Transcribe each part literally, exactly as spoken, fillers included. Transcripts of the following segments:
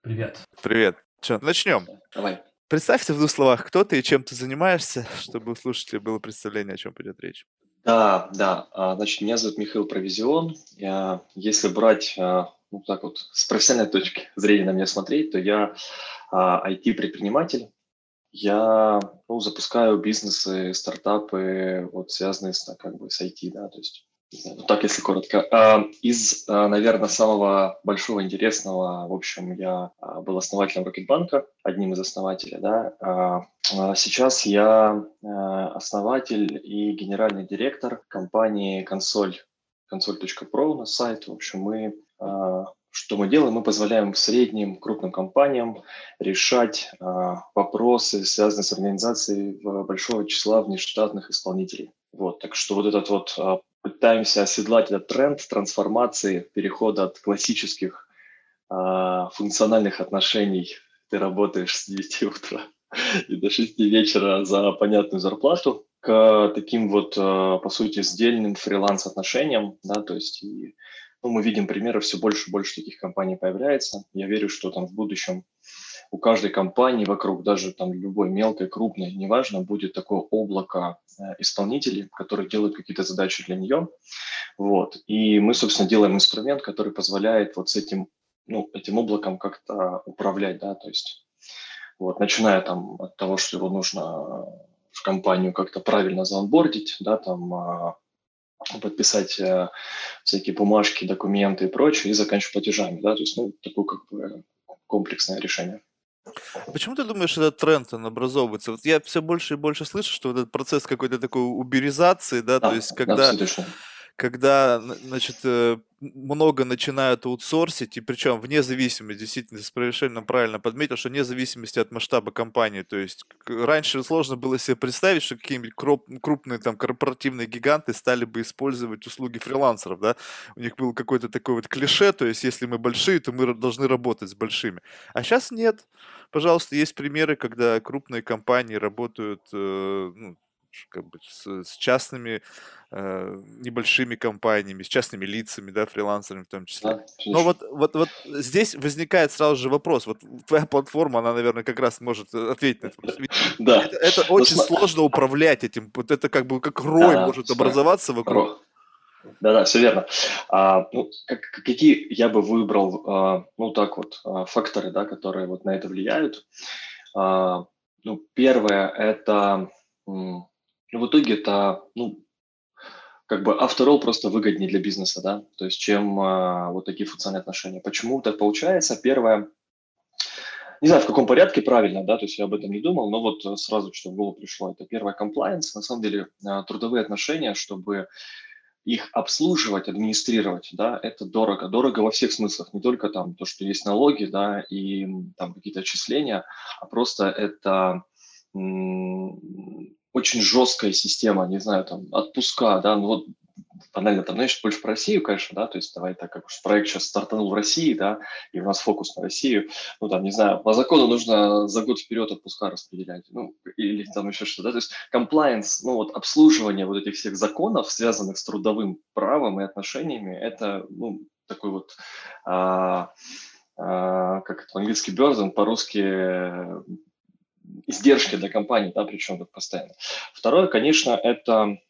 Привет. Привет. Чё, начнем. Да, давай. Представься в двух словах, кто ты и чем ты занимаешься, чтобы у слушателей было представление, о чем пойдет речь. Да, да. а, Значит, меня зовут Михаил Провизион. Я, если брать, а, ну так вот, с профессиональной точки зрения на меня смотреть, то я а, ай ти-предприниматель. Я, ну, запускаю бизнесы, стартапы, вот связанные с, так, как бы, с ай ти, да, то есть, не знаю, ну, так, если коротко. А, Из, наверное, самого большого интересного, в общем, я а, был основателем Рокетбанка, одним из основателей, да. А, а Сейчас я а, основатель и генеральный директор компании Консоль, консоль точка про у нас сайт. В общем, мы, а, что мы делаем? Мы позволяем средним, крупным компаниям решать а, вопросы, связанные с организацией в- большого числа внештатных исполнителей. Вот, так что вот этот вот а, пытаемся оседлать этот тренд трансформации, перехода от классических а, функциональных отношений. Ты работаешь с девяти утра и до шести вечера за понятную зарплату к таким вот, а, по сути, сдельным фриланс-отношениям, да, то есть и, ну, мы видим примеры, все больше и больше таких компаний появляется. Я верю, что там в будущем у каждой компании вокруг, даже там любой мелкой, крупной, неважно, будет такое облако э, исполнителей, которые делают какие-то задачи для нее. Вот. И мы, собственно, делаем инструмент, который позволяет вот с этим, ну, этим облаком как-то управлять, да, то есть вот, начиная там от того, что его нужно в компанию как-то правильно заонбордить, да, там а, подписать э, всякие бумажки, документы и прочее, и заканчивать платежами, да, то есть, ну, такое как бы комплексное решение. Почему ты думаешь, этот тренд, он образовывается? Вот я все больше и больше слышу, что вот этот процесс какой-то такой уберизации, да, то Да, есть да, когда все точно. когда, н значит, э, м много начинают аутсорсить, и причем вне зависимости, действительно, ты совершенно правильно подметил, что вне зависимости от масштаба компании. То есть к раньше сложно было себе представить, что какие-нибудь кроп крупные там корпоративные гиганты стали бы использовать услуги фрилансеров, да. У них был какой-то такой вот клише, то есть если мы большие, то мы р должны работать с большими. А сейчас нет. Пожалуйста, есть примеры, когда крупные компании работают, э, ну, ш как бы с с частными э, небольшими компаниями, с частными лицами, да, фрилансерами в том числе. Да, всё Но точно. вот, вот, вот здесь возникает сразу же вопрос. Вот твоя платформа, она, наверное, как раз может э, ответить на этот вопрос. Ведь Да, это, это ну очень сма сложно управлять этим. Вот это как бы как рой да-да, может сма образоваться вокруг. ро да-да, всё верно. А, ну, как какие я бы выбрал, а, ну, так вот, а, факторы, да, которые вот на это влияют. А, ну, первое- это, м, ну, в итоге это, ну, как бы after all просто выгоднее для бизнеса, да, то есть чем, а, вот такие функциональные отношения. Почему так получается? Первое, не знаю, в каком порядке правильно, да, то есть я об этом не думал, но вот э, сразу, что в голову пришло, это первое compliance, на самом деле а, трудовые отношения, чтобы их обслуживать, администрировать, да, это дорого. Дорого во всех смыслах, не только там то, что есть налоги, да, и м, там какие-то отчисления, а просто это м, очень жесткая система, не знаю, там, отпуска, да, ну вот банально, там, знаешь, больше про Россию, конечно, да, то есть давай так, как уж проект сейчас стартанул в России, да, и у нас фокус на Россию, ну, там, не знаю, по закону нужно за год вперед отпуска распределять, ну, или там еще что-то, да, то есть compliance, ну, вот обслуживание вот этих всех законов, связанных с трудовым правом и отношениями, это, ну, такой вот, а, а, как это по-английски burden, по-русски э, издержки для компании, да, причем вот постоянно. Второе, конечно, это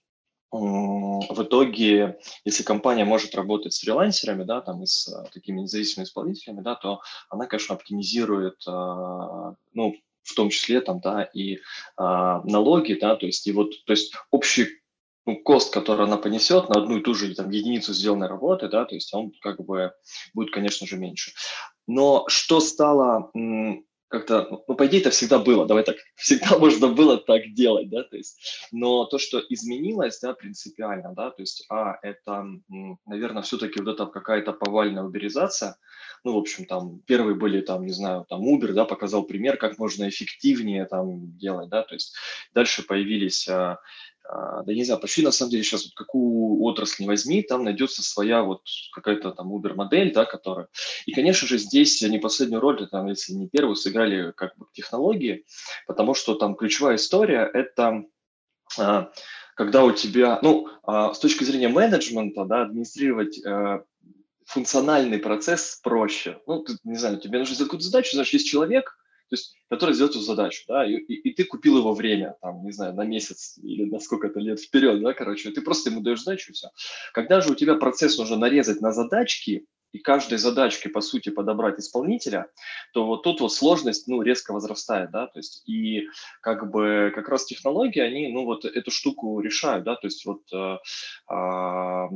М, в итоге, если компания может работать с фрилансерами, да, там и с а, такими независимыми исполнителями, да, то она, конечно, оптимизирует, а, ну, в том числе там, да, и а, налоги, да, то есть и вот, то есть общий ну, кост, который она понесет на одну и ту же там единицу сделанной работы, да, то есть он как бы будет, конечно же, меньше. Но что стало м, как-то, ну, ну, по идее, это всегда было, давай так, всегда можно было так делать, да, то есть но то, что изменилось, да, принципиально, да, то есть, а, это, наверное, все-таки вот эта какая-то повальная уберизация. Ну, в общем, там первые были, там, не знаю, там Uber, да, показал пример, как можно эффективнее там делать, да, то есть дальше появились, а, а, да не знаю, почти на самом деле сейчас вот какую отрасль не возьми, там найдется своя вот какая-то там Uber модель, да, которая. И, конечно же, здесь не последнюю роль, там, если не первую, сыграли как бы технологии, потому что там ключевая история– это а, когда у тебя, ну, а, с точки зрения менеджмента, да, администрировать э, функциональный процесс проще. Ну, ты, не знаю, тебе нужно сделать какую-то задачу, значит, есть человек, то есть, который сделает эту задачу, да, и, и, и ты купил его время, там, не знаю, на месяц или на сколько-то лет вперед, да, короче, ты просто ему даешь задачу, и все. Когда же у тебя процесс нужно нарезать на задачки, и каждой задачке, по сути, подобрать исполнителя, то вот тут вот сложность, ну, резко возрастает, да, то есть, и как бы как раз технологии, они, ну, вот эту штуку решают, да, то есть, вот э, а,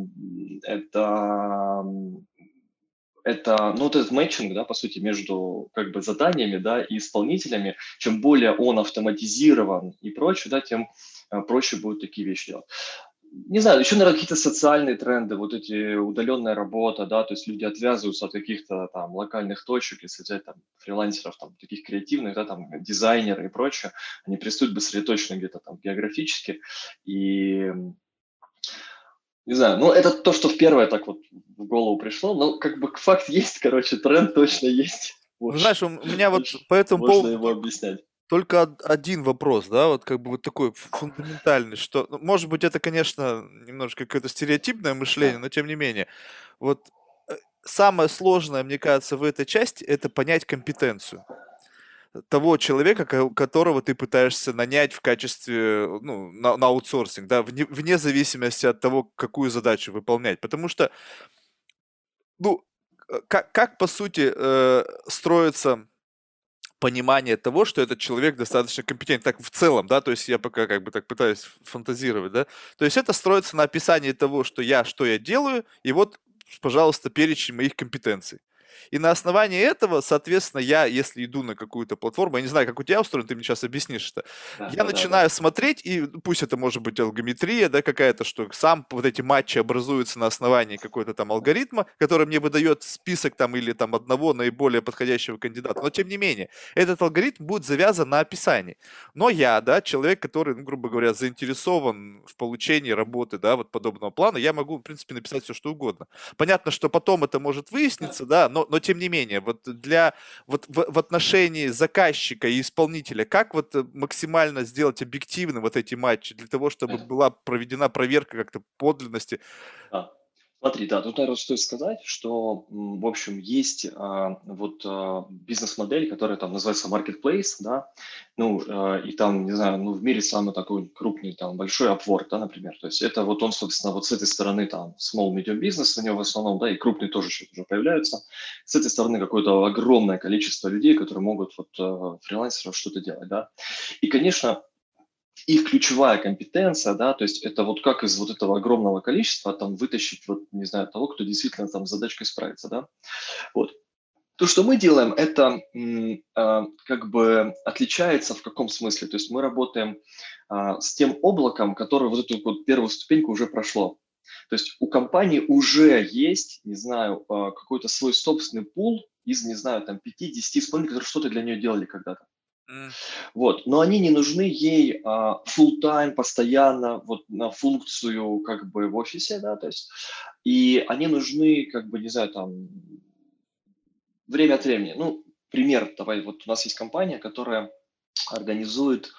это это, ну, вот этот мэтчинг, да, по сути, между как бы заданиями, да, и исполнителями, чем более он автоматизирован и прочее, да, тем э, проще будет такие вещи делать. Не знаю, еще, наверное, какие-то социальные тренды, вот эти удаленная работа, да, то есть люди отвязываются от каких-то там локальных точек, если взять там фрилансеров, там, таких креативных, да, там, дизайнеры и прочее, они перестают быть сосредоточены где-то там географически, и не знаю, ну, это то, что в первое так вот в голову пришло, но как бы факт есть, короче, тренд точно есть. Ну, Вот. знаешь, у у меня вот Дальше по этому можно поводу его только объяснять. только од один вопрос, да, вот как бы вот такой ф фундаментальный, что, ну, может быть, это, конечно, немножко какое-то стереотипное мышление, Да, но тем не менее. Вот, э, самое сложное, мне кажется, в этой части — это понять компетенцию того человека, ко которого ты пытаешься нанять в качестве, ну, на на аутсорсинг, да, вне вне зависимости от того, какую задачу выполнять. Потому что, ну, э, как как по сути, э, строится понимание того, что этот человек достаточно компетентен. Так в целом, да, то есть я пока как бы так пытаюсь фантазировать, да. То есть это строится на описании того, что я, что я делаю, и вот, пожалуйста, перечень моих компетенций. И на основании этого, соответственно, я, если иду на какую-то платформу, я не знаю, как у тебя устроено, ты мне сейчас объяснишь это, да, я да, да, да. начинаю смотреть, и ну, пусть это может быть алгометрия, да, какая-то, что сам вот эти матчи образуются на основании какой-то там алгоритма, который мне выдает список там или там одного наиболее подходящего кандидата. Но тем не менее, этот алгоритм будет завязан на описании. Но я, да, человек, который, ну, грубо говоря, заинтересован в получении работы, да, вот подобного плана, я могу, в принципе, написать все, что угодно. Понятно, что потом это может Да. выясниться, да, но, но тем не менее, вот для, вот в, в отношении заказчика и исполнителя, как вот э, максимально сделать объективны вот эти матчи для того, чтобы Да. была проведена проверка как-то подлинности? Да. Смотри, да, тут, наверно, стоит сказать, что, м, в общем, есть, а, вот, а, бизнес-модель, которая там называется marketplace, да. Ну, а, и там, не знаю, ну, в мире самый такой крупный, там, большой Upwork, да, например. То есть это вот он, собственно, вот с этой стороны там small medium business у него в основном, да, и крупные тоже что-то уже появляются. С этой стороны какое-то огромное количество людей, которые могут вот, а, фрилансеров что-то делать, да. И, конечно, их ключевая компетенция, да, то есть это вот как из вот этого огромного количества там вытащить, вот, не знаю, того, кто действительно там с задачкой справится, да. Вот. То, что мы делаем, это м, а, как бы отличается в каком смысле? То есть мы работаем а, с тем облаком, которое вот эту вот первую ступеньку уже прошло. То есть у компании уже есть, не знаю, а, какой-то свой собственный пул из, не знаю, там пяти-десяти исполнителей, которые что-то для нее делали когда-то. М, Вот, но они не нужны ей а, full-time, постоянно, вот на функцию как бы в офисе, да, то есть, и они нужны, как бы, не знаю, там, время от времени. Ну, пример, давай, вот у нас есть компания, которая организует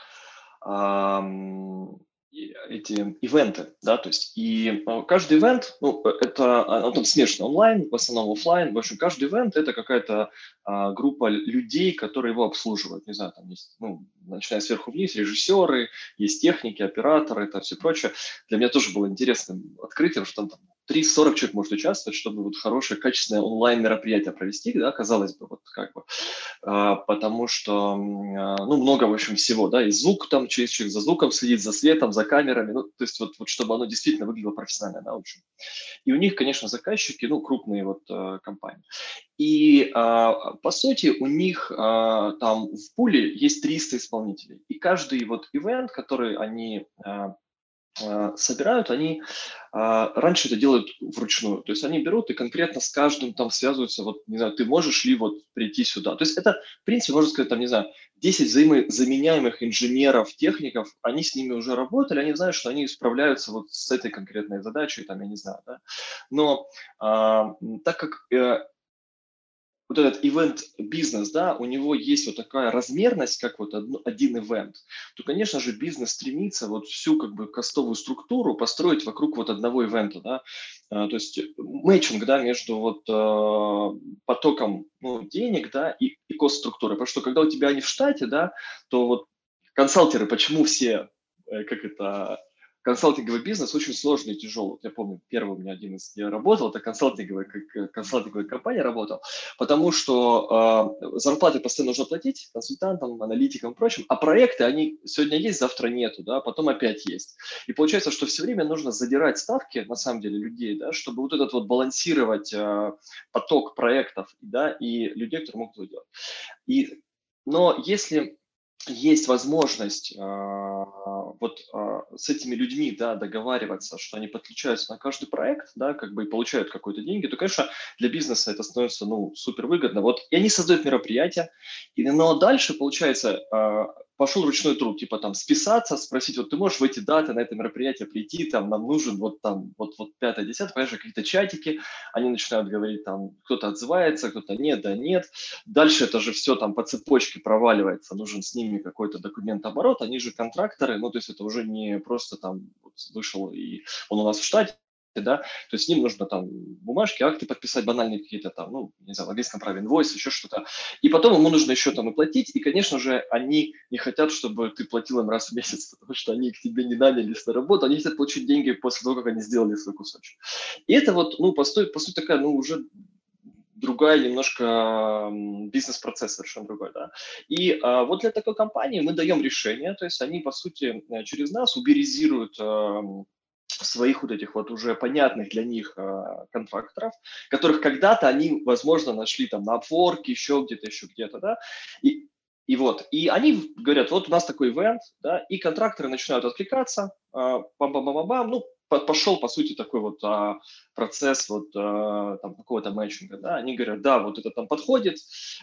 ам, и эти ивенты, да, то есть и э, каждый ивент, ну, э, это, а, он там смешан онлайн, в основном оффлайн, в общем, каждый ивент это какая-то а, группа людей, которые его обслуживают, не знаю, там есть, ну, начиная сверху вниз, режиссеры, есть техники, операторы, это все прочее. Для меня тоже было интересным открытием, что там, там тридцать сорок человек может участвовать, чтобы вот хорошее, качественное онлайн-мероприятие провести, да, казалось бы, вот как бы, а, потому что, м, а, ну, много, в общем, всего, да, и звук там, через человек за звуком следит, за светом, за камерами, ну, то есть вот, вот чтобы оно действительно выглядело профессионально, да, в общем. И у них, конечно, заказчики, ну, крупные вот э, компании. И, а, по сути, у них а, там в пуле есть триста исполнителей. И каждый вот ивент, который они а, а, собирают, они а, раньше это делают вручную. То есть они берут и конкретно с каждым там связываются, вот, не знаю, ты можешь ли вот прийти сюда. То есть это, в принципе, можно сказать, там, не знаю, десять взаимозаменяемых инженеров, техников, они с ними уже работали, они знают, что они справляются вот с этой конкретной задачей, там, я не знаю, да. Но а, м, так как э, вот этот ивент-бизнес, да, у него есть вот такая размерность, как вот одно- один ивент, то, конечно же, бизнес стремится вот всю как бы костовую структуру построить вокруг вот одного ивента, да. А, то есть мэтчинг, да, между вот э, потоком, ну, денег, да, и, и кост-структурой. Потому что когда у тебя они в штате, да, то вот консалтеры, почему все, э, как это, консалтинговый бизнес очень сложный и тяжелый. Вот я помню, первый у меня один из, я работал, это консалтинговая, как, э, консалтинговая компания работал, потому что э, зарплаты постоянно нужно платить консультантам, аналитикам и прочим, а проекты, они сегодня есть, завтра нету, да, потом опять есть. И получается, что все время нужно задирать ставки, на самом деле, людей, да, чтобы вот этот вот балансировать э, поток проектов, да, и людей, которые могут это делать. И, но если есть возможность а, вот а, с этими людьми, да, договариваться, что они подключаются на каждый проект, да, как бы и получают какие-то деньги, то, конечно, для бизнеса это становится, ну, супер выгодно. Вот, и они создают мероприятия, и, но дальше, получается, а, пошел ручной труд, типа там списаться, спросить, вот ты можешь в эти даты на это мероприятие прийти, там нам нужен вот там, вот, вот пятое, десятое, понимаешь, какие-то чатики, они начинают говорить, там, кто-то отзывается, кто-то нет, да нет. Дальше это же все там по цепочке проваливается, нужен с ними какой-то документооборот, они же контракторы, ну, то есть это уже не просто там вот вышел и он у нас в штате, да, то есть с ним нужно там бумажки, акты подписать, банальные какие-то там, ну, не знаю, в английском праве инвойс, еще что-то. И потом ему нужно еще там и платить, и, конечно же, они не хотят, чтобы ты платил им раз в месяц, потому что они к тебе не нанялись на работу, они хотят получить деньги после того, как они сделали свой кусочек. И это вот, ну, по сути, по сути такая, ну, уже другая немножко бизнес-процесс совершенно другой, да. И а, вот для такой компании мы даем решение, то есть они, по сути, э, через нас уберизируют а, своих вот этих вот уже понятных для них а, контракторов, которых когда-то они, возможно, нашли там на Upwork, еще где-то, еще где-то, да, и, и вот, и они говорят, вот у нас такой ивент, да, и контракторы начинают откликаться, а, бам-бам-бам-бам, ну, пошел, по сути, такой вот а, процесс вот а, там какого-то мэтчинга, да, они говорят, да, вот это там подходит,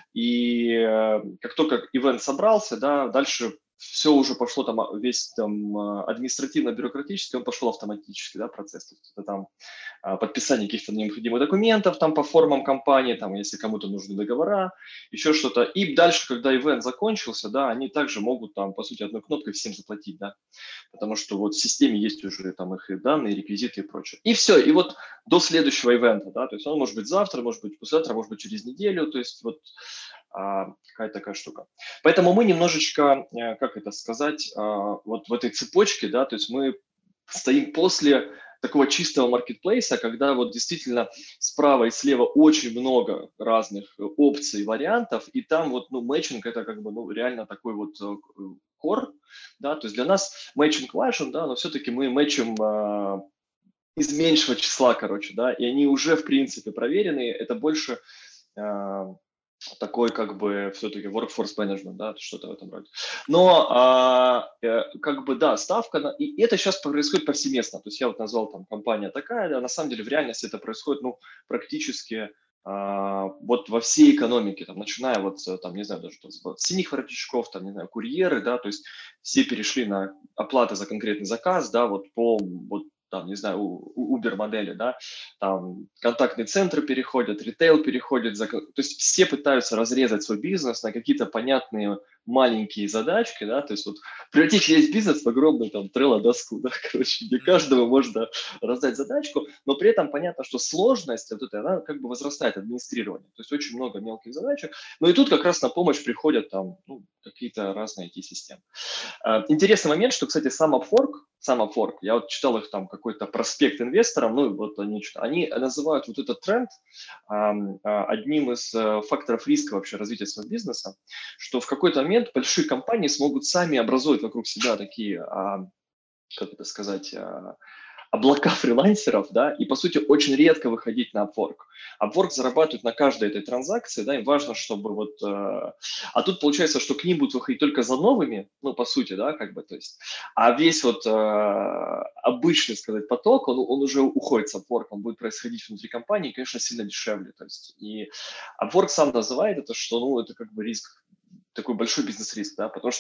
и э, как только ивент собрался, да, дальше все уже пошло там, а, весь там а, административно-бюрократический, он пошел автоматически, да, процесс, то есть это там а, подписание каких-то необходимых документов там по формам компании, там, если кому-то нужны договора, еще что-то, и дальше, когда ивент закончился, да, они также могут там, по сути, одной кнопкой всем заплатить, да, потому что вот в системе есть уже там их и данные, реквизиты и прочее. И все, и вот до следующего ивента, да, то есть он может быть завтра, может быть послезавтра, может быть через неделю, то есть вот а, какая-то такая штука. Поэтому мы немножечко, э, как это сказать, а, вот в этой цепочке, да, то есть мы стоим после такого чистого маркетплейса, когда вот действительно справа и слева очень много разных опций, вариантов, и там вот, ну, мэтчинг это как бы, ну, реально такой вот core, да, то есть для нас мэтчинг важен, да, но все-таки мы мэтчим а, из меньшего числа, короче, да, и они уже, в принципе, проверенные, это больше а, такой как бы все-таки workforce management, да, что-то в этом роде. Но а, э, как бы да, ставка, на, и это сейчас происходит повсеместно. То есть я вот назвал там компания такая, да, на самом деле в реальности это происходит, ну, практически а, вот во всей экономике, там, начиная вот с, там, не знаю, даже там, с синих воротничков, там, не знаю, курьеры, да, то есть все перешли на оплаты за конкретный заказ, да, вот по вот там, не знаю, у Uber модели, да, там контактные центры переходят, ритейл переходит, за, то есть все пытаются разрезать свой бизнес на какие-то понятные маленькие задачки, да, то есть вот превратить весь бизнес в огромную там трелло-доску, да, короче, где каждому можно раздать задачку, но при этом понятно, что сложность вот эта, она как бы возрастает, администрирование, то есть очень много мелких задачек, но и тут как раз на помощь приходят там, ну, какие-то разные ай ти-системы. Интересный момент, что, кстати, сам Upwork, сам Upwork, я вот читал их там какой-то проспект инвесторам, ну, вот они, они называют вот этот тренд а, одним из а, факторов риска вообще развития своего бизнеса, что в какой-то момент большие компании смогут сами образовать вокруг себя такие, а, как это сказать, а, облака фрилансеров, да, и, по сути, очень редко выходить на Upwork. Upwork зарабатывает на каждой этой транзакции, да, им важно, чтобы вот... Э, а тут получается, что к ним будут выходить только за новыми, ну, по сути, да, как бы, то есть... А весь вот э, обычный, сказать, поток, он, он уже уходит с Upwork, он будет происходить внутри компании, и, конечно, сильно дешевле, то есть... И Upwork сам называет это, что, ну, это как бы риск, такой большой бизнес-риск, да, потому что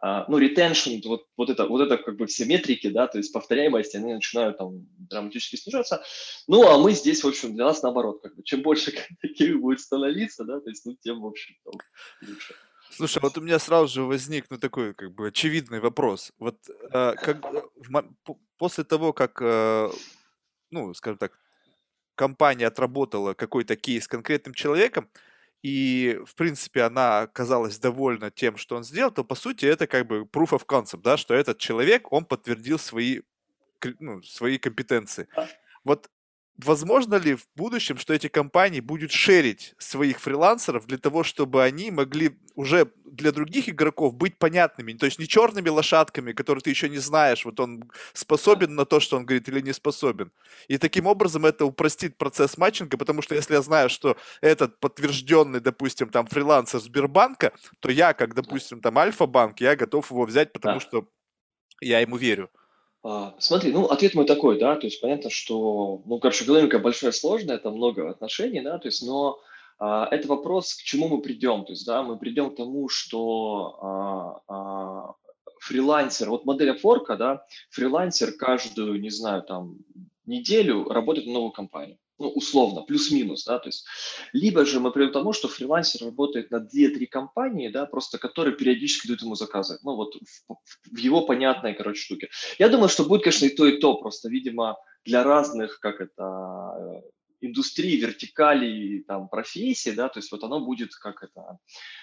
а, ну, retention, вот, вот, это, вот это как бы все метрики, да, то есть повторяемость, они начинают там драматически снижаться. Ну, а мы здесь, в общем, для нас наоборот, как бы, чем больше таких будет становиться, да, то есть, ну, тем, в общем, там, лучше. Слушай, вот у меня сразу же возник, ну, такой, как бы, очевидный вопрос. Вот, э, как, э, в мо по после того, как, э, ну, скажем так, компания отработала какой-то кейс с конкретным человеком, и, в принципе, она оказалась довольна тем, что он сделал, то, по сути, это как бы proof of concept, да, что этот человек, он подтвердил свои, кр- ну, свои компетенции. Да, Вот возможно ли в будущем, что эти компании будут шерить своих фрилансеров для того, чтобы они могли уже для других игроков быть понятными, то есть не черными лошадками, которые ты еще не знаешь, вот он да. способен на то, что он говорит, или не способен. И таким образом это упростит процесс матчинга, потому что если я знаю, что этот подтвержденный, допустим, там фрилансер Сбербанка, то я, как, допустим, там Альфа-банк, я готов его взять, потому Да. что я ему верю. А, смотри, ну, ответ мой такой, да, то есть понятно, что, ну, короче, экономика большая, сложная, там много отношений, да, то есть, но а, это вопрос, к чему мы придем, то есть, да, мы придем к тому, что а, а, фрилансер, вот модель Upwork, да, фрилансер каждую, не знаю, там, неделю работает на новую компанию, ну, условно, плюс-минус, да, то есть, либо же мы придем к тому, что фрилансер работает на две-три компании, да, просто которые периодически дают ему заказы, ну, вот в, в его понятной, короче, штуке. Я думаю, что будет, конечно, и то, и то. Просто, видимо, для разных, как это, э, индустрий, вертикалей, там, профессий, да, то есть вот оно будет как это,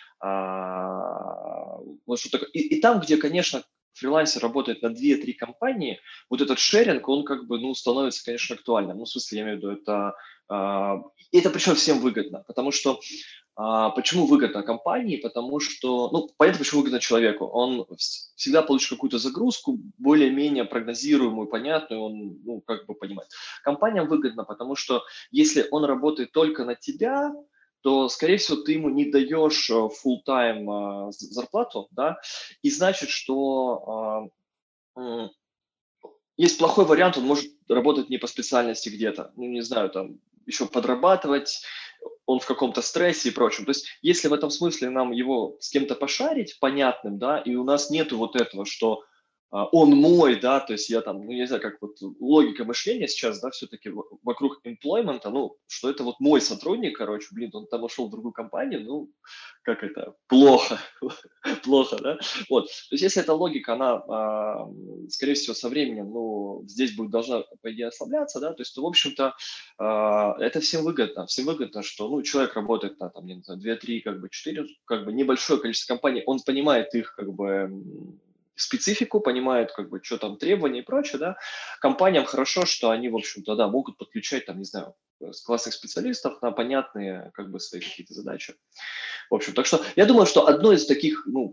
а, вот что такое. И, и там, где, конечно, фрилансер работает на две-три компании, вот этот шеринг, он как бы, ну, становится, конечно, актуальным. Ну, в смысле, я имею в виду, это, а, и это причем всем выгодно, потому что а, почему выгодно компании? Потому что, ну, понятно, почему выгодно человеку. Он вс- всегда получит какую-то загрузку, более-менее прогнозируемую, понятную, он, ну, как бы понимает. Компаниям выгодно, потому что если он работает только на тебя, то, скорее всего, ты ему не даешь э, full-time э, з- зарплату, да, и значит, что а, м, есть плохой вариант, он может работать не по специальности где-то, ну, не знаю, там, еще подрабатывать, он в каком-то стрессе и прочем. То есть, если в этом смысле нам его с кем-то пошарить понятным, да, и у нас нету вот этого, что а, он мой, да, то есть я там, ну, я не знаю, как вот логика мышления сейчас, да, все-таки вокруг employment, ну, что это вот мой сотрудник, короче, блин, он там ушел в другую компанию, ну, как это, плохо, плохо, да, вот. То есть если эта логика, она, а, скорее всего, со временем, ну, здесь будет должна, по идее, ослабляться, да, то есть, то, в общем-то, а, это всем выгодно. Всем выгодно, что, ну, человек работает на, там, не знаю, две-три, как бы, четыре, как бы, небольшое количество компаний, он понимает их, как бы, м, специфику, понимает, как бы, что там требования и прочее, да. Компаниям хорошо, что они, в общем-то, да, могут подключать, там, не знаю, э, классных специалистов на понятные, как бы, свои какие-то задачи. В общем, так что я думаю, что одно из таких, ну,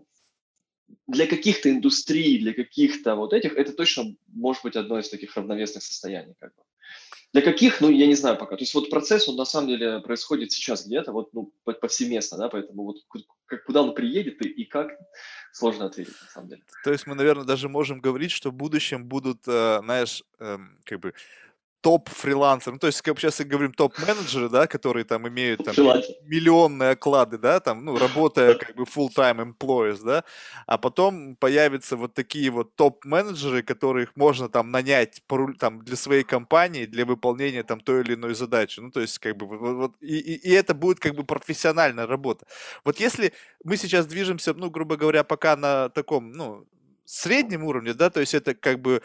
для каких-то индустрий, для каких-то вот этих, это точно может быть одно из таких равновесных состояний. Как бы. Для каких, ну, я не знаю пока. То есть вот процесс, он на самом деле происходит сейчас где-то, вот, ну, повсеместно, да, поэтому вот как, куда он приедет и, и как, сложно ответить, на самом деле. То есть мы, наверное, даже можем говорить, что в будущем будут, э, знаешь, эм, как бы топ-фрилансеры, ну, то есть, как сейчас и говорим, топ-менеджеры, да, которые там имеют там ми- Фрилансер. миллионные оклады, да, там, ну, работая Да, как бы full-time employees, да, а потом появятся вот такие вот топ-менеджеры, которых можно там нанять пору- там для своей компании, для выполнения там той или иной задачи, ну, то есть, как бы, вот, вот- вот, и, и- и это будет как бы профессиональная работа. Вот если мы сейчас движемся, ну, грубо говоря, пока на таком, ну, среднем уровне, да, то есть это как бы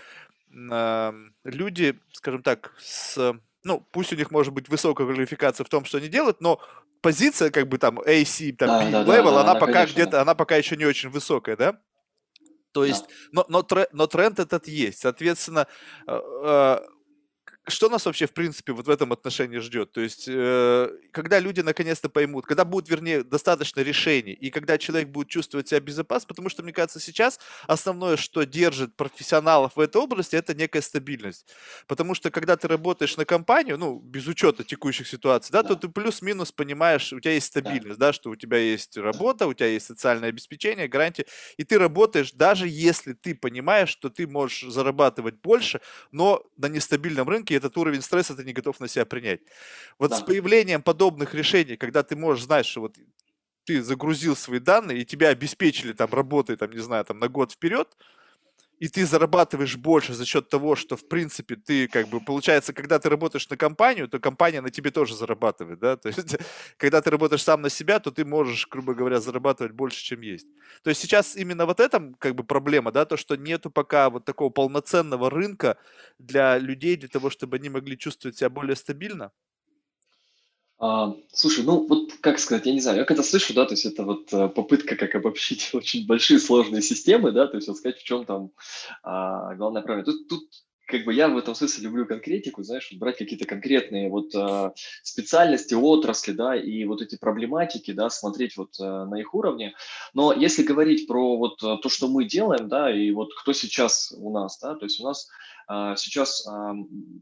ам, люди, скажем так, с, ну, пусть у них может быть высокая квалификация в том, что они делают, но позиция, как бы там A C, там да, B да, да, level, да, она она, пока конечно, где-то, да. она пока еще не очень высокая, да? То есть, Да. но, но, тре- но тренд этот есть. Соответственно, э, э, что нас вообще, в принципе, вот в этом отношении ждет? То есть, э, когда люди наконец-то поймут, когда будет, вернее, достаточно решений, и когда человек будет чувствовать себя безопасно, потому что, мне кажется, сейчас основное, что держит профессионалов в этой области, это некая стабильность. Потому что, когда ты работаешь на компанию, ну, без учета текущих ситуаций, да, то Да, ты плюс-минус понимаешь, у тебя есть да, стабильность, да, что у тебя есть да, работа, у тебя есть социальное обеспечение, гарантии, и ты работаешь, даже если ты понимаешь, что ты можешь зарабатывать больше, но на нестабильном рынке этот уровень стресса ты не готов на себя принять. Вот с да. появлением подобных решений, когда ты можешь знать, что вот ты загрузил свои данные, и тебя обеспечили там работой, там, не знаю, там на год вперед, и ты зарабатываешь больше за счет того, что, в принципе, ты, как бы, получается, когда ты работаешь на компанию, то компания на тебе тоже зарабатывает, да, то есть, когда ты работаешь сам на себя, то ты можешь, грубо говоря, зарабатывать больше, чем есть. То есть сейчас именно вот этом, как бы, проблема, да, то, что нету пока вот такого полноценного рынка для людей, для того, чтобы они могли чувствовать себя более стабильно. А, слушай, ну вот как сказать, я не знаю, я когда слышу, да, то есть это вот э, попытка как обобщить очень большие сложные системы, да, то есть вот сказать, в чем там а, главная проблема. Тут, тут как бы я в этом смысле люблю конкретику, знаешь, вот брать какие-то конкретные вот а, специальности, отрасли, да, и вот эти проблематики, да, смотреть вот а, на их уровне. Но если говорить про вот а, то, что мы делаем, да, и вот кто сейчас у нас, да, то есть у нас а, сейчас а,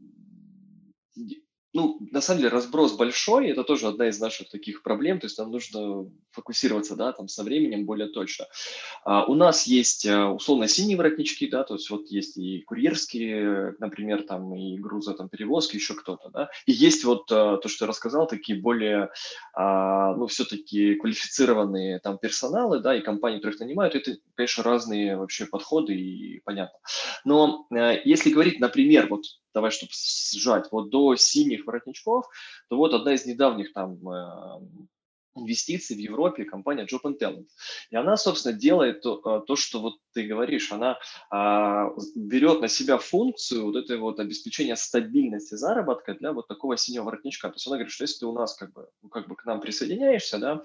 ну, на самом деле разброс большой, это тоже одна из наших таких проблем, то есть нам нужно фокусироваться, да, там со временем более точно. А, у нас есть а, условно синие воротнички, да, то есть вот есть и курьерские, например, там и грузо, там перевозки, еще кто-то, да, и есть вот а, то, что я рассказал, такие более, а, ну, все-таки квалифицированные там персоналы, да, и компании, которых нанимают, это, конечно, разные вообще подходы и понятно. Но э, если говорить, например, вот давай, чтобы сжать, вот до синих воротничков, то вот одна из недавних там э, инвестиций в Европе компания Job and Talent. И она, собственно, делает то, э, то что вот ты говоришь, она а, берет на себя функцию вот этой вот обеспечения стабильности заработка для вот такого синего воротничка. То есть она говорит, что если ты у нас как бы, ну, как бы к нам присоединяешься, да,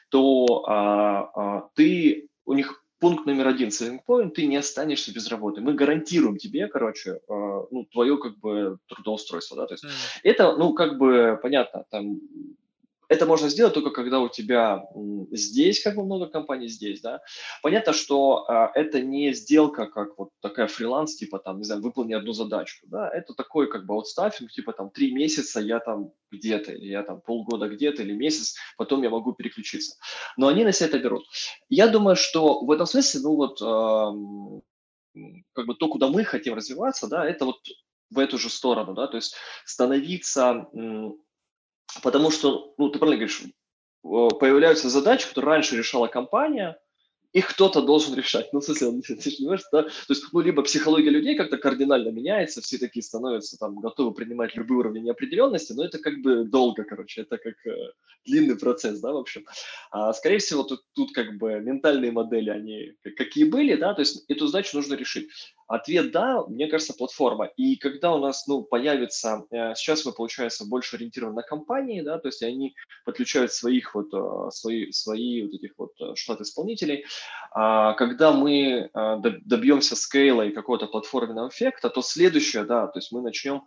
то а, а, ты у них пункт номер один, selling point, ты не останешься без работы. Мы гарантируем тебе, короче, э, ну, твое как бы трудоустройство, да, то есть М. это, ну, как бы понятно, там это можно сделать только когда у тебя м, здесь как бы много компаний здесь, да. Понятно, что а, это не сделка как вот такая фриланс, типа там, не знаю, выполни одну задачку, да. Это такой как бы аутстаффинг, типа там три месяца я там где-то, или я там полгода где-то, или месяц, потом я могу переключиться. Но они на себя это берут. Я думаю, что в этом смысле, ну вот, ам, м, как бы то, куда мы хотим развиваться, да, это вот в эту же сторону, да, то есть становиться м, потому что, ну, ты правильно говоришь, о, появляются задачи, которые раньше решала компания, их кто-то должен решать. Ну, в смысле, он- ты же понимаешь, да? То есть, ну, либо психология людей как-то кардинально меняется, все такие становятся там готовы принимать любые уровни неопределенности, но это как бы долго, короче, это как э, длинный процесс, да, в общем. А, скорее всего, тут, тут как бы ментальные модели, они как- какие были, да, то есть эту задачу нужно решить. Ответ «да», мне кажется, платформа. И когда у нас, ну, появится, э, сейчас мы, получается, больше ориентированы на компании, да, то есть они подключают своих вот, э, свои, свои вот этих вот э, штат исполнителей, а, когда мы а, доб- добьемся скейла и какого-то платформенного эффекта, то следующее, да, то есть мы начнем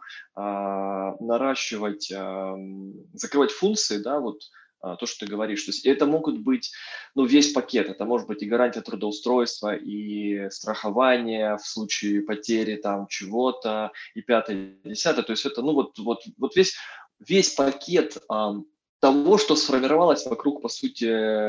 а, наращивать, ам, закрывать функции, да, вот а, то, что ты говоришь. То есть это могут быть, ну, весь пакет. Это может быть и гарантия трудоустройства, и страхование в случае потери там чего-то, и пятое, и десятое. То есть это, ну, вот, вот, вот весь, весь пакет ам, того, что сформировалось вокруг, по сути,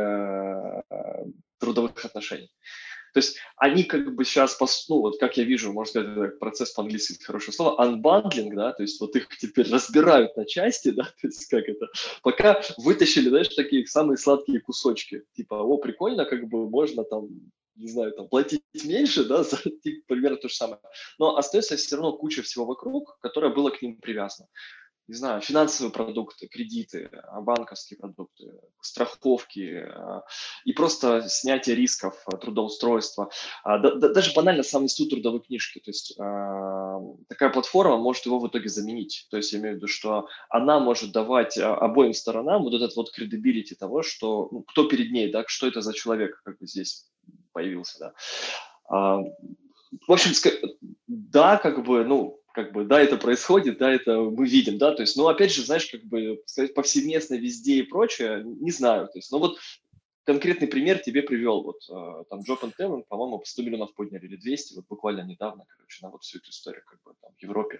э, трудовых отношений. То есть они как бы сейчас, ну, вот как я вижу, можно сказать, это процесс по-английски это хорошее слово, unbundling, да, то есть вот их теперь разбирают на части, да, то есть как это, пока вытащили, знаешь, такие самые сладкие кусочки, типа, о, прикольно, как бы можно там, не знаю, там, платить меньше, да, за типа, примерно то же самое, но остается все равно куча всего вокруг, которое было к ним привязано, не знаю, финансовые продукты, кредиты, а, банковские продукты, страховки а, и просто снятие рисков, а, трудоустройства. А, да- да- Даже банально сам институт трудовой книжки. То есть а, такая платформа может его в итоге заменить. То есть я имею в виду, что она может давать а, обоим сторонам вот этот вот credibility того, что ну, кто перед ней, да, что это за человек как бы здесь появился, да. А, в общем, ска- да, как бы, ну, как бы, да, это происходит, да, это мы видим, да, то есть, ну, опять же, знаешь, как бы, сказать, повсеместно везде и прочее, не знаю, то есть, ну, вот конкретный пример тебе привел, вот, э, там, Job and Talent, по-моему, по сто миллионов подняли или двести, вот буквально недавно, короче, на вот всю эту историю, как бы, там, в Европе.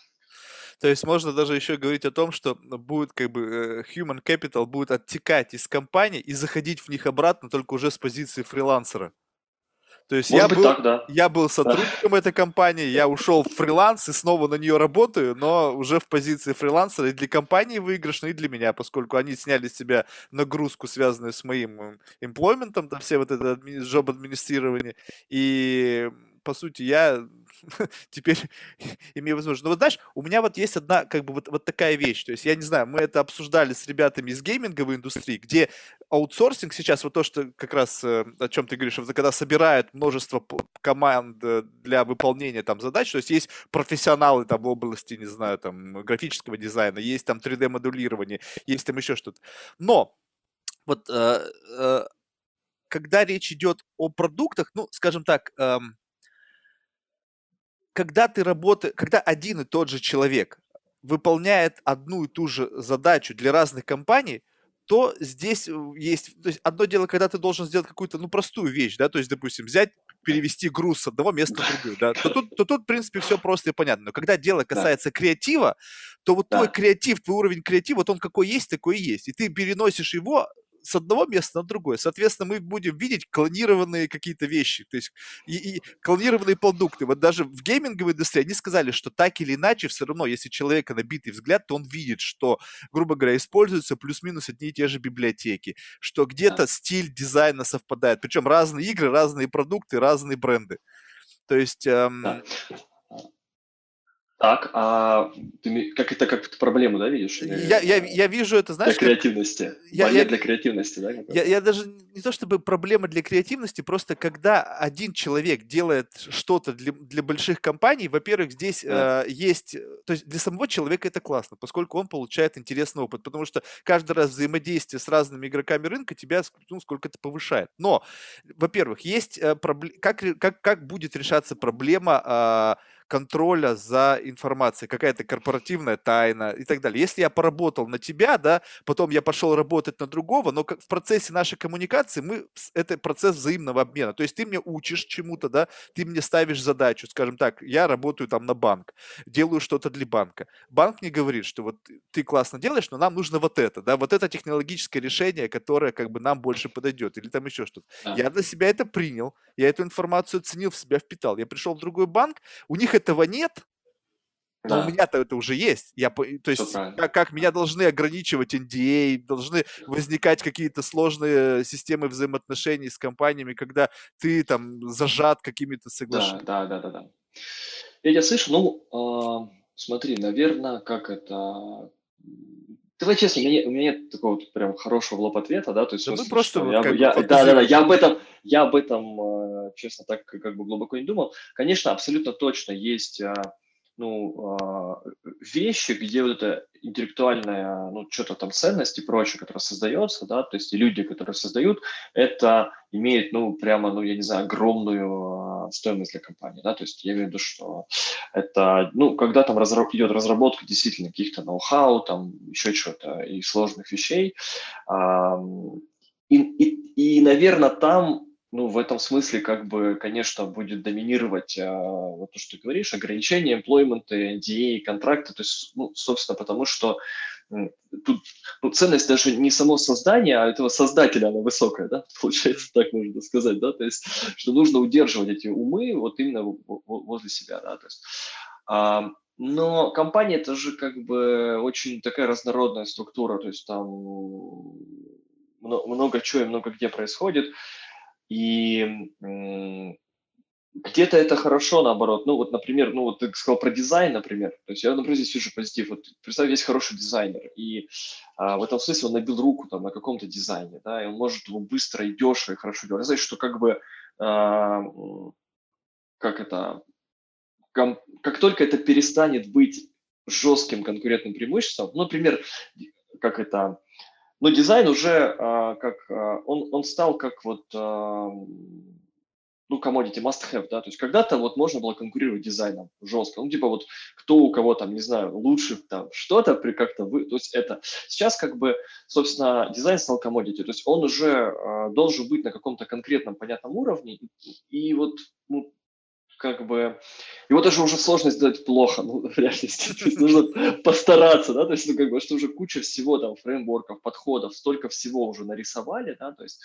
То есть можно даже еще говорить о том, что будет как бы э, human capital будет оттекать из компаний и заходить в них обратно только уже с позиции фрилансера. То есть я Может быть был, так, да. я был Да, сотрудником этой компании, я ушел в фриланс и снова на нее работаю, но уже в позиции фрилансера и для компании выигрышно, и для меня, поскольку они сняли с себя нагрузку, связанную с моим эмплойментом, там все вот это адми- жоb-администрирование, и по сути я теперь имею возможность. Но вот знаешь, у меня вот есть одна, как бы вот, вот такая вещь, то есть я не знаю, мы это обсуждали с ребятами из гейминговой индустрии, где аутсорсинг сейчас, вот то, что как раз э, о чем ты говоришь, вот когда собирают множество п- команд э, для выполнения там задач, то есть есть профессионалы там в области, не знаю, там графического дизайна, есть там три дэ-моделирование, есть там еще что-то. Но вот э, э, когда речь идет о продуктах, ну, скажем так, эм, когда ты работаешь, когда один и тот же человек выполняет одну и ту же задачу для разных компаний, то здесь э, есть, то есть одно дело, когда ты должен сделать какую-то, ну, простую вещь, да, то есть, допустим, взять, перевести груз с одного места на другое, да, то тут, то тут, в принципе, все просто и понятно. Но когда дело да, касается креатива, то вот твой да, креатив, твой уровень креатива, вот он какой есть, такой и есть. И ты переносишь его с одного места на другое. Соответственно, мы будем видеть клонированные какие-то вещи. То есть и, и клонированные продукты. Вот даже в гейминговой индустрии они сказали, что так или иначе все равно, если человека набитый взгляд, то он видит, что, грубо говоря, используются плюс-минус одни и те же библиотеки, что где-то да, стиль дизайна совпадает. Причем разные игры, разные продукты, разные бренды. То есть да. эм, Так, а ты ми- как это как ты проблему, да, видишь? я, Или я, э, я вижу это, для знаешь, как креативности? я, я, Барьер для креативности, да, Я, какой-то? я даже не то чтобы проблема для креативности, просто когда один человек делает что-то для, для больших компаний, во-первых, здесь Да, э, есть, э, то есть для самого человека это классно, поскольку он получает интересный опыт, потому что каждый раз взаимодействие с разными игроками рынка тебя, ск- ну, сколько это повышает. Но, во-первых, есть э, пробле- как, ре- как, как будет решаться проблема а, контроля за информацией, какая-то корпоративная тайна и так далее. Если я поработал на тебя, да, потом я пошел работать на другого, но как в процессе нашей коммуникации мы, с- это процесс взаимного обмена. То есть ты мне учишь чему-то, да, ты мне ставишь задачу, скажем так, я работаю там на банк, делаю что-то для банка. Банк мне говорит, что вот ты ты классно делаешь, но нам нужно вот это, да, вот это технологическое решение, которое как бы нам больше подойдет, или там еще что-то. да, Я для себя это принял, я эту информацию оценил, в себя впитал. Я пришел в другой банк, у них этого нет, но у да, меня-то это уже есть. Я, по- то все есть, правильно. как, как меня должны ограничивать эн ди эй, должны возникать какие-то сложные системы взаимоотношений с компаниями, когда ты там зажат какими-то Да, соглашениями. да, да, да, да. Я тебя слышу, ну, а, смотри, наверное, как это... м, Давай честно, у меня, не- у меня нет такого вот прям хорошего в лоб ответа, да, то есть в Да мы смысле, просто что вот я бы, как бы я, да, да, да, фантазируем. я об этом, я об этом, э, честно, так как как бы глубоко не думал. Конечно, абсолютно точно есть, а, ну, а, вещи, где вот эта интеллектуальная, ну, что-то там ценность и прочее, которое создается, да, то есть и люди, которые создают, это имеет, ну, прямо, ну, я не знаю, огромную а, стоимость для компании, да, то есть я имею в виду, что это, ну, когда там разра- идет разработка действительно каких-то ноу-хау, там еще что-то и сложных вещей, ам, и, и, и, наверное, там, ну, в этом смысле, как бы, конечно, будет доминировать а, вот то, что ты говоришь, ограничения, employment, эн ди эй, контракты, то есть, ну, собственно, потому что м, тут ну, ценность даже не само создание, а этого создателя, она высокая, да, Мгм. получается, так можно сказать, да, то есть, что нужно удерживать эти умы вот именно во- во- возле себя, да, то есть, а, но компания это же как бы очень такая разнородная структура, то есть там мно- много чего и много где происходит, и м, где-то это хорошо, наоборот. Ну, вот, например, ну, вот ты сказал про дизайн, например. То есть я, например, здесь вижу позитив. Вот представь, есть хороший дизайнер, и а, в этом смысле он набил руку там на каком-то дизайне, да, и он может его быстро и дешево и хорошо делать. Знаешь, что как бы, а, м, как это, ком- как только это перестанет быть жестким конкурентным преимуществом, ну, например, как это, ну, дизайн уже а, как, а, он, он стал как вот, а, ну, commodity, must have, да, то есть когда-то вот можно было конкурировать дизайном жестко, ну, типа вот кто у кого там, не знаю, лучше там что-то при как-то вы, то есть это. Сейчас как бы, собственно, дизайн стал commodity, то есть он уже э, должен быть на каком-то конкретном понятном уровне, и, и вот, ну, как бы его даже уже сложно сделать плохо, ну, в реальности. То есть нужно постараться, да, то есть, ну, как бы, что уже куча всего, там, фреймворков, подходов, столько всего уже нарисовали, да, то есть.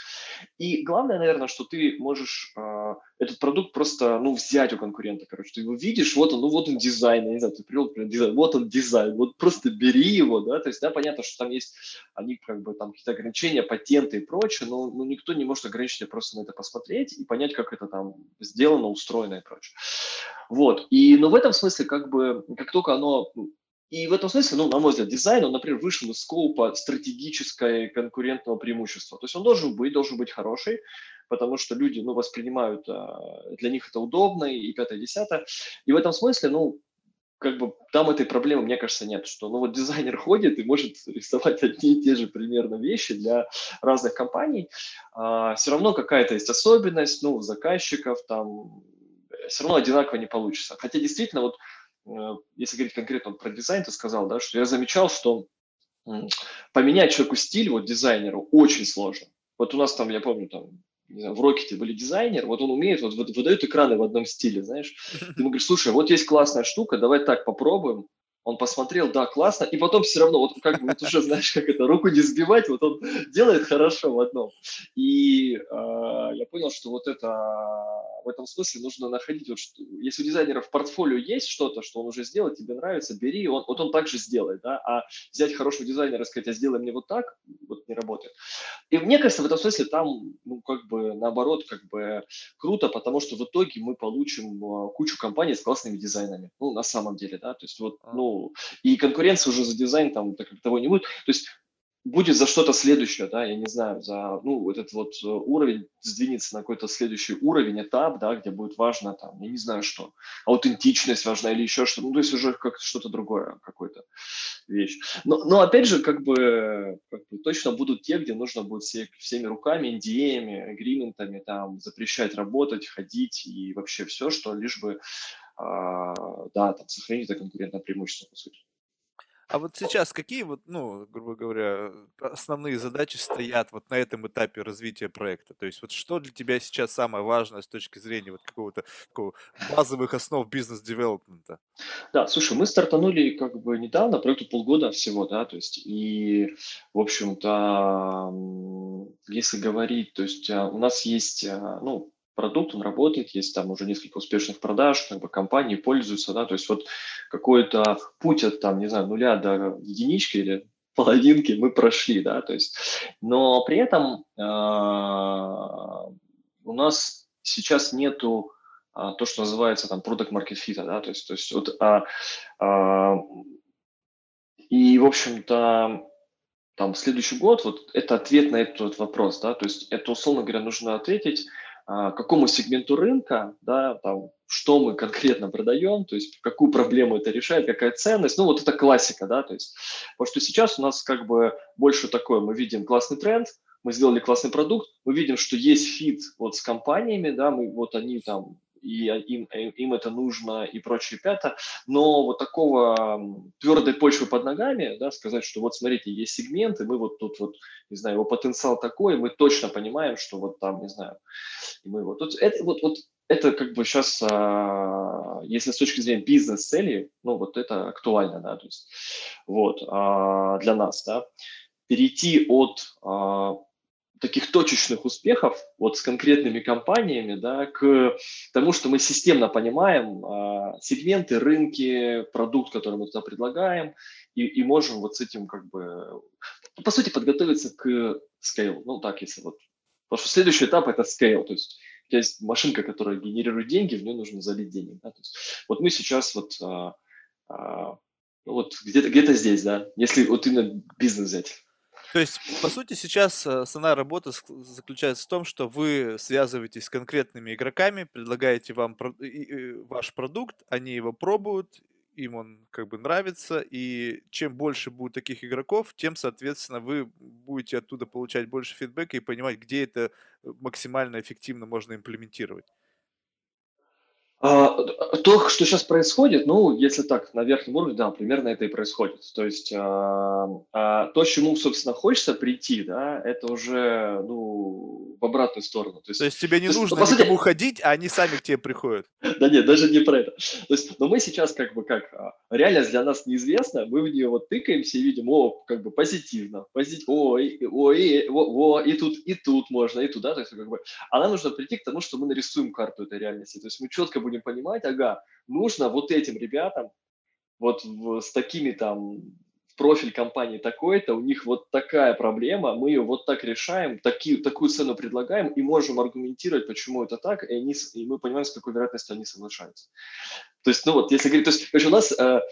И главное, наверное, что ты можешь а, этот продукт просто, ну, взять у конкурента, короче. Ты его видишь, вот он, ну, вот он дизайн, я не знаю, ты привел, например, дизайн, вот он дизайн, вот просто бери его, да, то есть, да, понятно, что там есть, они как бы там какие-то ограничения, патенты и прочее, но ну, никто не может ограничить тебя просто на это посмотреть и понять, как это там сделано, устроено и прочее. Вот, и, ну, в этом смысле, как бы, как только оно, и в этом смысле, ну, на мой взгляд, дизайн, он, например, вышел из скопа стратегической конкурентного преимущества. То есть он должен быть, должен быть хороший, потому что люди, ну, воспринимают, а, для них это удобно, и пятое, десятое. И в этом смысле, ну, как бы там этой проблемы, мне кажется, нет, что, ну, вот дизайнер ходит и может рисовать одни и те же примерно вещи для разных компаний. А, все равно какая-то есть особенность, ну, у заказчиков там, все равно одинаково не получится. Хотя действительно, вот э, если говорить конкретно про дизайн, ты сказал, да, что я замечал, что м, поменять человеку стиль, вот дизайнеру, очень сложно. Вот у нас там, я помню, там, не знаю, в Рокете были дизайнеры, вот он умеет, вот выд- выдают экраны в одном стиле, знаешь. Ты ему говоришь, слушай, вот есть классная штука, давай так попробуем. Он посмотрел, да, классно, и потом все равно, вот как бы, вот уже знаешь, как это, руку не сбивать, вот он делает хорошо в одном. И э, я понял, что вот это, в этом смысле нужно находить, вот, что, если у дизайнера в портфолио есть что-то, что он уже сделал, тебе нравится, бери, он, вот он так же сделает, да, а взять хорошего дизайнера и сказать, а сделай мне вот так, вот не работает. И мне кажется, в этом смысле там, ну, как бы, наоборот, как бы круто, потому что в итоге мы получим а, кучу компаний с классными дизайнами. Ну, на самом деле, да, то есть вот, А, ну, и конкуренция уже за дизайн там так как того не будет. То есть будет за что-то следующее, да, я не знаю, за, ну, вот этот вот э, уровень сдвинется на какой-то следующий уровень, этап, да, где будет важно там, я не знаю что, аутентичность важна или еще что-то, ну, то есть уже как что-то другое, какой-то вещь. Но, но опять же, как бы, как бы точно будут те, где нужно будет все, всеми руками, эн ди эй-ами, агриментами, там, запрещать работать, ходить и вообще все, что лишь бы, а, да, там, сохранить это конкурентное преимущество, по сути. а вот сейчас какие вот, ну, грубо говоря, э, основные задачи стоят вот на этом этапе развития проекта? То есть вот что для тебя сейчас самое важное с точки зрения вот какого-то такого базовых основ бизнес-девелопмента? Да, слушай, мы стартанули как бы недавно, проекту полгода всего, да, то есть и, в общем-то, м, если говорить, то есть а, у нас есть, а, ну, продукт, он работает, есть там уже несколько успешных продаж, как бы компании пользуются, да, то есть вот какой-то путь от там, не знаю, нуля до единички или половинки мы прошли, да, то есть, но при этом а, у нас сейчас нету а, то, что называется там product market fit, да, то есть, то есть вот, а, а, и, в общем-то, там следующий год, вот это ответ на этот вопрос, да, то есть это, условно говоря, нужно ответить, а, какому сегменту рынка, да, там, что мы конкретно продаем, то есть какую проблему это решает, какая ценность, ну, вот это классика, да, то есть, потому что сейчас у нас как бы больше такое, мы видим классный тренд, мы сделали классный продукт, мы видим, что есть фит вот с компаниями, да, мы, вот они там, и им, им это нужно и прочее, пятое, но вот такого твердой почвы под ногами, да, сказать, что вот смотрите, есть сегменты, мы вот тут вот, не знаю, его потенциал такой, мы точно понимаем, что вот там, не знаю, и мы вот, тут, это, вот, вот это как бы сейчас, а, если с точки зрения бизнес-цели, ну вот это актуально, да, то есть вот а, для нас, да, перейти от а, таких точечных успехов вот с конкретными компаниями, да, к тому, что мы системно понимаем а, сегменты, рынки, продукт, который мы туда предлагаем, и, и можем вот с этим как бы, ну, по сути, подготовиться к scale. Ну, так, если вот. Потому что следующий этап – это scale, то есть у тебя есть машинка, которая генерирует деньги, в нее нужно залить денег. Да? То есть, вот мы сейчас вот, а, а, ну, вот где-то где здесь, да, если вот именно бизнес взять. То есть, по сути, сейчас э, основная работа ск- заключается в том, что вы связываетесь с конкретными игроками, предлагаете вам про- и- и ваш продукт, они его пробуют, им он как бы нравится, и чем больше будет таких игроков, тем, соответственно, вы будете оттуда получать больше фидбэка и понимать, где это э, максимально эффективно можно имплементировать. А, то, что сейчас происходит, ну, если так, на верхнем уровне, да, примерно это и происходит. То есть а, а, то, к чему, собственно, хочется прийти, да, это уже, ну, в обратную сторону. То То есть, есть тебе не то есть, ну, нужно по сути, никому ходить, а они сами к тебе приходят. да нет, даже не про это. То есть, но мы сейчас как бы как, а, реальность для нас неизвестна, мы в нее вот тыкаемся и видим, о, как бы позитивно, позитив, о, и, о, и, о, о, и тут, и тут можно, и туда, то есть как бы, а нам нужно прийти к тому, что мы нарисуем карту этой реальности, то есть мы четко будем понимать, ага, нужно вот этим ребятам вот в- с такими там в профиль компании такой-то, у них вот такая проблема, мы ее вот так решаем, таки, такую цену предлагаем и можем аргументировать, почему это так, и, они, с- и мы понимаем, с какой вероятностью они соглашаются. То есть, ну вот, если говорить, то есть, короче, у нас, э, э,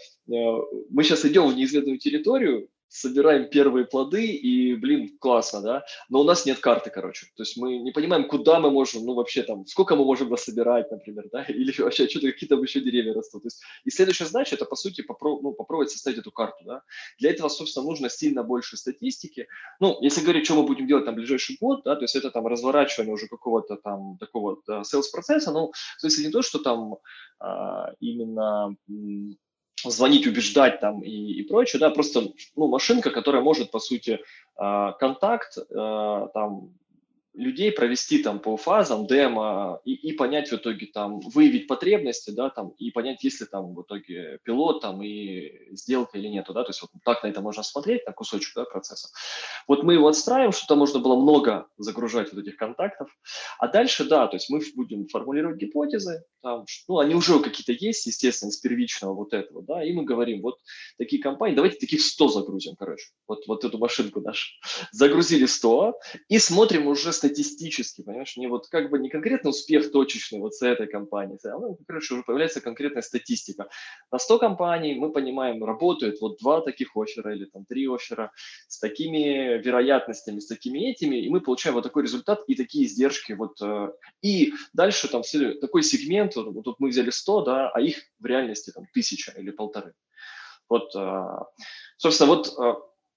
мы сейчас идем в неизведанную территорию, собираем первые плоды, и, блин, классно, да, но у нас нет карты, короче, то есть мы не понимаем, куда мы можем, ну, вообще там, сколько мы можем насобирать, например, да, или вообще что-то, какие там еще деревья растут. То есть, и следующая задача, это, по сути, попро- ну, попробовать составить эту карту, да. Для этого, собственно, нужно сильно больше статистики. Ну, если говорить, что мы будем делать там в ближайший год, да, то есть это там разворачивание уже какого-то там такого да, sales-процесса, ну, то есть не то, что там а, именно м, звонить, убеждать там и, и прочее, да, просто ну, машинка, которая может, по сути, а, контакт а, там людей провести там по фазам демо и, и понять в итоге там, выявить потребности, да, там, и понять, есть ли там в итоге пилот там и сделка или нету, да, то есть вот так на это можно смотреть, на кусочек, да, процесса. Вот мы его отстраиваем, чтобы там можно было много загружать вот этих контактов, а дальше, да, то есть мы будем формулировать гипотезы, там, ну, они уже какие-то есть, естественно, из первичного вот этого, да, и мы говорим, вот такие компании, давайте таких сто загрузим, короче, вот, вот эту машинку нашу. Загрузили сто, и смотрим уже статистически, понимаешь, не вот как бы не конкретно успех точечный вот с этой компанией, а, ну, короче, уже появляется конкретная статистика. На сто компаний мы понимаем, работают вот два таких оффера или там три оффера с такими вероятностями, с такими этими, и мы получаем вот такой результат и такие издержки. Вот, э, и дальше там следует такой сегмент, вот, вот тут мы взяли сто, да, а их в реальности там тысяча или полторы. Вот, э, собственно, вот, э,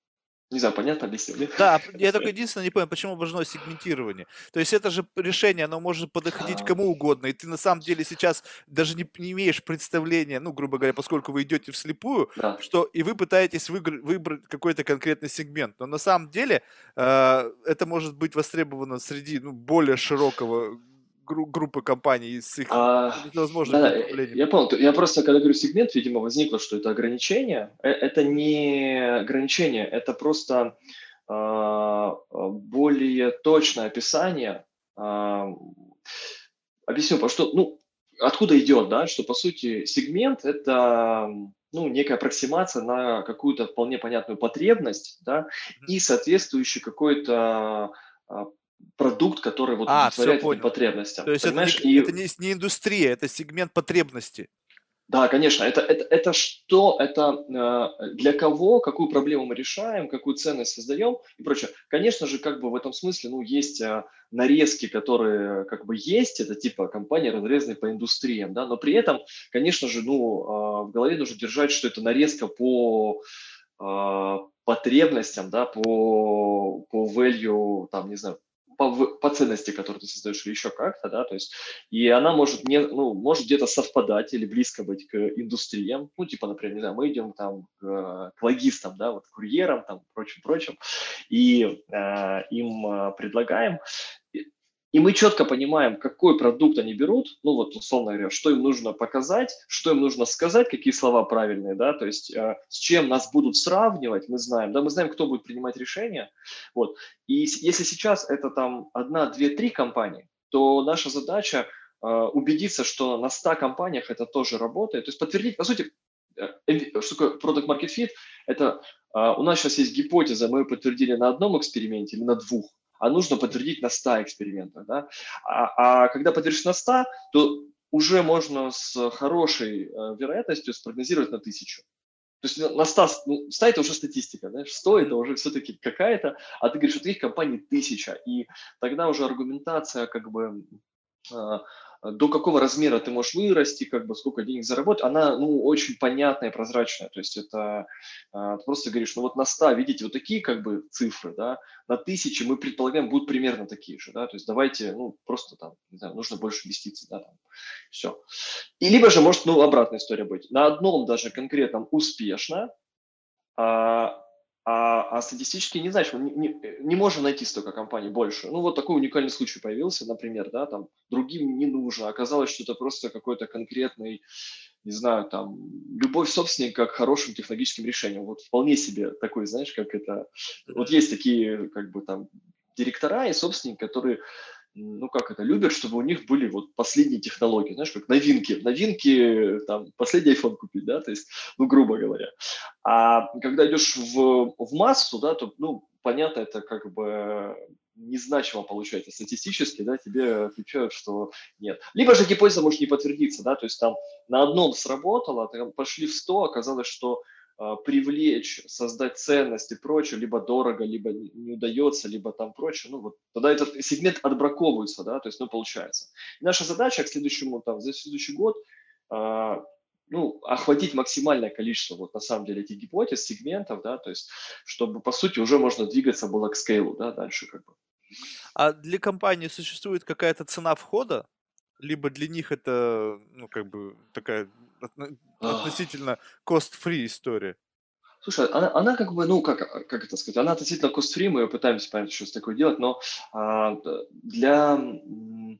не знаю, понятно объяснил, нет? Да, п я только единственное не понял, почему важно сегментирование. То есть это же п решение, оно может подходить А, кому угодно, и ты на самом деле сейчас даже не п не имеешь представления, ну, грубо говоря, поскольку вы идете вслепую, Да. что и вы пытаетесь выгр выбрать какой-то конкретный сегмент. Но на самом деле, э, это может быть востребовано среди, ну, более широкого гру группы компаний с их А, всевозможными да, э, направлениями. я понял. Т Я просто, когда говорю сегмент, видимо, возникло, что это ограничение. Э это не ограничение, это просто, а, а, более точное описание. Ам, объясню, потому что, ну, откуда идет, да, что, по сути, сегмент- это, м, ну, некая аппроксимация на какую-то вполне понятную потребность, да, и соответствующий какой-то, а, продукт, который вот А, все удовлетворяет этим понял. То потребностям. есть это не Понимаешь? к И это не с не индустрия, это сегмент потребности. да, конечно, это, это, это что, это э, для кого, какую проблему мы решаем, какую ценность создаем и прочее. Конечно же, как бы в этом смысле, ну, есть э, нарезки, которые как бы есть, это типа компании разрезаны по индустриям, да, но при этом, конечно же, ну, э, в голове нужно держать, что это нарезка по э, потребностям, да, по, по value, там, не знаю, по, в- по ценности, которую ты создаешь, или еще как-то, да, то есть и она может, не, ну, может где-то совпадать или близко быть к индустриям. Ну, типа, например, не знаю, мы идем там к, к логистам, да, вот курьерам, там, прочим-прочим, и э, им э, предлагаем. И и мы четко понимаем, какой продукт они берут, ну вот условно говоря, что им нужно показать, что им нужно сказать, какие слова правильные, да, то есть э, с чем нас будут сравнивать, мы знаем, да, мы знаем, кто будет принимать решения, вот. И с- если сейчас это там одна, две, три компании, то наша задача э, убедиться, что на ста компаниях это тоже работает. То есть подтвердить, по сути, э, эм ви что такое Product Market Fit? Это э, у нас сейчас есть гипотеза, мы ее подтвердили на одном эксперименте или на двух, а нужно подтвердить на ста экспериментах. Да? А, а когда подтвердишь на ста, то уже можно с хорошей э, вероятностью спрогнозировать на тысячу. То есть на на ста, ну, ста это уже статистика, знаешь, сто это Мгм. уже все-таки какая-то, а ты говоришь, что таких компаний тысяча, и тогда уже аргументация как бы а, до какого размера ты можешь вырасти, как бы сколько денег заработать, она, ну, очень понятная и прозрачная. То есть это а, ты просто говоришь, ну вот на ста видите вот такие как бы цифры, да, на тысячи мы предполагаем будут примерно такие же, да, то есть давайте, ну, просто там, не знаю, нужно больше инвестиций, да, там, Все. И либо же может, ну, обратная история быть. На одном даже конкретном успешно, а, а, а статистически не знаешь, мы не, не, не можем найти столько компаний больше. Ну, вот такой уникальный случай появился, например, да, там другим не нужно. Оказалось, что это просто какой-то конкретный, не знаю, там, любовь собственника к хорошим технологическим решениям. Вот вполне себе такой, знаешь, как это... Вот Мгм. есть такие, как бы там, директора и собственники, которые, ну, как это, любят, чтобы у них были вот последние технологии, знаешь, как новинки. Новинки, там, последний iPhone купить, да, то есть, ну, грубо говоря. А когда идешь в, в массу, да, то, ну, понятно, это как бы незначимо получается статистически, да, тебе отвечают, что нет. Либо же гипотеза может не подтвердиться, да, то есть там на одном сработало, там пошли в сто, оказалось, что а, привлечь, создать ценность и прочее, либо дорого, либо не не удается, либо там прочее, ну вот тогда этот сегмент отбраковывается, да, то есть, ну, получается. И наша задача к следующему, там, за следующий год, а, ну, охватить максимальное количество, вот, на самом деле, этих гипотез, сегментов, да, то есть, чтобы, по сути, уже можно двигаться было к скейлу, да, дальше как бы. А для компании существует какая-то цена входа? Либо для них это, ну, как бы такая отно- Ах, относительно cost-free история? Слушай, она, она как бы, ну, как, а, как это сказать, она относительно cost-free, мы пытаемся понять, что с такое делать, но а, д- для, м,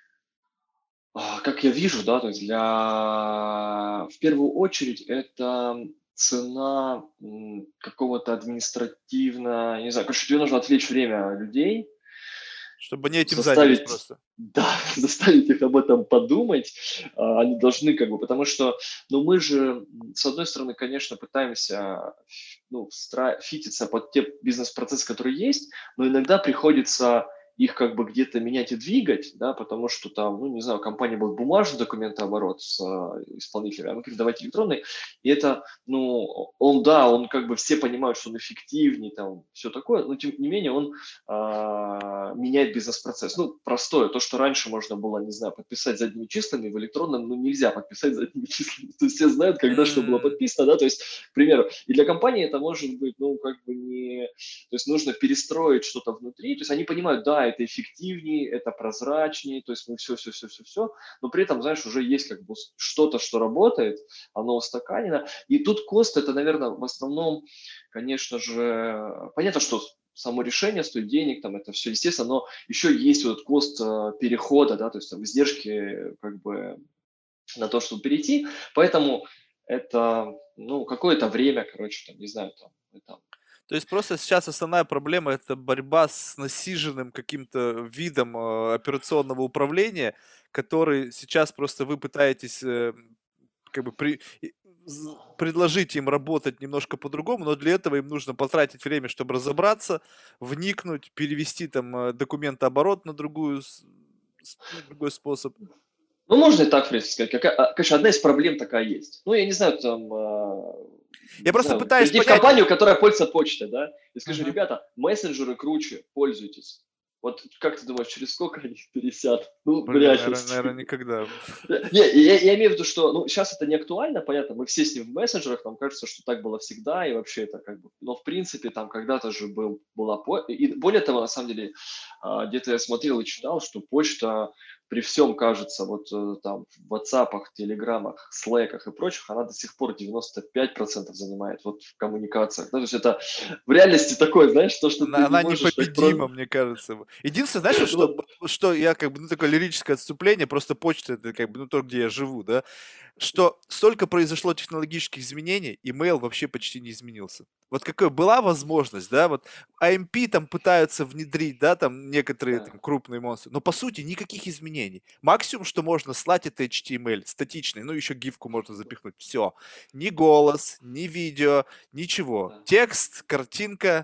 а, как я вижу, да, то есть для, в первую очередь, это цена м, какого-то административно, не знаю, короче, тебе нужно отвлечь время людей, Чтобы они этим занялись заставить, просто. да, заставить их об этом подумать, а, они должны как бы, потому что, ну, мы же, м, с одной стороны, конечно, пытаемся, ну, встра- фититься под те бизнес-процессы, которые есть, но иногда приходится их как бы где-то менять и двигать, да, потому что там, ну, не знаю, компания был бумажный документооборот с а, исполнителями, а мы говорим, давайте электронный, и это, ну, он, да, он как бы все понимают, что он эффективнее, там, все такое, но тем не менее он а, менять бизнес-процесс. Ну, простое, то, что раньше можно было, не знаю, подписать задними числами, в электронном, ну, нельзя подписать задними числами. То есть все знают, когда что было М, подписано, да, то есть, к примеру, и для компании это может быть, ну, как бы не... То есть нужно перестроить что-то внутри, то есть они понимают, да, это эффективнее, это прозрачнее, то есть мы все-все-все-все-все, но при этом, знаешь, уже есть как бы что-то, что работает, оно устаканено, и тут кост это, наверное, в основном, конечно же, понятно, что само решение стоит денег, там это все естественно, но еще есть вот этот кост э, перехода, да, то есть там издержки э, как бы на то, чтобы перейти, поэтому это, ну, какое-то время, короче, там, не знаю, там, это, То есть просто сейчас основная проблема — это борьба с насиженным каким-то видом, э, операционного управления, который сейчас просто вы пытаетесь, э, как бы при и з предложить им работать немножко по-другому, но для этого им нужно потратить время, чтобы разобраться, вникнуть, перевести там, э, документооборот на другую с с ну, другой способ. ну, можно и так, в принципе, сказать. Какая, а, конечно, одна из проблем такая есть. Ну, я не знаю, там, а, Я не просто знаю, пытаюсь приди в понять. компанию, которая пользуется почтой, да, и скажи, Мгм. ребята, мессенджеры круче, пользуйтесь. Вот как ты думаешь, через сколько они пересядут? Ну, Блин, вряд ли. наверно наверно, никогда. Не, я, я имею в виду, что ну, сейчас это не актуально, понятно, мы все с ним в мессенджерах, нам кажется, что так было всегда, и вообще это как бы, но в принципе там когда-то же был, была, по- и более того, на самом деле, а, где-то я смотрел и читал, что почта при всем, кажется, вот э, там в WhatsApp, Телеграмах, Slack'ах и прочих, она до сих пор девяносто пять процентов занимает вот в коммуникациях. Ну, то есть это в реальности такое, знаешь, то, что ты Она не она можешь так просто... непобедима, мне кажется. В Единственное, знаешь, вот что Вот, б что я как бы, ну, такое лирическое отступление, просто почта — это как бы, ну, то, где я живу, да, что столько произошло технологических изменений, имейл вообще почти не изменился. Вот какая была возможность, да, вот эй эм пи там пытаются внедрить, да, там некоторые да, там крупные монстры, но по сути никаких изменений. Максимум, что можно слать, это эйч ти эм эль статичный, ну, еще гифку можно запихнуть. Все. Ни голос, ни видео, ничего. да. Текст, картинка,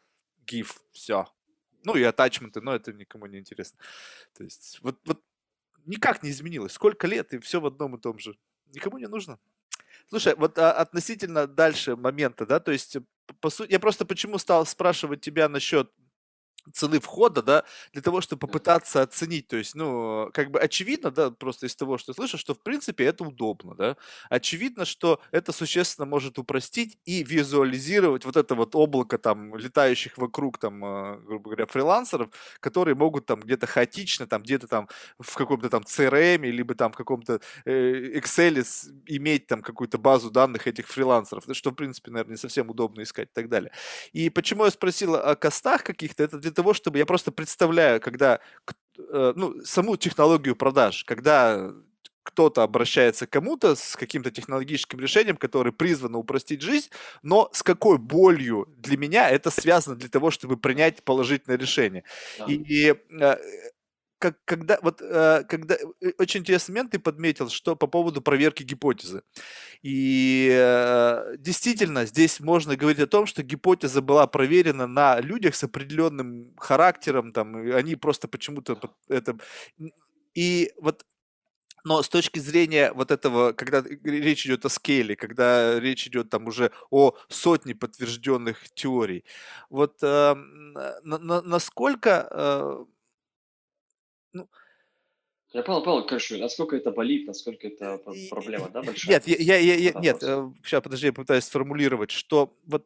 гиф, все. Ну и атачменты, но это никому не интересно. То есть вот, вот никак не изменилось. Сколько лет, и все в одном и том же. Никому не нужно. Слушай, вот а, относительно дальше момента, да, то есть, э, п- по сути, я просто почему стал спрашивать тебя насчет цены входа, да, для того, чтобы Да, попытаться оценить. То есть, ну, как бы очевидно, да, просто из того, что слышу, что в принципе это удобно, да. Очевидно, что это существенно может упростить и визуализировать вот это вот облако там летающих вокруг там, а, грубо говоря, фрилансеров, которые могут там где-то хаотично, там где-то там в каком-то там C R M, либо там в каком-то э, Excel с- иметь там какую-то базу данных этих фрилансеров, что в принципе, наверное, не совсем удобно искать и так далее. И почему я спросил о костах каких-то, это для того, чтобы я просто представляю, когда, к- э, ну, саму технологию продаж, когда кто-то обращается к кому-то с каким-то технологическим решением, которое призвано упростить жизнь, но с какой болью для меня это связано для того, чтобы принять положительное решение. да. И э, как, когда, вот, э, когда, э, очень интересный момент ты подметил, что по поводу проверки гипотезы. И, э, действительно, здесь можно говорить о том, что гипотеза была проверена на людях с определенным характером, там, и они просто почему-то Да. пот это н и вот, но с точки зрения вот этого, когда г речь идет о скейле, когда речь идет там уже о сотне подтвержденных теорий, вот, эм, на на насколько, э, ну, Я понял, понял, короче, насколько это болит, насколько это п и проблема, и да, большая, нет, то я есть я я в я этом нет, вопросе. сейчас подожди, я попытаюсь сформулировать, что вот,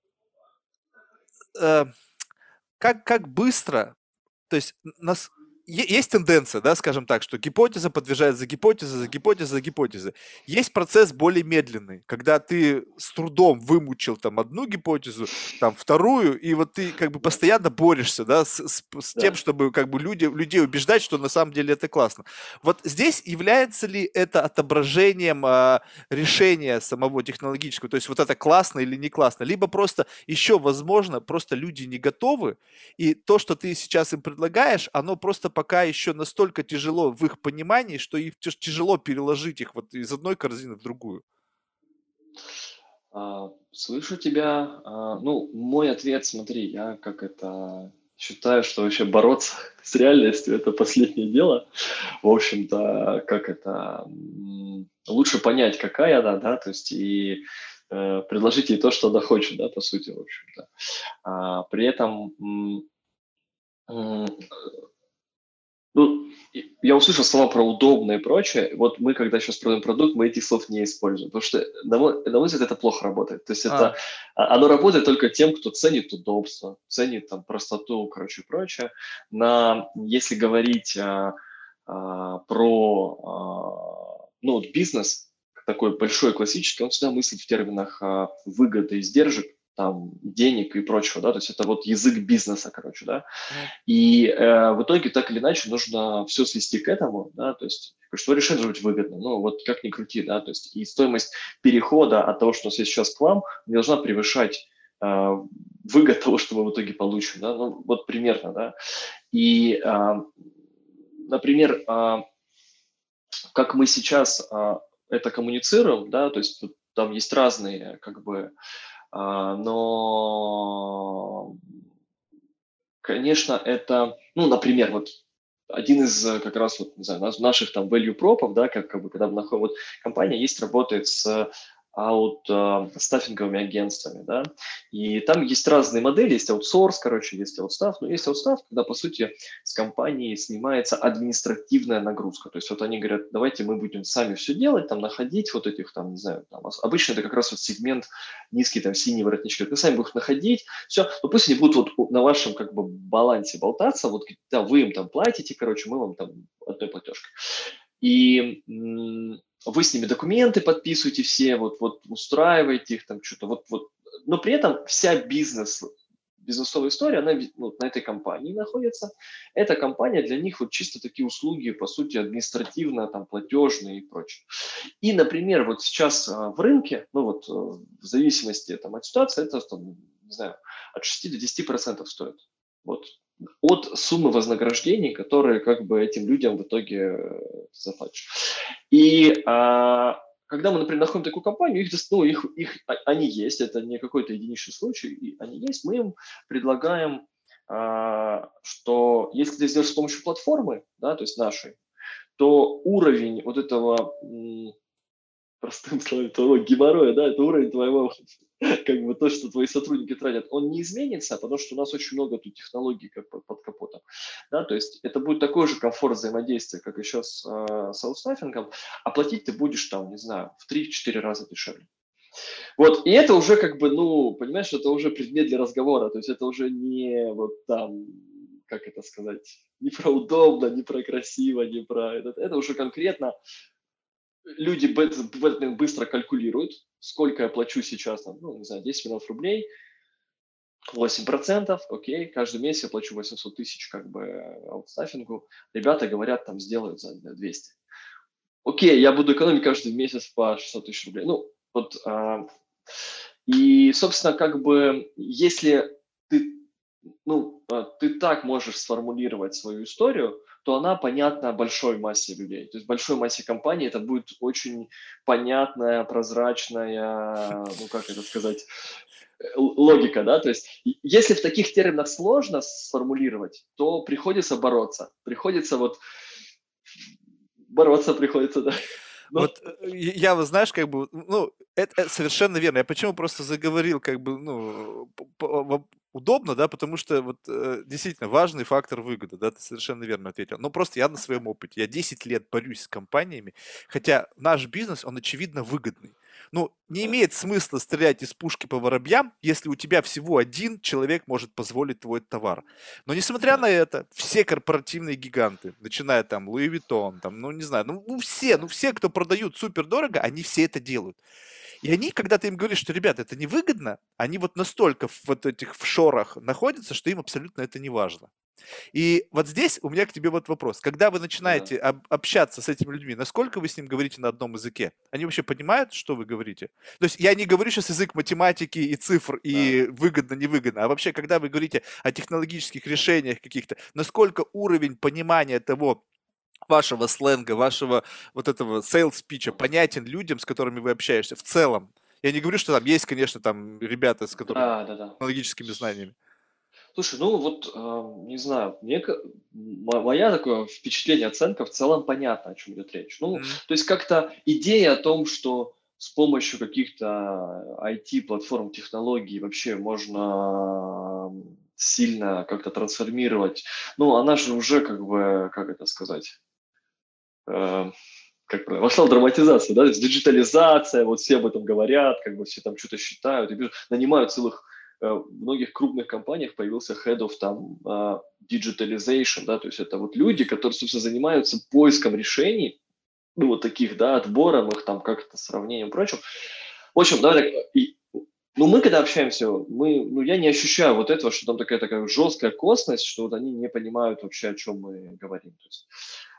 э как как быстро, то есть н нас е есть тенденция, да, скажем так, что гипотеза подтверждает за гипотезой, за Да. гипотезой, за гипотезой. Есть процесс более медленный, когда ты с трудом вымучил там одну гипотезу, там вторую, и вот ты как бы Да. постоянно борешься, да, с с с тем, Да. чтобы как бы люди людей убеждать, что на самом деле это классно. Вот здесь является ли это отображением, а, решения самого технологического? То есть вот это классно или не классно? Либо просто еще, возможно, просто люди не готовы, и то, что ты сейчас им предлагаешь, оно просто пока еще настолько тяжело в их понимании, что их тяж- тяжело переложить их вот из одной корзины в другую. А, слышу тебя. А, ну, мой ответ, смотри, я как это считаю, что вообще бороться с реальностью — это последнее дело. В общем-то, как это, м, лучше понять, какая она, да, то есть и э, предложить ей то, что она хочет, да, по сути, в общем-то. А, при этом, м, м, ну, и я услышал слова про удобно и прочее. Вот мы, когда сейчас продаем продукт, мы этих слов не используем, потому что, на мой, на мой взгляд, это плохо работает. То есть это, А, а, оно работает только тем, кто ценит удобство, ценит там простоту, короче, и прочее. На, если говорить а, а, про а, ну, вот бизнес, такой большой классический, он всегда мыслит в терминах а, выгоды, издержек, там, денег и прочего, да, то есть это вот язык бизнеса, короче, да. мгм. И э, в итоге так или иначе нужно все свести к этому, да, то есть что решение должно быть выгодно, ну вот как ни крути, да, то есть и стоимость перехода от того, что у нас есть сейчас к вам, не должна превышать э, выгод того, что мы в итоге получим, да, ну вот примерно, да. И, э, например, э, как мы сейчас э, это коммуницируем, да, то есть тут, там есть разные, как бы, а, но конечно, это, ну, например, вот один из э, как раз вот, не знаю, наш- наших там value пропов, да, как, как бы, когда мы находим, вот компания есть, работает с аут а, стаффинговыми агентствами, да, и там есть разные модели, есть аутсорс, короче, есть аутстаф, но есть аутстаф, когда, по сути, с компании снимается административная нагрузка, то есть вот они говорят, давайте мы будем сами все делать, там, находить вот этих, там, не знаю, там, ос- обычно это как раз вот сегмент низкий, там, синий воротничок, мы сами будем их находить, все, ну пусть они будут вот у- на вашем как бы балансе болтаться, вот да, вы им там платите, короче, мы вам там одной платежкой. И м, вы с ними документы подписываете все, вот, вот устраиваете их там что-то, вот, вот. Но при этом вся бизнес, бизнесовая история, она ну, на этой компании находится. Эта компания для них вот чисто такие услуги, по сути, административно, там, платежные и прочее. И, например, вот сейчас а, в рынке, ну вот э, в зависимости там, от ситуации, это там, не знаю, от шести до десяти процентов стоит. Вот от суммы вознаграждений, которые как бы этим людям в итоге э, заплатишь. И а, когда мы, например, находим такую компанию, их, дос- ну, их, их, а- они есть, это не какой-то единичный случай, и они есть, мы им предлагаем, а, что если ты сделаешь с помощью платформы, да, то есть нашей, то уровень вот этого простым словом, твоего геморроя, да, это уровень твоего, как бы то, что твои сотрудники тратят, он не изменится, потому что у нас очень много тут технологий как под, под капотом, да, то есть это будет такой же комфорт взаимодействия, как еще с, э, с аутстаффингом, а платить ты будешь там, не знаю, в три-четыре раза дешевле. Вот, и это уже как бы, ну, понимаешь, это уже предмет для разговора, то есть это уже не вот там, как это сказать, не про удобно, не про красиво, не про это, это уже конкретно люди в этот момент быстро калькулируют, сколько я плачу сейчас, там, ну, не знаю, десять миллионов рублей, восемь процентов, окей, каждый месяц я плачу восемьсот тысяч как бы аутстаффингу, ребята говорят, там, сделают за двести. Окей, я буду экономить каждый месяц по шестьсот тысяч рублей. Ну, вот, а, и, собственно, как бы, если ты, ну, а, ты так можешь сформулировать свою историю, то она понятна большой массе людей. То есть большой массе компаний это будет очень понятная, прозрачная, ну, как это сказать, э, л- логика, да, то есть и- если в таких терминах сложно сформулировать, то приходится бороться, приходится вот бороться приходится, да. Но, Вот, э, я я вот, знаешь, как бы, ну, это это совершенно верно. Я почему просто заговорил, как бы, ну, п п во удобно, да, потому что вот, э, действительно важный фактор выгода, да, ты совершенно верно ответил. Но просто я на своем опыте, я десять лет борюсь с компаниями, хотя наш бизнес, он очевидно выгодный. Ну, не да, имеет смысла стрелять из пушки по воробьям, если у тебя всего один человек может позволить твой товар. Но несмотря да, на это, все корпоративные гиганты, начиная там Луи Vuitton, там, ну не знаю, ну, ну все, ну все, кто продают супер дорого, они все это делают. И они, когда ты им говоришь, что, ребята, это невыгодно, они вот настолько в вот этих в шорах находятся, что им абсолютно это не важно. И вот здесь у меня к тебе вот вопрос. Когда вы да, начинаете об- общаться с этими людьми, насколько вы с ним говорите на одном языке? Они вообще понимают, что вы говорите? То есть я не говорю сейчас язык математики и цифр, да. и выгодно-невыгодно, а вообще, когда вы говорите о технологических решениях каких-то, насколько уровень понимания того, вашего сленга, вашего вот этого sales питча понятен людям, с которыми вы общаешься в целом? Я не говорю, что там есть, конечно, там ребята, с которыми Да, да-да. технологическими знаниями. Слушай, ну вот, а, не знаю, мне ка мо моя такое впечатление, оценка в целом понятна, о чем идет речь. Ну, М, то есть как-то идея о том, что с помощью каких-то I T-платформ, технологий вообще можно, м, сильно как-то трансформировать, ну, она же уже как бы, как это сказать, э как правильно, вошла в драматизацию, да, то есть диджитализация, вот все об этом говорят, как бы все там что-то считают, и вижу, нанимают целых, э, в многих крупных компаниях появился head of там а, digitalization, да, то есть это вот люди, которые, собственно, занимаются поиском решений, ну, вот таких, да, отбором их, там, как-то сравнением и прочим. В общем, давай так, и, ну, мы когда общаемся, мы, ну, я не ощущаю вот этого, что там такая такая жесткая косность, что вот они не понимают вообще, о чем мы говорим. То есть,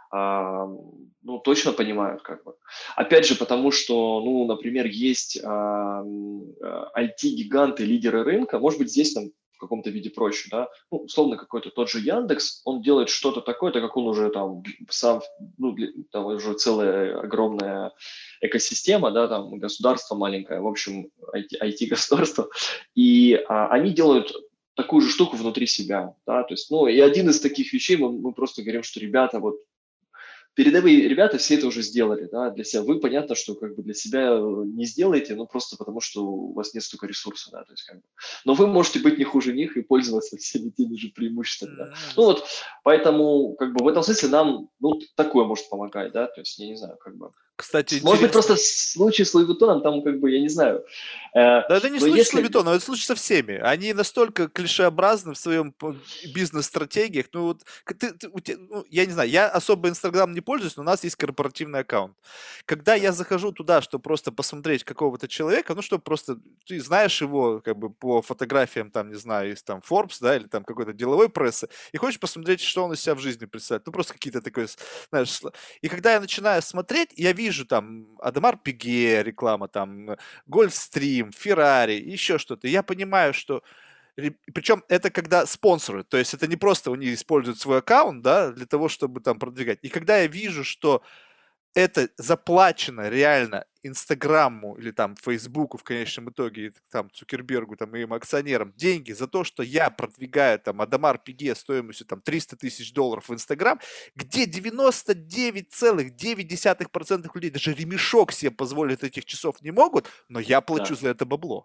а, ну, точно понимают, как бы. Опять же, потому что, ну, например, есть а, м, а, I T-гиганты, лидеры рынка, может быть, здесь там в каком-то виде проще, да, ну, условно, какой-то тот же Яндекс, он делает что-то такое, так как он уже там сам, ну, для- там уже целая огромная экосистема, да, там государство маленькое, в общем, I T, I T-государство, и а, они делают такую же штуку внутри себя, да, то есть, ну, и один из таких вещей мы, мы просто говорим, что ребята, вот передовые ребята все это уже сделали, да, для себя. Вы, понятно, что как бы для себя э, не сделаете, ну, просто потому что у вас нет столько ресурсов, да, то есть как бы. Но вы можете быть не хуже них и пользоваться всеми теми же преимуществами, да. Ну м. вот, поэтому как бы в этом смысле нам, ну, такое может помогать, да, то есть я не знаю, как бы. Кстати, Может быть, просто интересно. в случае с Луи Vuitton там как бы, я не знаю, э, Да это не но случай с если, Лувитоном, это случай со всеми. Они настолько клишеобразны в своем п- бизнес-стратегиях. Ну вот, к- ты, ты- у те- ну, я не знаю, я особо Инстаграм не пользуюсь, но у нас есть корпоративный аккаунт. Когда да, я захожу туда, чтобы просто посмотреть какого-то человека, ну, чтобы просто, ты знаешь его как бы по фотографиям, там, не знаю, из там Forbes, да, или там какой-то деловой прессы, и хочешь посмотреть, что он из себя в жизни представляет. Ну, просто какие-то такое, с- знаешь, сл- и когда я начинаю смотреть, я вижу там Адемар Пиге, реклама там, Гольфстрим, Феррари, еще что-то. И я понимаю, что причем это когда спонсоры, то есть это не просто они используют свой аккаунт, да, для того, чтобы там продвигать. И когда я вижу, что это заплачено реально Инстаграму или там Фейсбуку в конечном итоге, и там Цукербергу, там и им акционерам деньги за то, что я продвигаю там Адамар Пиге стоимостью там триста тысяч долларов в Инстаграм, где девяносто девять целых девять десятых процента людей даже ремешок себе позволить этих часов не могут, но я плачу Да. за это бабло.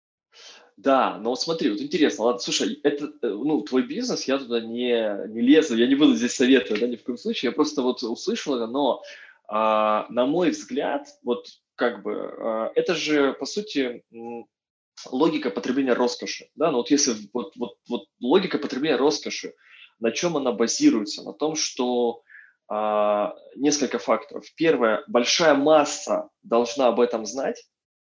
Да, но вот смотри, вот интересно, ладно, слушай, это, э, ну, твой бизнес, я туда не, не лезу, я не буду здесь советовать, да, ни в коем случае, я просто вот услышал это, но, а, на мой взгляд, вот как бы, а, это же, по сути, м, логика потребления роскоши, да, ну вот если вот, вот, вот логика потребления роскоши, на чем она базируется? На том, что а, несколько факторов. Первое, большая масса должна об этом знать,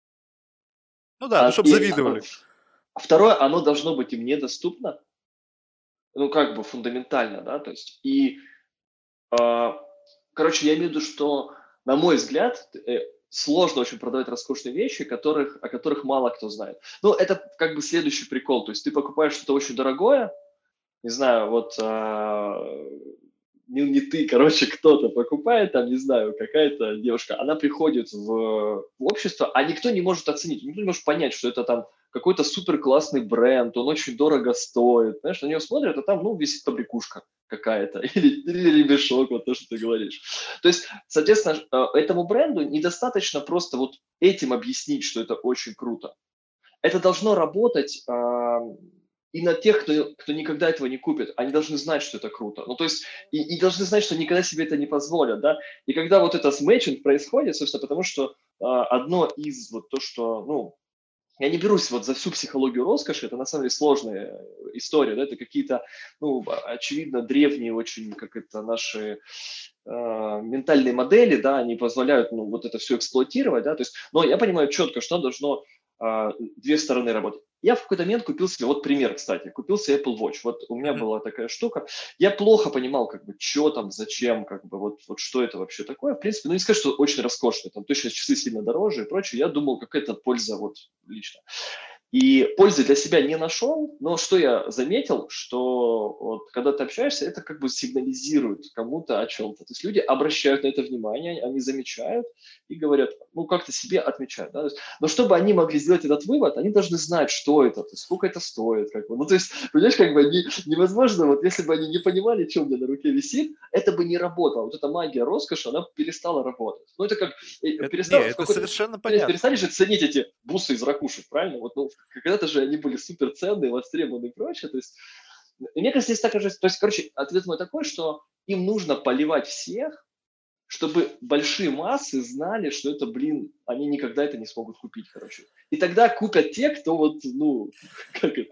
Ну да, ну а, чтобы и, а, завидовали. а второе, оно должно быть им недоступно, ну, как бы фундаментально, да, то есть, и, а, короче, я имею в виду, что, на мой взгляд, э, сложно очень продавать роскошные вещи, которых, о которых мало кто знает. Ну, это как бы следующий прикол, то есть ты покупаешь что-то очень дорогое, не знаю, вот, а, не, не ты, короче, кто-то покупает, там, не знаю, какая-то девушка, она приходит в, в общество, а никто не может оценить, никто не может понять, что это там какой-то супер классный бренд, он очень дорого стоит, знаешь, на нее смотрят, а там, ну, висит побрякушка какая-то, или, или ремешок, вот то, что ты говоришь. То есть, соответственно, э, этому бренду недостаточно просто вот этим объяснить, что это очень круто. Это должно работать а, и на тех, кто, кто никогда этого не купит. Они должны знать, что это круто. Ну, то есть, и, и должны знать, что никогда себе это не позволят, да. И когда вот это смэчинг происходит, собственно, потому что а, одно из вот то, что, ну, я не берусь вот за всю психологию роскоши, это на самом деле сложная история, да, это какие-то, ну, очевидно, древние очень, как это, наши э, ментальные модели, да, они позволяют, ну, вот это все эксплуатировать, да, то есть, но я понимаю четко, что должно а, две стороны работать. Я в какой-то момент купил себе, вот пример, кстати, купил себе Apple Watch, вот у меня Мгм. была такая штука, я плохо понимал, как бы, что там, зачем, как бы, вот, вот что это вообще такое, в принципе, ну, не сказать, что очень роскошно, там точно часы сильно дороже и прочее, я думал, какая-то польза, вот, лично. И пользы для себя не нашел, но что я заметил, что вот когда ты общаешься, это как бы сигнализирует кому-то о чем-то. То есть люди обращают на это внимание, они замечают и говорят, ну как-то себе отмечают. Да? То есть, но чтобы они могли сделать этот вывод, они должны знать, что это, то есть, сколько это стоит. Как бы. Ну то есть, понимаешь, как бы не, невозможно, вот если бы они не понимали, что у меня на руке висит, это бы не работало. Вот эта магия роскоши, она перестала работать. Ну это как э, Это, не, перестал в это какой-то совершенно момент понятно. перестали же ценить эти бусы из ракушек, правильно? Вот, ну, когда-то же они были супер ценные, востребованные и прочее. То есть, и мне кажется, здесь так же, то есть, короче, ответ мой такой, что им нужно поливать всех, чтобы большие массы знали, что это, блин, они никогда это не смогут купить, короче. И тогда купят те, кто вот, ну, как это,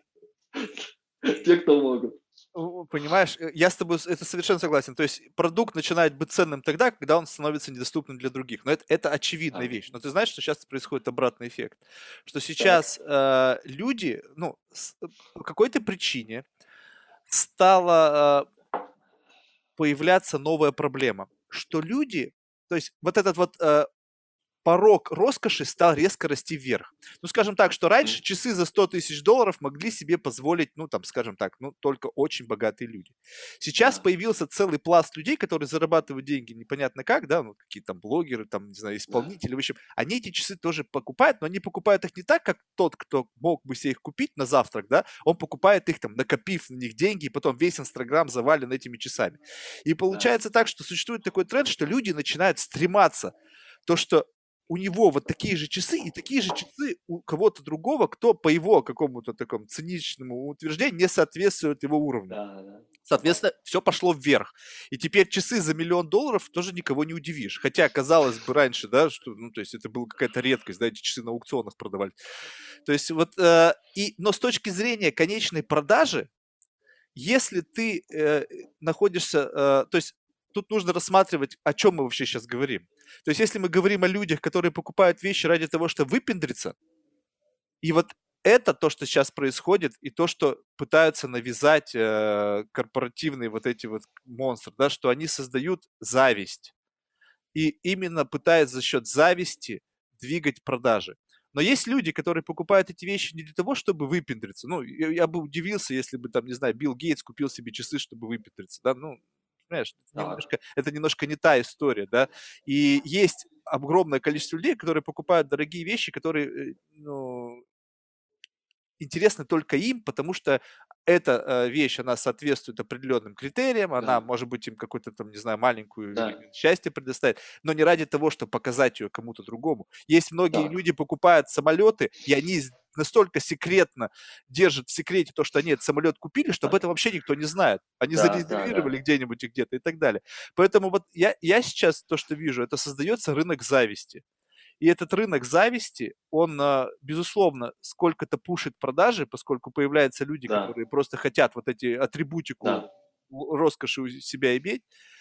те, кто могут. У, Понимаешь, э, я с тобой с- это совершенно согласен. То есть продукт начинает быть ценным тогда, когда он становится недоступным для других. Но это, это очевидная Так, вещь. Но ты знаешь, что сейчас происходит обратный эффект. Что так. сейчас э, люди, ну, с- э, по какой-то причине стала э, появляться новая проблема. Что люди, то есть вот этот вот э, порог роскоши стал резко расти вверх. Ну, скажем так, что раньше Мгм. часы за сто тысяч долларов могли себе позволить, ну, там, скажем так, ну, только очень богатые люди. Сейчас Да, появился целый пласт людей, которые зарабатывают деньги непонятно как, да, ну, какие-то там блогеры, там, не знаю, да, исполнители, в общем, они эти часы тоже покупают, но они покупают их не так, как тот, кто мог бы себе их купить на завтрак, да, он покупает их там, накопив на них деньги, и потом весь Инстаграм завален этими часами. И да, получается так, что существует такой тренд, что люди начинают стрематься то, что у него вот такие же часы и такие же часы у кого-то другого, кто по его какому-то такому циничному утверждению не соответствует его уровню. да, да. Ага. Соответственно, все пошло вверх. И теперь часы за миллион долларов тоже никого не удивишь. Хотя, казалось бы, раньше, да, что, ну, то есть это была какая-то редкость, да, эти часы на аукционах продавали. То есть вот, э, и, но с точки зрения конечной продажи, если ты э, находишься, э, то есть тут нужно рассматривать, о чем мы вообще сейчас говорим. То есть если мы говорим о людях, которые покупают вещи ради того, чтобы выпендриться, и вот это то, что сейчас происходит, и то, что пытаются навязать э, корпоративные вот эти вот монстры, да, что они создают зависть. И именно пытаются за счет зависти двигать продажи. Но есть люди, которые покупают эти вещи не для того, чтобы выпендриться. Ну, я, я бы удивился, если бы, там, не знаю, Билл Гейтс купил себе часы, чтобы выпендриться. Да? Ну, понимаешь? Это Так, немножко, это немножко не та история, да. И есть огромное количество людей, которые покупают дорогие вещи, которые, э, ну, интересны только им, потому что эта, э, вещь, она соответствует определенным критериям, она, да, может быть, им какую-то там, не знаю, маленькую да, элемент счастья предоставит, но не ради того, чтобы показать ее кому-то другому. Есть многие так, люди покупают самолеты, и они с настолько секретно держат в секрете то, что они этот самолет купили, что об так, этом вообще никто не знает. Они да, да, да, зарезервировали где-нибудь и где-то и так далее. Поэтому вот я я сейчас то, что вижу, это создается рынок зависти. И этот рынок зависти, он, а, безусловно, сколько-то пушит продажи, поскольку появляются люди, да, которые просто хотят вот эти атрибутику да. в роскоши у себя иметь.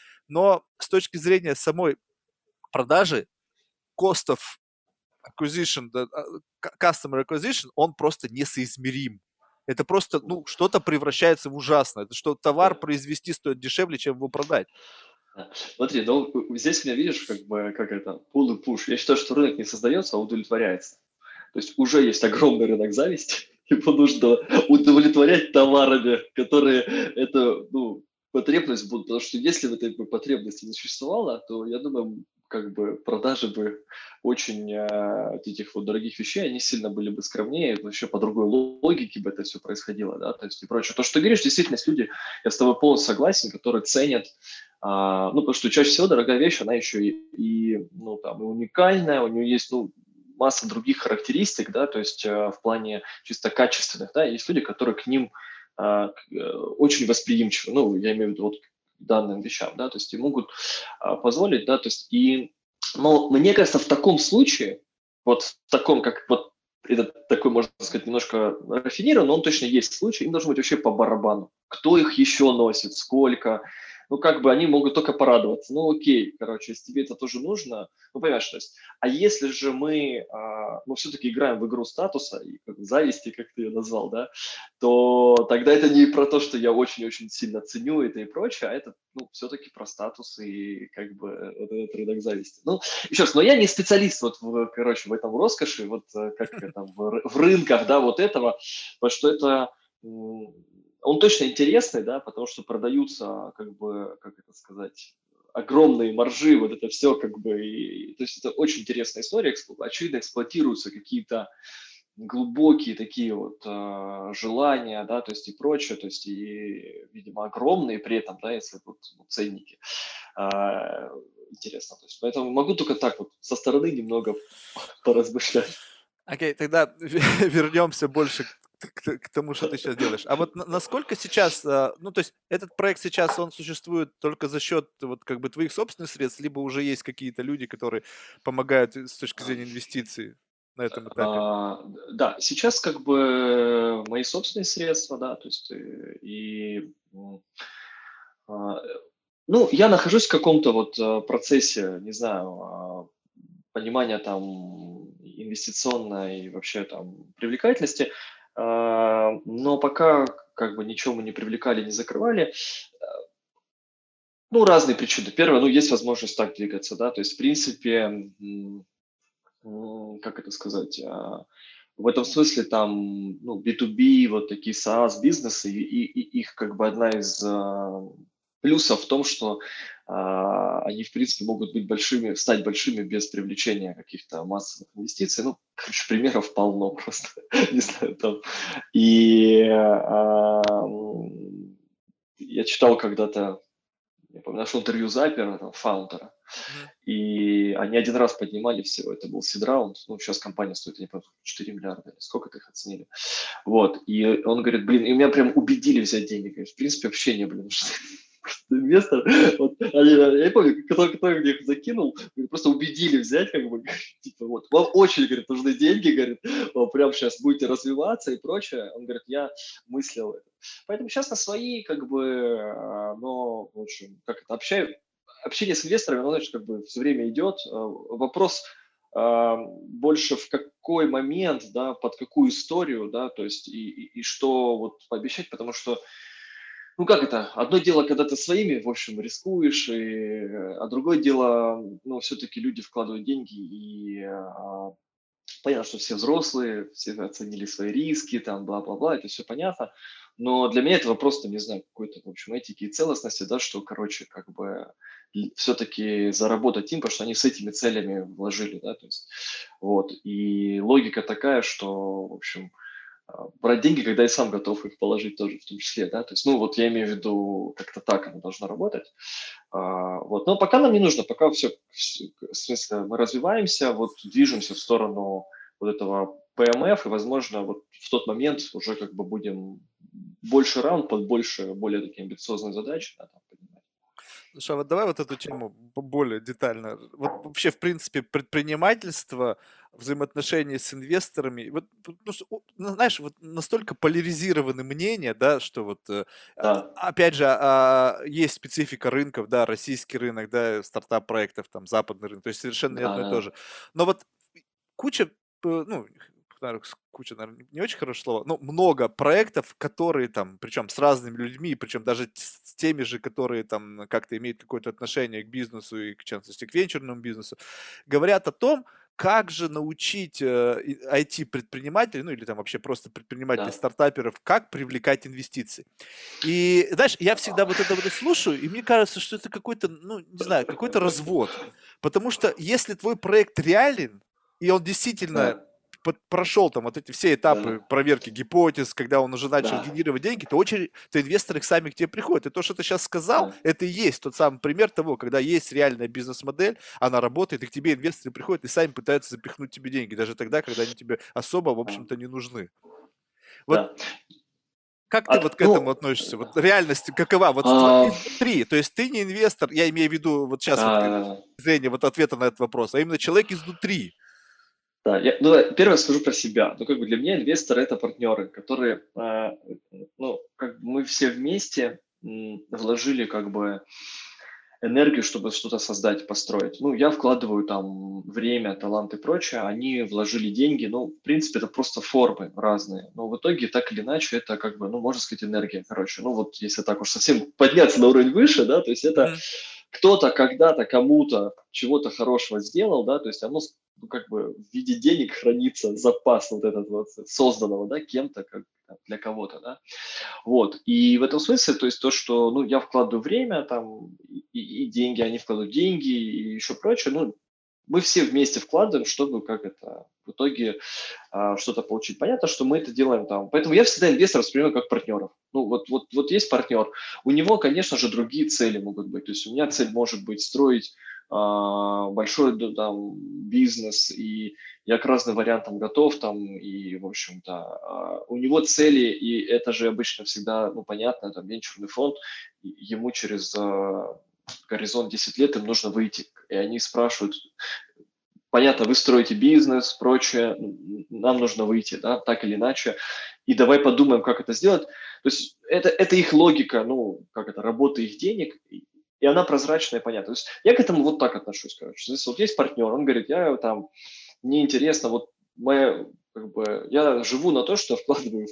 Но с точки зрения самой продажи, cost of acquisition, да, а, к customer acquisition, он просто несоизмерим. Это просто, ну, что-то превращается в ужасное. Это что товар Да. произвести стоит дешевле, чем его продать. Да. Смотри, ну, у- здесь меня видишь, как бы, как это, pull и push. Я считаю, что рынок не создается, а удовлетворяется. То есть уже есть огромный рынок зависти, его нужно удовлетворять товарами, которые это, ну, потребность будут. Потому что если бы этой бы потребности не существовало, то, я думаю, как бы продажи бы очень э, этих вот дорогих вещей, они сильно были бы скромнее, вообще по другой логике бы это все происходило, да, то есть и прочее. То, что ты говоришь, действительно, есть люди, я с тобой полностью согласен, которые ценят, а, ну, потому что чаще всего дорогая вещь, она еще и, и, ну, там, и уникальная, у нее есть, ну, масса других характеристик, да, то есть э, в плане чисто качественных, да, есть люди, которые к ним а, к- э, очень восприимчивы, ну, я имею в виду вот к данным вещам, да, то есть и могут а, позволить, да, то есть и, но мне кажется, в таком случае, вот в таком, как вот этот такой, можно сказать, немножко рафинированный, но он точно есть случай, им должно быть вообще по барабану. Кто их еще носит, сколько, ну, как бы они могут только порадоваться. Ну, окей, короче, если тебе это тоже нужно, ну, понимаешь, то есть, а если же мы, а, ну, все-таки играем в игру статуса, и как бы зависти, как ты ее назвал, да, то тогда это не про то, что я очень-очень сильно ценю это и прочее, а это, ну, все-таки про статус и как бы вот этот рынок зависти. Ну, еще раз, но я не специалист вот, в, короче, в этом роскоши, вот э, как это, в, ры- в рынках, да, вот этого, потому что это, м, он точно интересный, да, потому что продаются, как бы, как это сказать, огромные маржи, вот это все как бы, и, то есть это очень интересная история, экспло- очевидно эксплуатируются какие-то глубокие такие вот а, желания, да, то есть и прочее, то есть и, видимо, огромные при этом, да, если вот ну, ценники. А, интересно, то есть поэтому могу только так вот со стороны немного поразмышлять. Окей, тогда вернемся больше к, к- к тому, что ты сейчас делаешь. А вот на- насколько сейчас, а, ну то есть этот проект сейчас, он существует только за счет вот как бы твоих собственных средств, либо уже есть какие-то люди, которые помогают э, с точки зрения инвестиций на этом этапе? А, да, сейчас как бы мои собственные средства, да, то есть э, и м, а, ну, я нахожусь в каком-то вот а, процессе, не знаю, а, понимания там инвестиционной и вообще там привлекательности, а, но пока как бы ничего мы не привлекали, не закрывали. Ну, разные причины. Первое, ну, есть возможность так двигаться, да, то есть, в принципе, м, м, как это сказать, а, в этом смысле там, ну, би ту би, вот такие SaaS бизнесы, и, и- и их как бы одна из а, плюсов в том, что а, они, в принципе, могут быть большими, стать большими без привлечения каких-то массовых инвестиций. Ну, короче, примеров полно просто, не знаю, там. И а, м, я читал когда-то, я помню, нашел интервью Запера, там, фаундера, Мгм. и они один раз поднимали всего, это был сид-раунд, ну, сейчас компания стоит, я не помню, четыре миллиарда, или сколько-то их оценили. Вот, и он говорит, блин, и меня прям убедили взять деньги, говорит, в принципе, вообще не были нужны. Просто инвестор, вот, они, я не помню, кто, кто мне их закинул, говорит, просто убедили взять, как бы, типа, вот, вам очень, говорит, нужны деньги, говорит, вот, прям сейчас будете развиваться и прочее. Он говорит, я мыслил это. Поэтому сейчас на свои, как бы, а, но, в общем, как это, общаю, общение с инвесторами, оно, значит, как бы все время идет. А, Вопрос а, больше в какой момент, да, под какую историю, да, то есть и, и, и что вот пообещать, потому что, ну как это, одно дело, когда ты своими, в общем, рискуешь, и, э, а другое дело, ну, все-таки люди вкладывают деньги, и а, понятно, что все взрослые, все оценили свои риски, там, бла-бла-бла, это все понятно, Но для меня это вопрос, там, не знаю, какой-то, в общем, этики и целостности, да, что, короче, как бы все-таки заработать им, потому что они с этими целями вложили, да, то есть, вот, и логика такая, что, в общем, а, брать деньги, когда я сам готов их положить тоже в том числе, да, то есть, ну, вот я имею в виду, как-то так оно должно работать, а, вот, но пока нам не нужно, пока все, в смысле, мы развиваемся, вот, движемся в сторону вот этого P M F, и, возможно, вот в тот момент уже как бы будем больше раунд под больше, более такие амбициозные задачи, да, там, поднимать. Слушай, а вот давай вот эту тему п- более детально. Вот вообще, в принципе, предпринимательство, взаимоотношения с инвесторами, вот, п- ну, с- о, ну, знаешь, вот настолько поляризированы мнения, да, что вот, э, а- Да, опять же, а, есть специфика рынков, да, российский рынок, да, стартап-проектов, там, западный рынок, то есть совершенно не да, одно и то да, же. Но вот куча, п- ну, наверно, с- куча, наверное, не очень хорошее слово, но много проектов, которые там, причем с разными людьми, причем даже т- с теми же, которые там как-то имеют какое-то отношение к бизнесу и, к частности, к венчурному бизнесу, говорят о том, как же научить э, и- ай ти-предпринимателей, ну или там вообще просто предпринимателей, да, стартаперов, как привлекать инвестиции. И, знаешь, я всегда вот это вот слушаю, и мне кажется, что это какой-то, ну, не знаю, какой-то развод. Потому что если твой проект реален, и он действительно да, под- прошел там вот эти все этапы да, проверки гипотез, когда он уже начал да, генерировать деньги, то очень, то инвесторы сами к тебе приходят. И то, что ты сейчас сказал, да, это и есть тот самый пример того, когда есть реальная бизнес-модель, она работает, и к тебе инвесторы приходят и сами пытаются запихнуть тебе деньги, даже тогда, когда они тебе особо, в да, общем-то, не нужны. Вот да. как ты вот А, к этому ну, относишься? Вот реальность какова? Вот с твоей а, изнутри. То есть ты не инвестор, я имею в виду вот сейчас вот как а, зрение вот ответа на этот вопрос, а именно человек изнутри. да, я, ну, да, первое скажу про себя. Ну, как бы для меня инвесторы – это партнеры, которые, а, ну, как бы мы все вместе м, вложили как бы энергию, чтобы что-то создать, построить. Ну, я вкладываю там время, талант и прочее, они вложили деньги. Ну, в принципе, это просто формы разные. Но в итоге, так или иначе, это как бы, ну, можно сказать, энергия, короче. Ну, вот если так уж совсем подняться на уровень выше, да, то есть это Мгм. кто-то когда-то кому-то чего-то хорошего сделал, да, то есть оно с- ну, как бы в виде денег хранится, запас вот этот вот созданного, да, кем-то, как для кого-то, да. Вот. И в этом смысле, то есть то, что, ну, я вкладываю время, там, и, и деньги, они вкладывают деньги, и еще прочее, ну, мы все вместе вкладываем, чтобы, как это, в итоге а, что-то получить. Понятно, что мы это делаем там. Поэтому я всегда инвесторов воспринимаю как партнеров. Ну, вот, вот, вот есть партнер, у него, конечно же, другие цели могут быть. То есть у меня цель может быть строить а, большой да, там, бизнес, и я к разным вариантам готов там, и, в общем-то, а, у него цели, и это же обычно всегда, ну, понятно, там, венчурный фонд, и ему через а, горизонт десять лет им нужно выйти, и они спрашивают, понятно, вы строите бизнес, прочее, нам нужно выйти, да, так или иначе, и давай подумаем, как это сделать. То есть это, это их логика, ну, как это, работы их денег, и и она прозрачная и понятная. То есть я к этому вот так отношусь, короче. Здесь вот есть партнер, он говорит, я там, мне интересно, вот моя, как бы, я живу на то, что вкладываю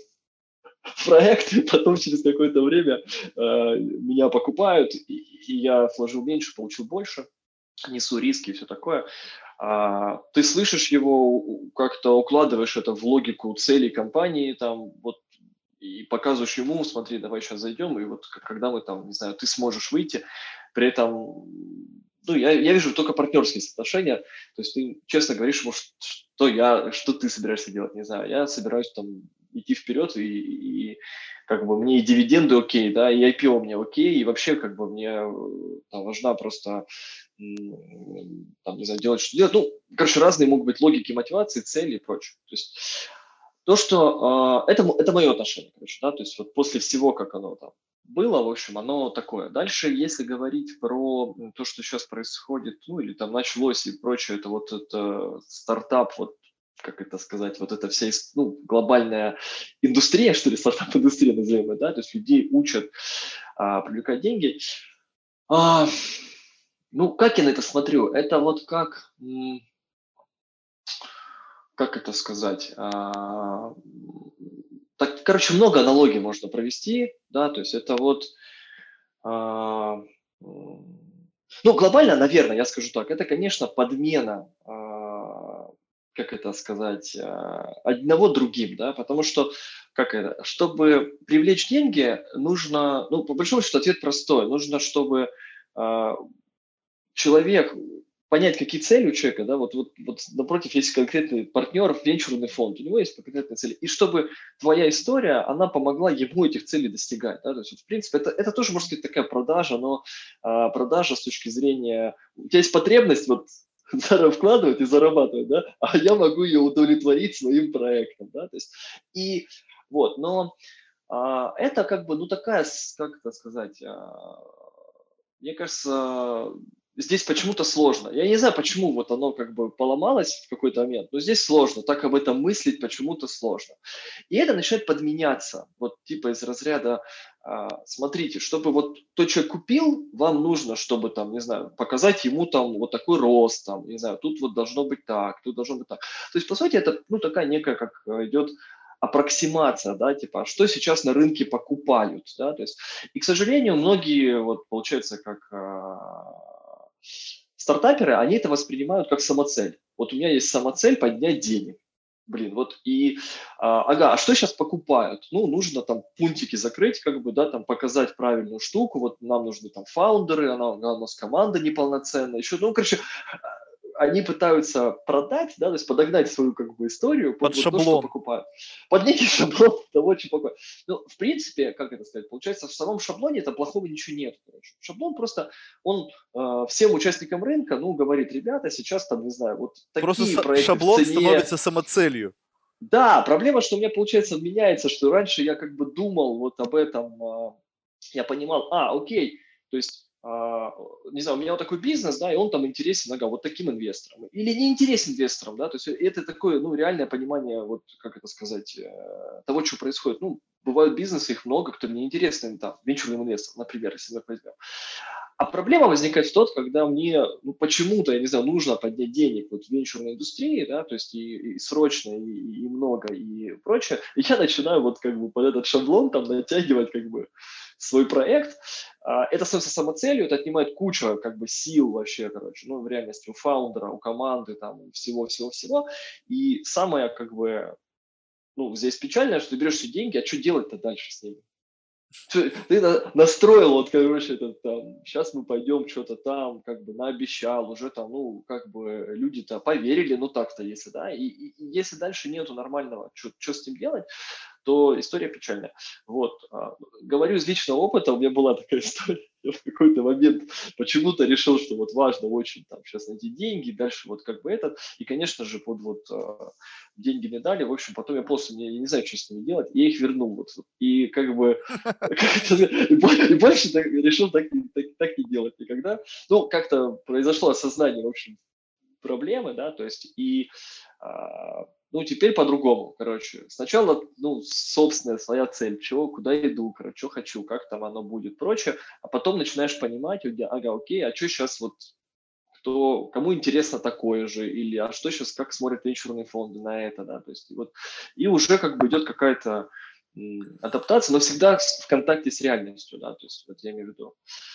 в проект, и потом через какое-то время э, меня покупают, и, и я вложил меньше, получил больше, несу риски и все такое. А, ты слышишь его, как-то укладываешь это в логику целей компании, там, вот, и показываешь ему, смотри, давай сейчас зайдем, и вот к- когда мы там, не знаю, ты сможешь выйти, при этом, ну, я, я вижу только партнерские отношения, то есть ты честно говоришь ему, ш- что я, что ты собираешься делать, не знаю, я собираюсь там идти вперед, и, и как бы мне и дивиденды окей, да, и ай пи о мне окей, и вообще как бы мне э, там, важна просто м, там, не знаю, делать, что делать. Ну, короче, разные могут быть логики, мотивации, цели и прочее. То есть то, что э, это, м- это мое отношение, короче, да, то есть вот после всего, как оно там было, в общем, оно такое. Дальше, если говорить про м, то, что сейчас происходит, ну, или там началось и прочее, это вот это стартап, вот как это сказать, вот эта вся ис- ну, глобальная индустрия, что ли, стартап-индустрия назовем, да, то есть людей учат а, привлекать деньги. А, ну, как я на это смотрю? Это вот как, м, как это сказать? А, м, так, короче, много аналогий можно провести, да, то есть это вот, а, м, ну, глобально, наверное, я скажу так, это, конечно, подмена а, как это сказать, а, одного другим, да, потому что, как это, чтобы привлечь деньги, нужно, ну, по большому счету, ответ простой. Нужно, чтобы а, человек, понять, какие цели у человека, да, вот, вот, вот напротив есть конкретный партнер, венчурный фонд, у него есть конкретные цели, и чтобы твоя история, она помогла ему этих целей достигать, да, то есть, вот, в принципе, это, это тоже, можно сказать, такая продажа, но а, продажа с точки зрения, у тебя есть потребность, вот, вкладывать и зарабатывать, да, а я могу ее удовлетворить своим проектом, да, то есть, и вот, но а, это как бы, ну, такая, с- как это сказать, а, мне кажется, здесь почему-то сложно. Я не знаю, почему вот оно как бы поломалось в какой-то момент, но здесь сложно. Так об этом мыслить почему-то сложно. И это начинает подменяться. Вот типа из разряда, а, смотрите, чтобы вот тот человек купил, вам нужно, чтобы там, не знаю, показать ему там вот такой рост, там, не знаю, тут вот должно быть так, тут должно быть так. То есть, по сути, это, ну, такая некая, как э, идет аппроксимация, да, типа, а что сейчас на рынке покупают, да, то есть, и, к сожалению, многие, вот, получается, как а, стартаперы, они это воспринимают как самоцель. Вот у меня есть самоцель поднять денег. Блин, вот и, а, ага, а что сейчас покупают? Ну, нужно там пунктики закрыть, как бы, да, там показать правильную штуку, вот нам нужны там фаундеры, она, у нас команда неполноценная, еще, ну, короче, они пытаются продать, да, то есть подогнать свою как бы историю Под под вот то, что шаблон. покупают. Под некий шаблон того, что покупают. Ну, в принципе, как это сказать, получается, в самом шаблоне это плохого ничего нет. Короче. Шаблон просто, он э, всем участникам рынка, ну, говорит, ребята, сейчас там, не знаю, вот Просто такие са- проекты в шаблон цене. становится самоцелью. Да, проблема, что у меня, получается, меняется, что раньше я как бы думал вот об этом, а, я понимал, а, окей, то есть, а, не знаю, у меня вот такой бизнес, да, и он там интересен, ага, вот таким инвесторам. Или не интересен инвесторам, да, то есть это такое, ну, реальное понимание, вот, как это сказать, э, того, что происходит. Ну, бывают бизнесы, их много, кто мне интересен, там, венчурным инвесторам, например, если мы возьмем. А проблема возникает в тот, когда мне ну, почему-то, я не знаю, нужно поднять денег вот в венчурной индустрии, да, то есть и, и срочно, и, и много, и прочее, и я начинаю вот как бы под этот шаблон там натягивать как бы свой проект. А, Это становится самоцелью, это отнимает кучу как бы сил вообще, короче, ну, в реальности у фаундера, у команды, там, всего-всего-всего. И самое как бы, ну, здесь печальное, что ты берешь все деньги, а что делать-то дальше с ними? Ты ты на настроил, вот, короче, этот там, сейчас мы пойдем что то там, как бы наобещал, уже там, ну, как бы люди-то поверили, ну, так-то если, да. И и и если дальше нету нормального, что с этим делать, то история печальная. Вот. а, Говорю из личного опыта, у меня была такая история. Я в какой-то момент почему-то решил, что вот важно очень там сейчас найти деньги, дальше вот как бы этот. И, конечно же, под вот а, деньги мне дали. В общем, потом я просто не, не знаю, что с ними делать. Я их вернул. Вот. И как бы как это, и, бо- и больше так, решил так, не- так, так не делать никогда. Ну, как-то произошло осознание, в общем, проблемы, да, то есть и а, ну, теперь по-другому, короче. Сначала, ну, собственная своя цель, чего, куда иду, короче, что хочу, как там оно будет, прочее. А потом начинаешь понимать, где, ага, окей, а что сейчас вот, кто, кому интересно такое же, или а что сейчас, как смотрят венчурные фонды на это, да, то есть и вот, и уже как бы идет какая-то м, адаптация, но всегда с- в контакте с реальностью, да, то есть вот я имею в виду,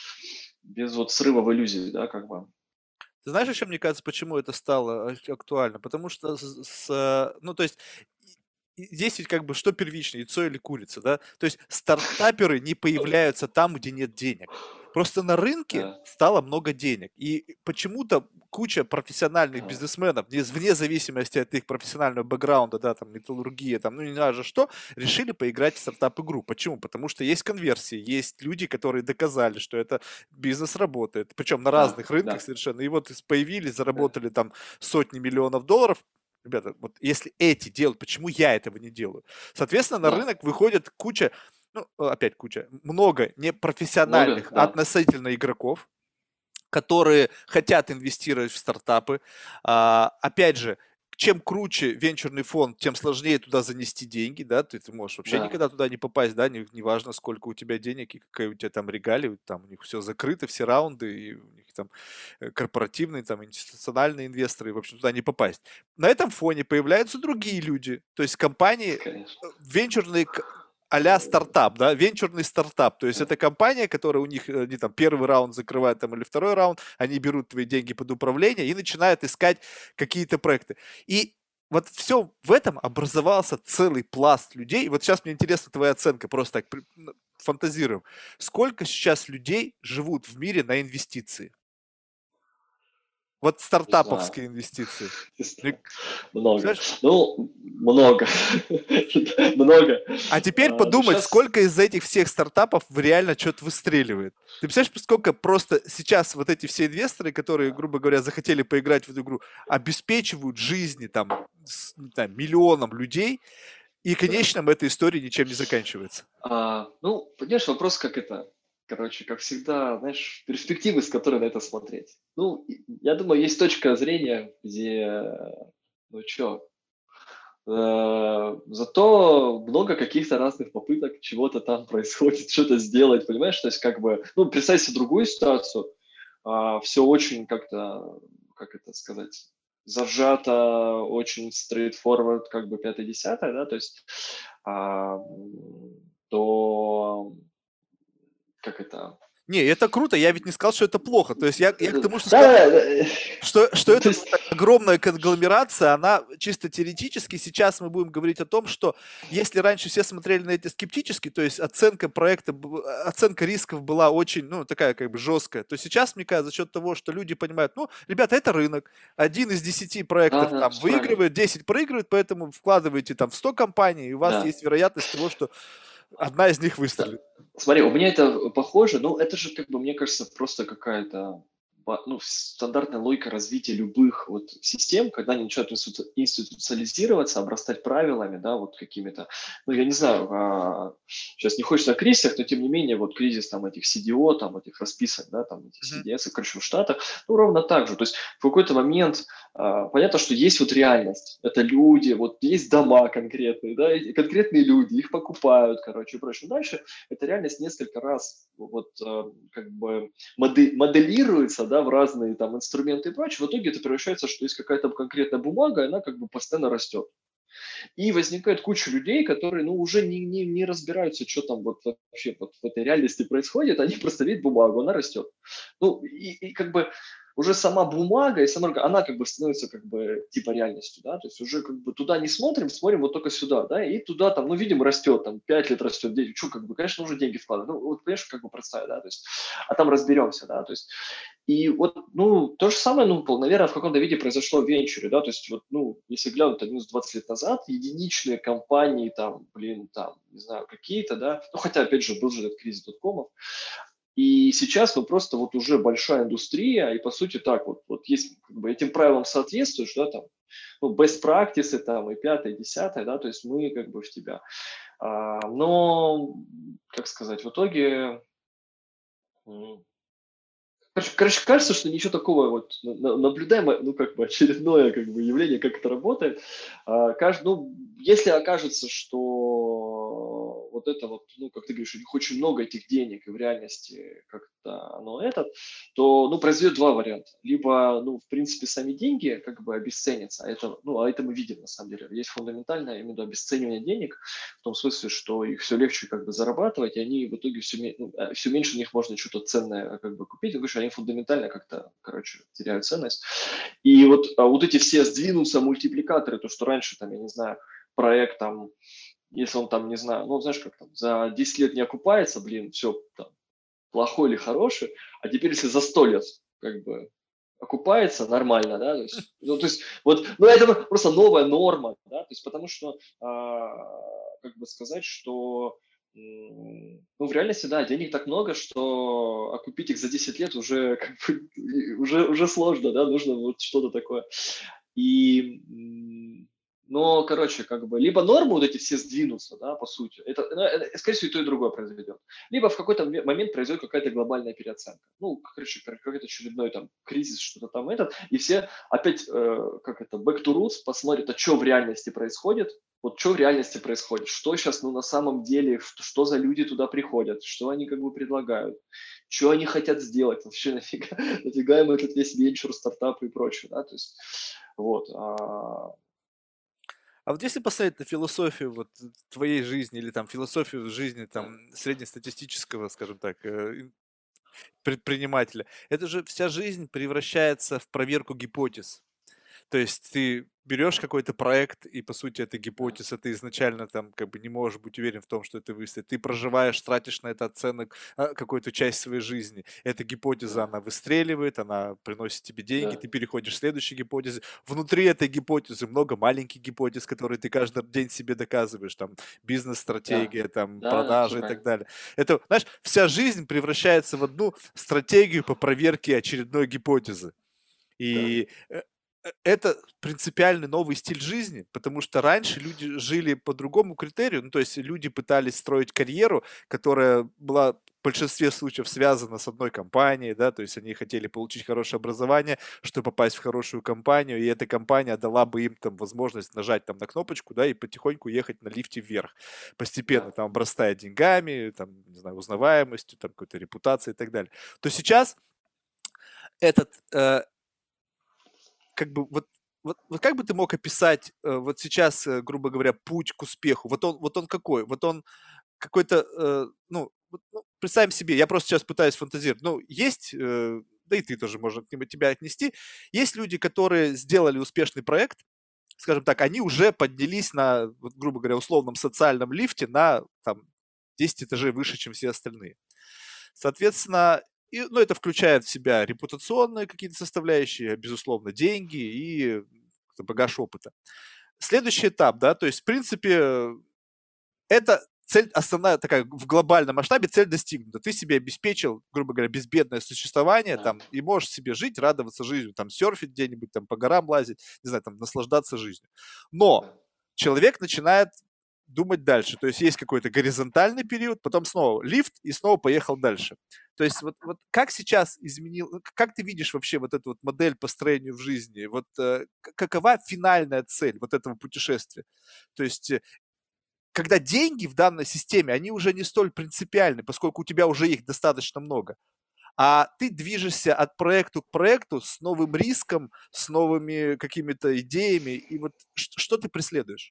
без вот срыва в иллюзии, да, как бы. Ты знаешь, еще мне кажется, почему это стало ак- актуально? Потому что, с- с, э, ну, то есть, и- и здесь ведь как бы что первичнее, яйцо или курица, да? То есть стартаперы не появляются там, где нет денег. Просто на рынке Да, стало много денег. И почему-то куча профессиональных ага, бизнесменов, вне вне зависимости от их профессионального бэкграунда, да, там, металлургия, там, ну, не знаю же что, решили поиграть в стартап-игру. Почему? Потому что есть конверсии, есть люди, которые доказали, что это бизнес работает, причем на да, разных рынках да, совершенно. И вот появились, да, заработали там сотни миллионов долларов. Ребята, вот если эти делают, почему я этого не делаю? Соответственно, на да. рынок выходит куча, ну, опять куча, много Много? непрофессиональных Да. относительно игроков, которые хотят инвестировать в стартапы. А, опять же, чем круче венчурный фонд, тем сложнее туда занести деньги, да, ты, ты можешь вообще Да. никогда туда не попасть, да, не, неважно, сколько у тебя денег и какая у тебя там регалия, там у них все закрыто, все раунды, и у них там э, корпоративные, там, институциональные инвесторы, в общем, туда не попасть. На этом фоне появляются другие люди, то есть компании, Конечно. э, венчурные к- а-ля стартап, да, венчурный стартап. То есть Да. это компания, которая у них, э, они там первый раунд закрывают там или второй раунд, они берут твои деньги под управление и начинают искать какие-то проекты. И вот все в этом образовался целый пласт людей. Вот сейчас мне интересна твоя оценка, просто так при- ну, фантазируем. Сколько сейчас людей живут в мире на инвестиции? Вот Не знаю. стартаповские инвестиции. Не Мне- знаю. Много. Представляешь? Ну, много. Много. А теперь А, Ну, подумать, сейчас... сколько из этих всех стартапов реально что-то выстреливает. Ты представляешь, сколько просто сейчас вот эти все инвесторы, которые, грубо говоря, захотели поиграть в эту игру, обеспечивают жизни там, с, не знаю, миллионам людей, и, конечно, эта история ничем не заканчивается. А, ну, понимаешь, вопрос как это, короче, как всегда, знаешь, перспективы, с которой на это смотреть. Ну, и- я думаю, есть точка зрения, где, ну что, зато много каких-то разных попыток чего-то там происходит, что-то сделать, понимаешь? То есть как бы, ну, представь себе другую ситуацию, все очень как-то, как это сказать, зажато, очень straightforward, как бы пятое-десятое, да, то есть а, м, то как это... Не, это круто, я ведь не сказал, что это плохо. То есть я, я к тому, что сказал, Да, да, да, что, что то эта есть, вот огромная конгломерация, она чисто теоретически, сейчас мы будем говорить о том, что если раньше все смотрели на это скептически, то есть оценка проекта, б- оценка рисков была очень, ну, такая как бы жесткая, то сейчас, мне кажется, за счет того, что люди понимают, ну, ребята, это рынок, один из десяти да, проектов да, там всё правильно, выигрывает, десять проигрывает, поэтому вкладываете там в сто компаний, и у вас да. есть вероятность того, что одна из них Да. выстрелит. Смотри, у меня это похоже, но это же, как бы, мне кажется, просто какая-то ба- ну, стандартная логика развития любых вот систем, когда они начинают институ- институциализироваться, обрастать правилами, да, вот какими-то, ну, я не знаю, сейчас не хочется о кризисах, но тем не менее, вот кризис там этих си ди о, там этих расписок, да, там эти Мгм. си ди эс, короче, в Штатах, ну, ровно так же. То есть в какой-то момент а, понятно, что есть вот реальность, это люди, вот есть дома конкретные, да, и конкретные люди, их покупают, короче, и прочее. Дальше эта реальность несколько раз вот э, как бы моде- моделируется, да, в разные там инструменты и прочее. В итоге это превращается, что есть какая-то конкретная бумага, и она как бы постоянно растет. И возникает куча людей, которые, ну, уже не, не, не разбираются, что там вот вообще вот в этой реальности происходит, они просто видят бумагу, она растет. Ну, и, и как бы уже сама бумага и сама, она как бы становится как бы типа реальностью, да, то есть уже как бы туда не смотрим, смотрим вот только сюда, да, и туда там, ну, видим, растет, там, пять лет растет, девять, что, как бы, конечно, уже деньги вкладывать, ну, вот, понимаешь, как бы простая, да, то есть, а там разберемся, да, то есть, и вот, ну, то же самое, ну, пол- наверное, в каком-то виде произошло в венчуре, да, то есть вот, ну, если глянуть там минус двадцать лет назад, единичные компании там, блин, там, не знаю, какие-то, да, ну, хотя, опять же, был же этот кризис доткомов, и сейчас, ну, просто вот уже большая индустрия, и по сути так вот, вот есть, как бы, этим правилам соответствуешь, да, там, ну, best practices там, и пятое, и десятое, да, то есть мы как бы в тебя. А, но, как сказать, в итоге, м, Короче, короче, кажется, что ничего такого вот на- на- наблюдаемо, ну, как бы очередное как бы явление, как это работает. А, кажд- ну, если окажется, что вот это вот, ну, как ты говоришь, у них очень много этих денег, и в реальности как-то оно этот, то, ну, произойдет два варианта. Либо, ну, в принципе, сами деньги как бы обесценятся, а это, ну, а это мы видим на самом деле. Есть фундаментальное, я имею в виду, обесценивание денег, в том смысле, что их все легче как бы зарабатывать, и они в итоге все, ну, все меньше у них можно что-то ценное как бы купить, потому что они фундаментально как-то, короче, теряют ценность. И вот, а вот эти все сдвинутся мультипликаторы, то, что раньше там, я не знаю, проект там, если он там, не знаю, ну, знаешь, как там, за десять лет не окупается, блин, все, там, плохой или хороший, а теперь, если за сто лет, как бы, окупается нормально, да, то есть, ну, то есть, вот, ну, это просто новая норма, да, то есть, потому что, а, как бы сказать, что, м, ну, в реальности, да, денег так много, что окупить их за десять лет уже, как бы, и уже, уже сложно, да, нужно вот что-то такое. И, м, но, короче, как бы, либо нормы вот эти все сдвинутся, да, по сути, это, ну, это, скорее всего, и то, и другое произойдет. Либо в какой-то ме- момент произойдет какая-то глобальная переоценка. Ну, короче, как- какой-то очередной там кризис, что-то там этот, и все опять, э, как это, back to roots, посмотрят, а что в реальности происходит, вот что в реальности происходит, что сейчас, ну, на самом деле, что, что за люди туда приходят, что они как бы предлагают, что они хотят сделать, вообще нафига, нафига им этот весь венчур, стартап и прочее, да, то есть вот. А, А вот если посмотреть на философию вот твоей жизни или там философию жизни да. там среднестатистического, скажем так, э, предпринимателя, это же вся жизнь превращается в проверку гипотез. То есть ты берешь какой-то проект, и, по сути, это гипотеза, ты изначально там как бы не можешь быть уверен в том, что это выстрелит. Ты проживаешь, тратишь на это оценок а, какую-то часть своей жизни. Эта гипотеза, да, она выстреливает, она приносит тебе деньги, да, ты переходишь к следующей гипотезе. Внутри этой гипотезы много маленьких гипотез, которые ты каждый день себе доказываешь. Там да, бизнес-стратегия, там да, да, все продажи и так правильно. далее. Это, знаешь, вся жизнь превращается в одну стратегию по проверке очередной гипотезы. Да, И э, э, это принципиальный новый стиль жизни, потому что раньше люди жили по другому критерию, ну, то есть люди пытались строить карьеру, которая была в большинстве случаев связана с одной компанией, да, то есть они хотели получить хорошее образование, чтобы попасть в хорошую компанию, и эта компания дала бы им там возможность нажать там на кнопочку, да, и потихоньку ехать на лифте вверх, постепенно да, там обрастая деньгами, там, не знаю, узнаваемостью, там какой-то репутацией и так далее. То сейчас этот э, как бы вот вот вот как бы ты мог описать, э, вот сейчас, э, грубо говоря, путь к успеху? Вот он вот он какой? Вот он какой-то, э, ну вот, ну, представим себе, я просто сейчас пытаюсь фантазировать. Ну, есть, э, да и ты тоже, можно к нему тебя отнести. Есть люди, которые сделали успешный проект, скажем так, они уже поднялись на, вот, грубо говоря, условном социальном лифте на, там, десять этажей выше, чем все остальные. Соответственно, и, ну, это включает в себя репутационные какие-то составляющие, безусловно, деньги и багаж опыта. Следующий этап, да, то есть, в принципе, это цель основная такая в глобальном масштабе, цель достигнута. Ты себе обеспечил, грубо говоря, безбедное существование да, там и можешь себе жить, радоваться жизнью, там серфить где-нибудь, там по горам лазить, не знаю, там наслаждаться жизнью. Но да. человек начинает думать дальше. То есть есть какой-то горизонтальный период, потом снова лифт и снова поехал дальше. То есть вот, вот как сейчас изменил, ну, как ты видишь вообще вот эту вот модель построению в жизни? Вот э, к- какова финальная цель вот этого путешествия? То есть э, когда деньги в данной системе, они уже не столь принципиальны, поскольку у тебя уже их достаточно много. А ты движешься от проекта к проекту с новым риском, с новыми какими-то идеями. И вот ш- что ты преследуешь?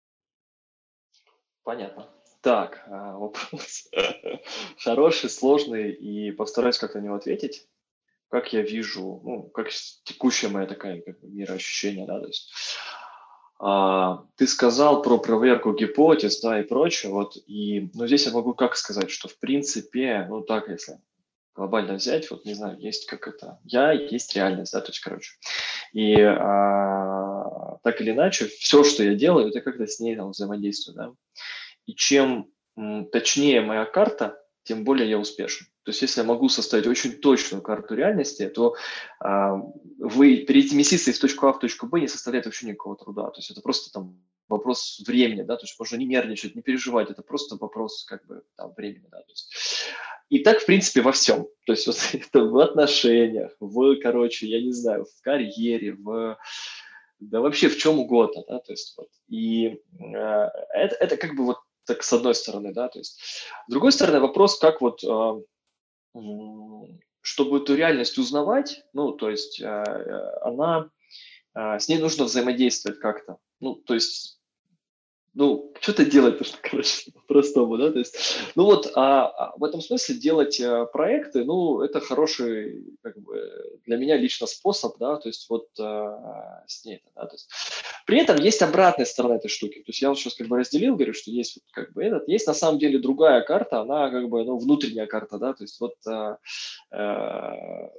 Понятно. Так, а, вопрос хороший, сложный, и постараюсь как-то на него ответить. Как я вижу, ну, как с текущая моя такая как бы мироощущение, да, то есть, а, ты сказал про проверку гипотез, да, и прочее, вот, и, ну, здесь я могу как сказать, что, в принципе, ну, так, если глобально взять, вот, не знаю, есть как это, я, есть реальность, да, то есть, короче, и а, так или иначе, все, что я делаю, это как-то с ней там взаимодействую, да, и чем м, точнее моя карта, тем более я успешен. То есть если я могу составить очень точную карту реальности, то а, вы переместиться из точки А в точку Б не составляет вообще никакого труда. То есть это просто там вопрос времени, да, то есть можно не нервничать, не переживать, это просто вопрос как бы там, времени, да, то есть. И так, в принципе, во всем. То есть вот это в отношениях, в, короче, я не знаю, в карьере, в да вообще в чем угодно, да, то есть вот. И э, это, это как бы вот так с одной стороны, да, то есть. С другой стороны, вопрос, как вот, а, м, чтобы эту реальность узнавать, ну, то есть а, э, она, а, с ней нужно взаимодействовать как-то. Ну, то есть ну, что-то делать нужно, короче, по-простому, да, то есть, ну вот, а, а в этом смысле делать а, проекты, ну, это хороший, как бы, для меня лично способ, да, то есть вот а, с ней, да, то есть. При этом есть обратная сторона этой штуки, то есть я вот сейчас как бы разделил, говорю, что есть вот как бы этот, есть на самом деле другая карта, она как бы, ну, внутренняя карта, да, то есть вот а, а,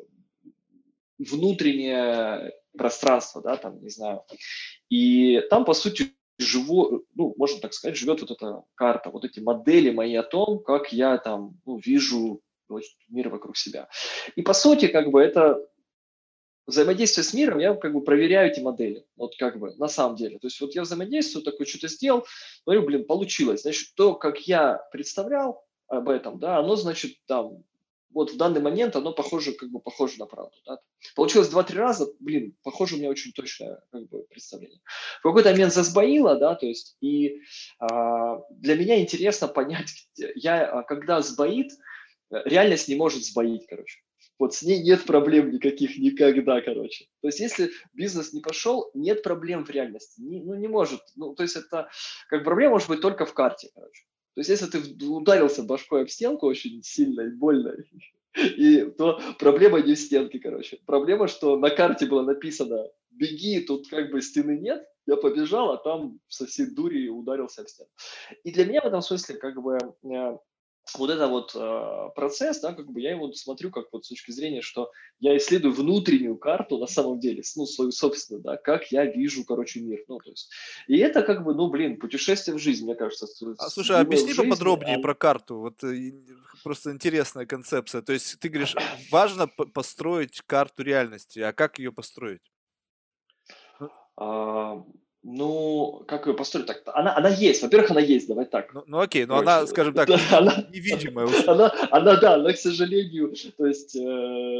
внутреннее пространство, да, там, не знаю, и там, по сути, живо, ну, можно так сказать, живет вот эта карта, вот эти модели мои о том, как я там ну, вижу вот, мир вокруг себя. И, по сути, как бы это взаимодействие с миром, я как бы проверяю эти модели, вот как бы на самом деле. То есть вот я взаимодействую, такое что-то сделал, говорю, блин, получилось. Значит, то, как я представлял об этом, да, оно, значит, там, вот в данный момент оно похоже, как бы похоже на правду. Да. Получилось два-три раза, блин, похоже, у меня очень точное как бы, представление. В какой-то момент засбоило, да, то есть, и а, для меня интересно понять, где- я, а, когда сбоит, э, реальность не может сбоить, короче. Вот с ней нет проблем никаких никогда, короче. То есть если бизнес не пошел, нет проблем в реальности. Не, ну, не может. Ну, то есть это как проблема может быть только в карте, короче. То есть если ты в- ударился башкой об стенку очень сильно и больно, и, то проблема не в стенке, короче. Проблема, что на карте было написано беги, тут как бы стены нет. Я побежал, а там со всей дури ударился об стену. И для меня в этом смысле как бы э, вот это вот э, процесс, да, как бы я его смотрю как вот с точки зрения, что я исследую внутреннюю карту на самом деле, с- ну, свою собственную, да, как я вижу, короче, мир. Ну, то есть, и это как бы, ну, блин, путешествие в жизнь, мне кажется, с, А с слушай, а длиной в объясни жизни, поподробнее про карту. Вот э, и- просто интересная концепция. То есть ты говоришь, важно по- построить карту реальности. А как ее построить? Ну, а, ну, как ее построить так? Она, она есть, во-первых, она есть, давай так. ну, ну окей, но Короче, она, скажем так, да, неви- она, невидимая условно. она, она, да, она, к сожалению, то есть, э,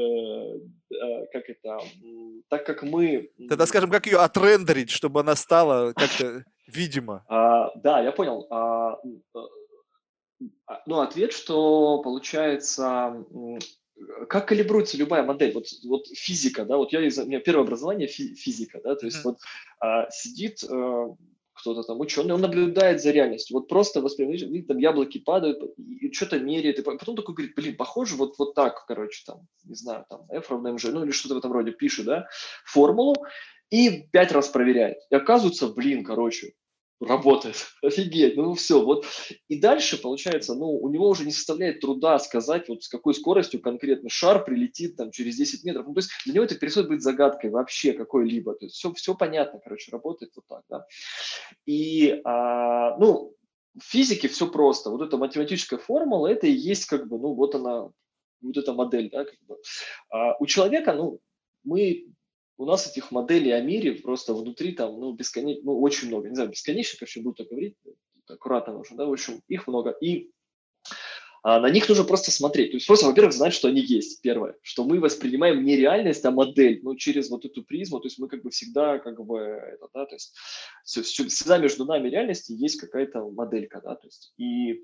э, как это, м, так как мы, Тогда, м, скажем, как ее отрендерить, чтобы она стала как-то видима? а, да, я понял, а, м, э, а, ну, ответ, что получается, м, как калибруется любая модель, вот, вот физика, да, вот я, из, у меня первое образование фи- физика, да, то есть Мгм. вот а, сидит э, кто-то там ученый, он наблюдает за реальностью, вот просто воспринимает, видит, там яблоки падают, и, и что-то меряет, и по- потом такой говорит, блин, похоже вот, вот так, короче, там, не знаю, там, F равно mg, ну или что-то в этом роде пишет, да, формулу, и пять раз проверяет. И оказывается, блин, короче, работает, офигеть, ну все, вот. И дальше, получается, ну, у него уже не составляет труда сказать, вот с какой скоростью конкретно шар прилетит там через десять метров. Ну, то есть для него это перестает быть загадкой вообще какой-либо. То есть все, все понятно, короче, работает вот так, да. И, а, ну, в физике все просто. Вот эта математическая формула, это и есть как бы, ну, вот она, вот эта модель, да, как бы. А у человека, ну, мы, у нас этих моделей о мире просто внутри там, ну, бесконечно, ну, очень много. Не знаю, бесконечно, короче, буду так говорить, аккуратно нужно, да, в общем, их много. И а, на них нужно просто смотреть. То есть просто, во-первых, знать, что они есть, первое. Что мы воспринимаем не реальность, а модель, ну, через вот эту призму. То есть мы как бы всегда, как бы, это, да, то есть всё- всё- всегда между нами и реальностью есть какая-то моделька, да, то есть. И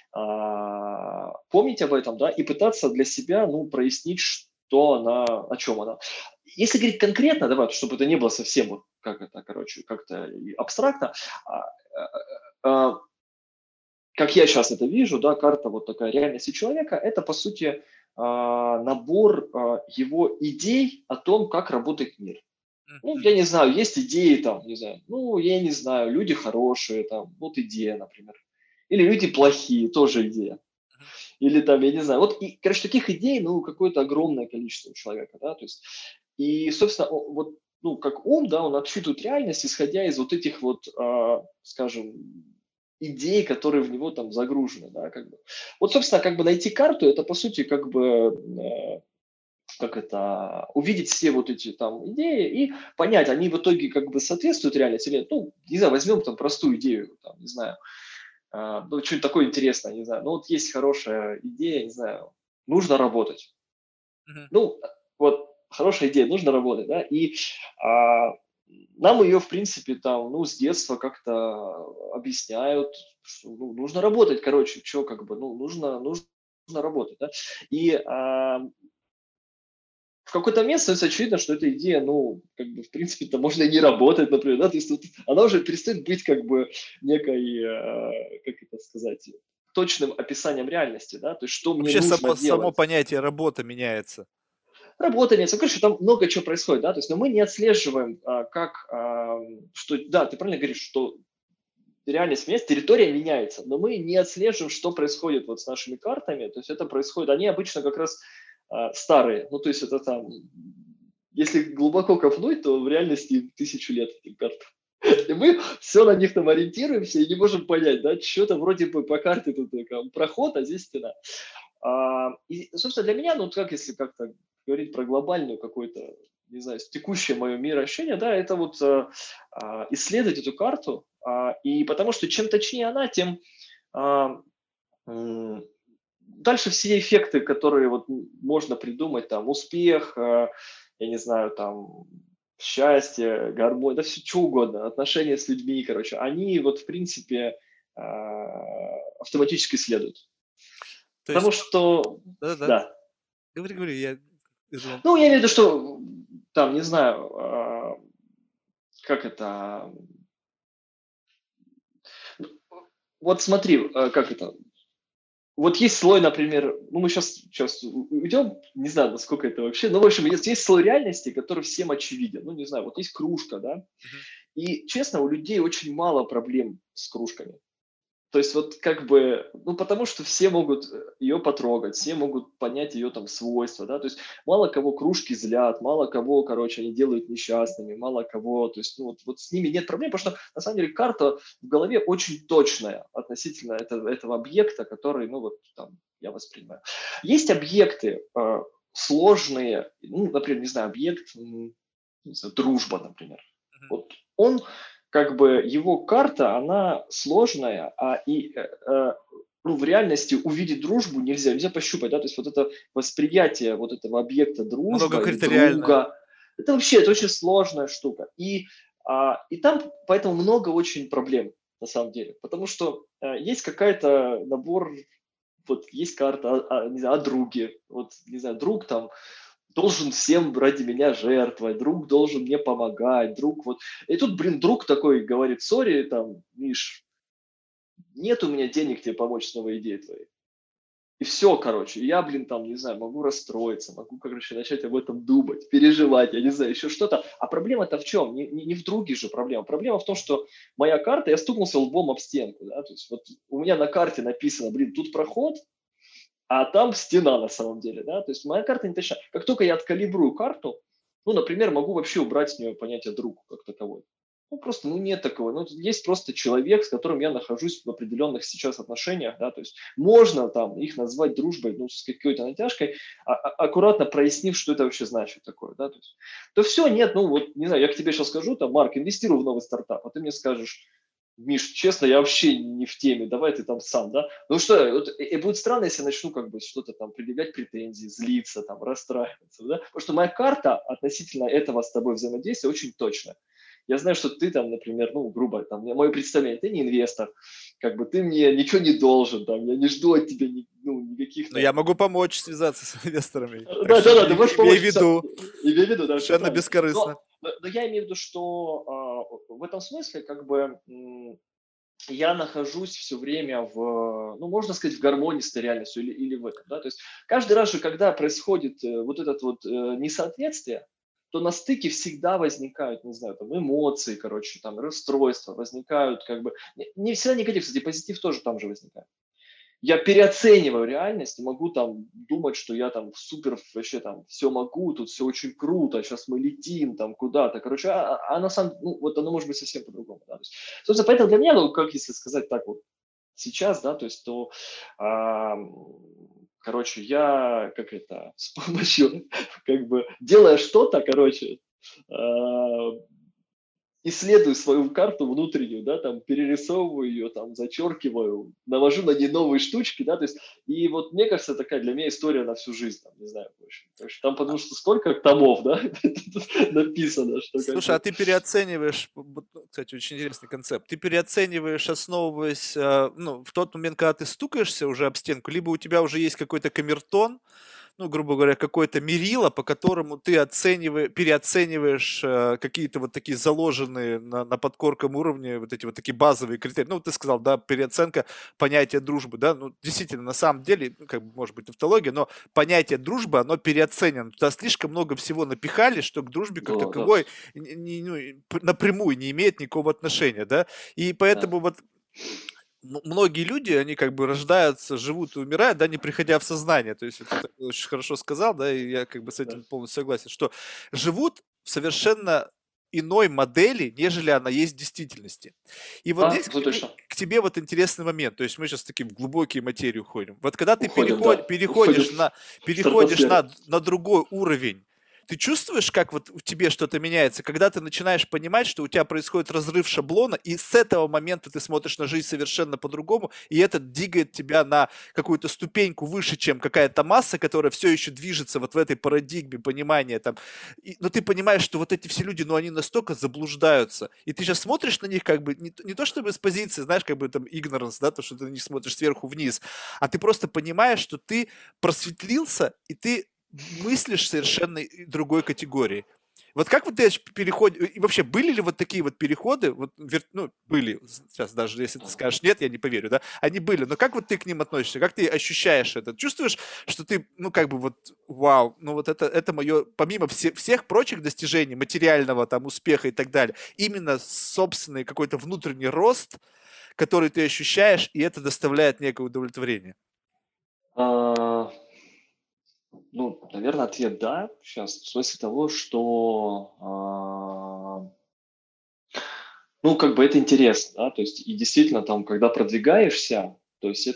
а, помнить об этом, да, и пытаться для себя, ну, прояснить, что она, о чем она. Если говорить конкретно, давай, чтобы это не было совсем вот как это, короче, как-то и абстрактно, а, а, а, как я сейчас это вижу, да, карта вот такая реальности человека, это, по сути, а, набор а, его идей о том, как работает мир. Ну, Мгм. я не знаю, есть идеи там, не знаю, ну, я не знаю, люди хорошие, там, вот идея, например. Или люди плохие, тоже идея. Мгм. Или там, я не знаю, вот, и, короче, таких идей, ну, какое-то огромное количество у человека, да, то есть, и, собственно, о- вот, ну, как ум, да, он отсчитывает реальность, исходя из вот этих вот, а, скажем, идей, которые в него там загружены, да, как бы. Вот, собственно, как бы найти карту, это, по сути, как бы, э, как это, увидеть все вот эти там идеи и понять, они в итоге как бы соответствуют реальности или нет. Ну, не знаю, возьмем там простую идею, там, не знаю, а, ну, что-нибудь такое интересное, не знаю. Ну, вот есть хорошая идея, не знаю, нужно работать. Мгм. Ну, вот хорошая идея, нужно работать, да, и а, нам ее, в принципе, там, ну, с детства как-то объясняют, что ну, нужно работать, короче, что как бы, ну, нужно, нужно работать, да, и а, в какой-то момент становится очевидно, что эта идея, ну, как бы, в принципе-то можно и не работать, например, да, то есть вот она уже перестает быть как бы некой, э, как это сказать, точным описанием реальности, да, то есть что мне Вообще нужно само, само делать. понятие работа меняется. Работа имеется. Ну, короче, там много чего происходит, да, то есть, но мы не отслеживаем, а, как, а, что, да, ты правильно говоришь, что реальность меняется, территория меняется, но мы не отслеживаем, что происходит вот с нашими картами, то есть это происходит, они обычно как раз а, старые, ну, то есть это там, если глубоко копнуть, то в реальности тысячу лет этим картам. И мы все на них там ориентируемся и не можем понять, да, что-то вроде бы по карте тут такая, проход, а здесь стена. А, и, собственно, для меня, ну, вот как если как-то говорить про глобальную какую-то, не знаю, текущее мое мироощущение, да, это вот а, а, исследовать эту карту, а, и потому что чем точнее она, тем а, м, дальше все эффекты, которые вот м, можно придумать, там, успех, а, я не знаю, там, счастье, гармония, да все что угодно, отношения с людьми, короче, они вот, в принципе, а, автоматически следуют. То Потому есть, что, да-да-да. да, Говори, говори, я, я думал. ну, я имею в виду, что там, не знаю, а, как это, вот смотри, а, как это, Вот есть слой, например, ну, мы сейчас сейчас уйдем, не знаю, насколько это вообще, но, в общем, есть есть слой реальности, который всем очевиден. Ну, не знаю, вот есть кружка, да, Мгм. и, честно, у людей очень мало проблем с кружками. То есть вот как бы, ну, потому что все могут э, ее потрогать, все могут понять ее там свойства, да, то есть мало кого кружки злят, мало кого, короче, они делают несчастными, мало кого, то есть, ну, вот, вот с ними нет проблем, потому что, на самом деле, карта в голове очень точная относительно этого, этого объекта, который, ну, вот там я воспринимаю. Есть объекты э, сложные, ну, например, не знаю, объект, м, не знаю, дружба, например. Мгм. Вот он как бы его карта, она сложная, а и э, э, ну, в реальности увидеть дружбу нельзя, нельзя пощупать, да, то есть вот это восприятие вот этого объекта дружба или Многокритериальная. друга, это вообще, это очень сложная штука. И, а, и там поэтому много очень проблем на самом деле, потому что э, есть какая-то набор, вот есть карта, о, о, не знаю, о друге, вот, не знаю, друг там должен всем ради меня жертвовать, друг должен мне помогать, друг вот. И тут, блин, друг такой говорит, сори, там, Миш, нет у меня денег тебе помочь с новой идеей твоей. И все, короче, я, блин, там, не знаю, могу расстроиться, могу, короче, начать об этом думать, переживать, я не знаю, еще что-то. А проблема-то в чем? Не, не, не в друге же проблема. Проблема в том, что моя карта, я стукнулся лбом об стенку, да, то есть вот у меня на карте написано, блин, тут проход, а там стена на самом деле, да, то есть моя карта не точна. Как только я откалибрую карту, ну, например, могу вообще убрать с нее понятие друг как таковой. Ну, просто, ну, нет такого. Ну, есть просто человек, с которым я нахожусь в определенных сейчас отношениях, да, то есть можно там их назвать дружбой, ну, с какой-то натяжкой, а- а- аккуратно прояснив, что это вообще значит такое, да, то есть, то все, нет, ну, вот, не знаю, я к тебе сейчас скажу, там, Марк, инвестируй в новый стартап, а ты мне скажешь, Миш, честно, я вообще не в теме, давай ты там сам, да, ну что, вот, и, и будет странно, если я начну как бы что-то там предъявлять претензии, злиться, там, расстраиваться, да? Потому что моя карта относительно этого с тобой взаимодействия очень точная. Я знаю, что ты там, например, ну, грубо, там, мое представление, ты не инвестор, как бы ты мне ничего не должен, там, я не жду от тебя ни- ну, никаких Но я там... могу помочь связаться с инвесторами. Так Да, что да, да, ты имей, можешь имей в помочь, писать, виду, имею в виду, да, все совершенно правильно. бескорыстно. Но, но но я имею в виду, что а, в этом смысле, как бы, м, я нахожусь все время в, ну, можно сказать, в гармонии с этой реальностью или, или в этом, да, то есть каждый раз же, когда происходит э, вот это вот э, несоответствие, то на стыке всегда возникают, не знаю, там эмоции, короче, там расстройства, возникают как бы, не, не всегда негатив, кстати, позитив тоже там же возникает. Я переоцениваю реальность, могу там думать, что я там супер вообще там все могу, тут все очень круто, сейчас мы летим там куда-то, короче, а, а а на самом, ну, вот оно может быть совсем по-другому, да, то есть, собственно, поэтому для меня, ну, как если сказать так вот, сейчас, да, то есть, то, ам, короче, я, как это, с помощью, как бы, делая что-то, короче, а, исследую свою карту внутреннюю, да, там перерисовываю ее, там зачеркиваю, навожу на ней новые штучки, да, то есть, и вот мне кажется, такая для меня история на всю жизнь, там, не знаю, в общем, в общем, там потому что столько томов, да, написано, что как Слушай, а бы, ты переоцениваешь, п- вот, ну, кстати, очень интересный концепт, ты переоцениваешь, основываясь, а, ну, в тот момент, когда ты стукаешься уже об стенку, либо у тебя уже есть какой-то камертон, ну, грубо говоря, какое-то мерило, по которому ты оцениваешь, переоцениваешь э, какие-то вот такие заложенные на, на подкорком уровне вот эти вот такие базовые критерии. Ну, ты сказал, да, переоценка понятия дружбы, да, ну, действительно, на самом деле, ну, как бы, может быть, тавтология, но понятие дружбы, оно переоценено. Туда слишком много всего напихали, что к дружбе как да, да, таковой не- не- ну, и п- напрямую не имеет никакого отношения, да, и поэтому да, вот м- многие люди, они как бы рождаются, живут и умирают, да, не приходя в сознание. То есть вот ты так очень хорошо сказал, да, и я как бы с да. этим полностью согласен, что живут в совершенно иной модели, нежели она есть в действительности. И вот А, здесь к все тебе, точно, к тебе вот интересный момент. То есть мы сейчас такие в глубокие материи уходим. Вот когда ты уходим, переход, да, уходим переходишь в на, переходишь стратосферу. на, на другой уровень, ты чувствуешь, как вот в тебе что-то меняется, когда ты начинаешь понимать, что у тебя происходит разрыв шаблона, и с этого момента ты смотришь на жизнь совершенно по-другому, и это двигает тебя на какую-то ступеньку выше, чем какая-то масса, которая все еще движется вот в этой парадигме понимания там. И, но ты понимаешь, что вот эти все люди, ну они настолько заблуждаются, и ты сейчас смотришь на них как бы не, не то чтобы с позиции, знаешь, как бы там ignorance, да, то, что ты на них смотришь сверху вниз, а ты просто понимаешь, что ты просветлился, и ты мыслишь совершенно другой категории. Вот как вот ты ощ переход и вообще были ли вот такие вот переходы? Вот вер ну, были, сейчас даже если ты скажешь нет, я не поверю, да? Они были, но как вот ты к ним относишься? Как ты ощущаешь это? Чувствуешь, что ты, ну, как бы вот, вау, ну, вот это это моё, помимо все всех прочих достижений, материального там успеха и так далее, именно собственный какой-то внутренний рост, который ты ощущаешь, и это доставляет некое удовлетворение? А, ну, наверное, ответ да. Сейчас, в смысле того, что, а, ну, как бы это интересно, да, то есть и действительно там, когда продвигаешься, то есть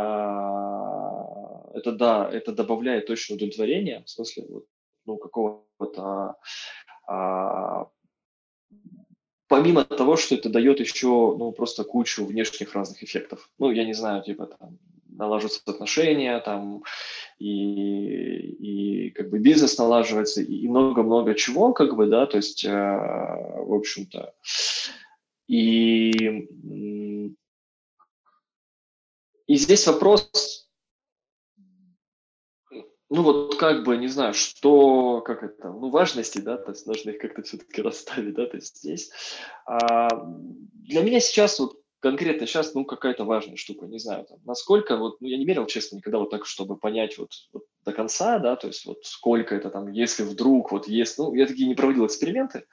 это, это да, это добавляет точно удовлетворение, в смысле вот, ну, какого-то, а, помимо того, что это дает еще, ну, просто кучу внешних разных эффектов. Ну, я не знаю, типа там налаживаются отношения, там, и, и как бы бизнес налаживается, и много-много чего, как бы, да, то есть, э, в общем-то. И, м, и здесь вопрос, ну вот как бы, не знаю, что, как это, ну важности, да, то есть нужно их как-то все-таки расставить, да, то есть здесь. А, для меня сейчас вот конкретно сейчас, ну, какая-то важная штука, не знаю, там, насколько, вот, ну, я не мерил, честно, никогда вот так, чтобы понять вот, вот до конца, да, то есть вот сколько это там, если вдруг, вот есть, ну, я такие не проводил эксперименты,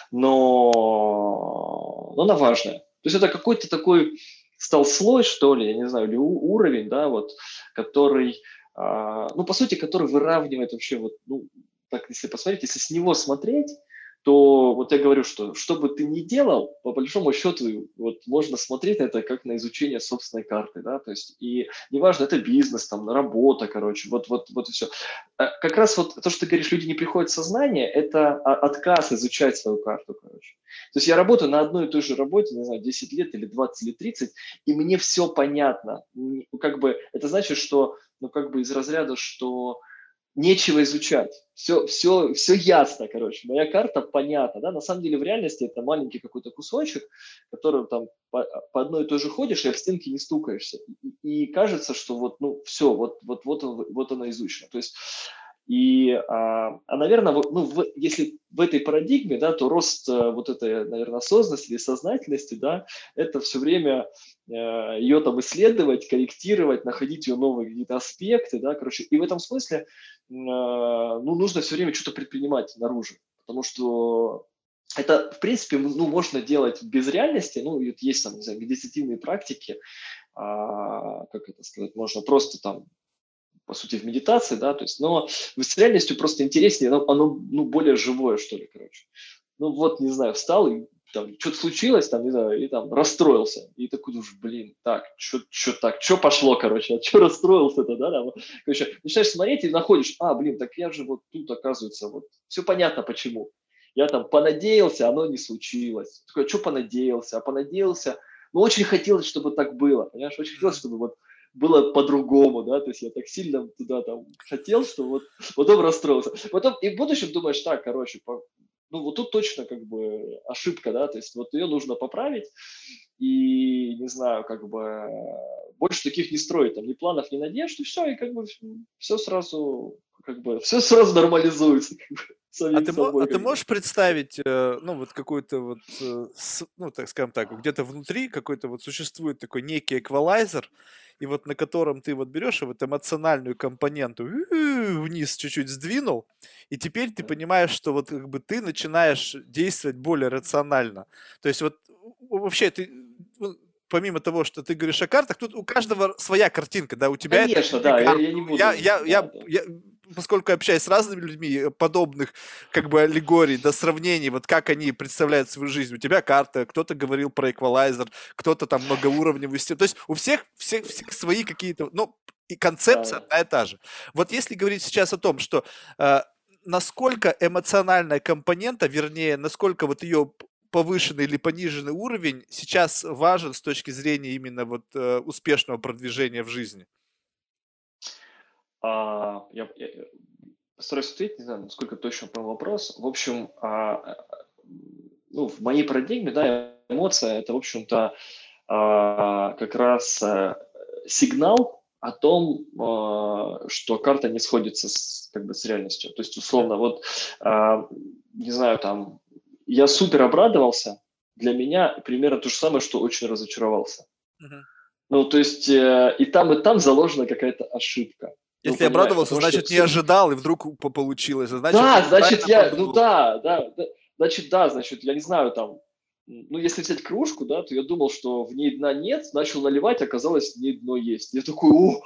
но, но она важная. То есть это какой-то такой стал слой, что ли, я не знаю, или у- уровень, да, вот, который, а, ну, по сути, который выравнивает вообще, вот, ну, так, если посмотреть, если с него смотреть, то вот я говорю, что что бы ты ни делал, по большому счету, вот можно смотреть на это как на изучение собственной карты, да, то есть и неважно, это бизнес, там, работа, короче, вот, вот, вот и все. Как раз вот то, что ты говоришь, люди не приходят в сознание, это а, отказ изучать свою карту, короче. То есть я работаю на одной и той же работе, не знаю, десять лет или двадцать или тридцать, и мне все понятно. М, Как бы это значит, что, ну, как бы из разряда, что нечего изучать. Все, все, все ясно, короче. Моя карта понятна, да. На самом деле в реальности это маленький какой-то кусочек, которым там по, по одной и той же ходишь и об стенки не стукаешься. И, и кажется, что вот, ну, все, вот, вот, вот, он, вот оно изучено. То есть и, а, а наверное, вот, ну, в, если в этой парадигме, да, то рост э, вот этой, наверное, осознанности или сознательности, да, это все время э, ее там исследовать, корректировать, находить ее новые какие-то аспекты, да, короче. И в этом смысле, э, ну, нужно все время что-то предпринимать наружу, потому что это, в принципе, ну, можно делать без реальности, ну, и вот есть там, не знаю, медитативные практики, а, как это сказать, можно просто там по сути, в медитации, да, то есть, но с реальностью просто интереснее, оно, оно ну, более живое, что ли, короче. Ну вот, не знаю, встал, и там что-то случилось, там, не знаю, и там расстроился. И такой думаешь, блин, так, что так, что пошло, короче, а что расстроился-то, да, да, короче, начинаешь смотреть и находишь, а, блин, так я же вот тут, оказывается, вот, все понятно почему. Я там понадеялся, оно не случилось. Такой, а что понадеялся? А понадеялся, ну, очень хотелось, чтобы так было, понимаешь, очень хотелось, чтобы вот было по-другому, да, то есть я так сильно туда там хотел, что вот потом расстроился. Потом и в будущем думаешь, так, короче, по, ну вот тут точно как бы ошибка, да, то есть вот ее нужно поправить и, не знаю, как бы больше таких не строить, там, ни планов, ни надежд, и все, и как бы все сразу, как бы, все сразу нормализуется, как бы, А самим ты, мо- а собой, ты как бы. можешь представить, э, ну, вот какой-то вот, э, с- ну, так скажем так, где-то внутри какой-то вот существует такой некий эквалайзер, и вот на котором ты вот берешь и вот эмоциональную компоненту у, вниз чуть-чуть сдвинул, и теперь ты понимаешь, что вот как бы ты начинаешь действовать более рационально. То есть вот у- вообще ты, ну, помимо того, что ты говоришь о картах, тут у каждого своя картинка, да, у тебя это Конечно, четыре да, я, карты. я не Я, буду, я, да, я, да. я, поскольку общаюсь с разными людьми, э, подобных как бы аллегорий, да, сравнений, вот как они представляют свою жизнь. У тебя карта, кто-то говорил про эквалайзер, кто-то там многоуровневый систему. То есть у всех, всех, всех свои какие-то, ну, и концепция Да. одна и та же. Вот если говорить сейчас о том, что э, насколько эмоциональная компонента, вернее, насколько вот ее повышенный или пониженный уровень сейчас важен с точки зрения именно вот э, успешного продвижения в жизни. А, я, я, э, постараюсь ответить, не знаю, насколько точно понял вопрос. В общем, а, а, ну, в моей парадигме, да, эмоция – это, в общем-то, а, как раз а, сигнал, о том, э, что карта не сходится с, как бы, с реальностью. То есть, условно, вот, э, не знаю, там, я супер обрадовался, для меня примерно то же самое, что очень разочаровался. Мгм. Ну, то есть э, и там, и там заложена какая-то ошибка. Ну, Если понимаешь, обрадовался, потому что значит, не все... ожидал, и вдруг по- получилось. А значит, ты Да, значит, неправильно я, ну продумал. да, да, да, значит, да, значит, я не знаю, там, м, ну, если взять кружку, да, то я думал, что в ней дна нет, начал наливать, оказалось, в ней дно есть. Я такой, о,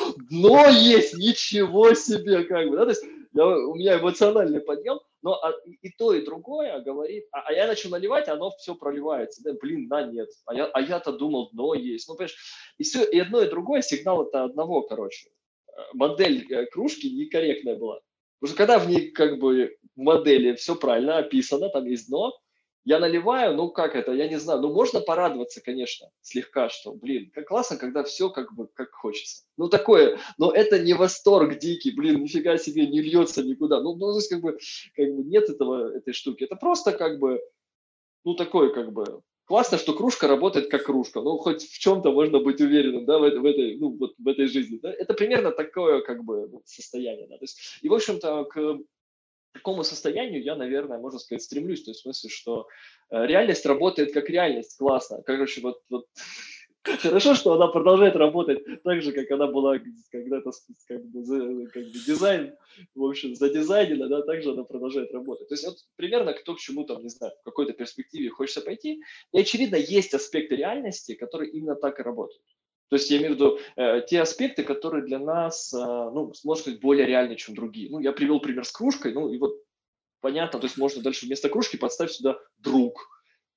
дно есть, ничего себе, как бы, да, то есть я- у меня эмоциональный подъем, но а, и и то, и другое говорит, а, а я начал наливать, оно все проливается, да, блин, дна нет, а, я, а я-то думал, дно есть, ну, понимаешь, и все, и одно, и другое сигнал это одного, короче. Э, модель э, кружки некорректная была. Потому что когда в ней как бы в модели все правильно описано, там есть дно, я наливаю, ну как это, я не знаю, ну можно порадоваться, конечно, слегка, что, блин, как классно, когда все как бы как хочется. Ну такое, но это не восторг дикий, блин, нифига себе, не льется никуда. Ну, ну то есть как бы, как бы нет этого, этой штуки. Это просто как бы ну, такой как бы классно, что кружка работает как кружка. Ну, хоть в чем-то можно быть уверенным, да, в, этой- в этой, ну, вот в этой жизни. Да? Это примерно такое, как бы, ну, состояние, да. То есть, и, в общем-то, к такому состоянию я, наверное, можно сказать, стремлюсь. То есть, в смысле, что э, реальность работает как реальность, классно. Короче, вот, вот хорошо, что она продолжает работать так же, как она была когда-то, с- как бы, за- как бы дизайн, в общем, задизайнена, да, так же она продолжает работать. То есть вот примерно кто к чему там, не знаю, в какой-то перспективе хочется пойти. И очевидно, есть аспекты реальности, которые именно так и работают. То есть я имею в виду э, те аспекты, которые для нас, э, ну, можно сказать, более реальны, чем другие. Ну, я привел пример с кружкой, ну, и вот понятно, то есть можно дальше вместо кружки подставить сюда друг.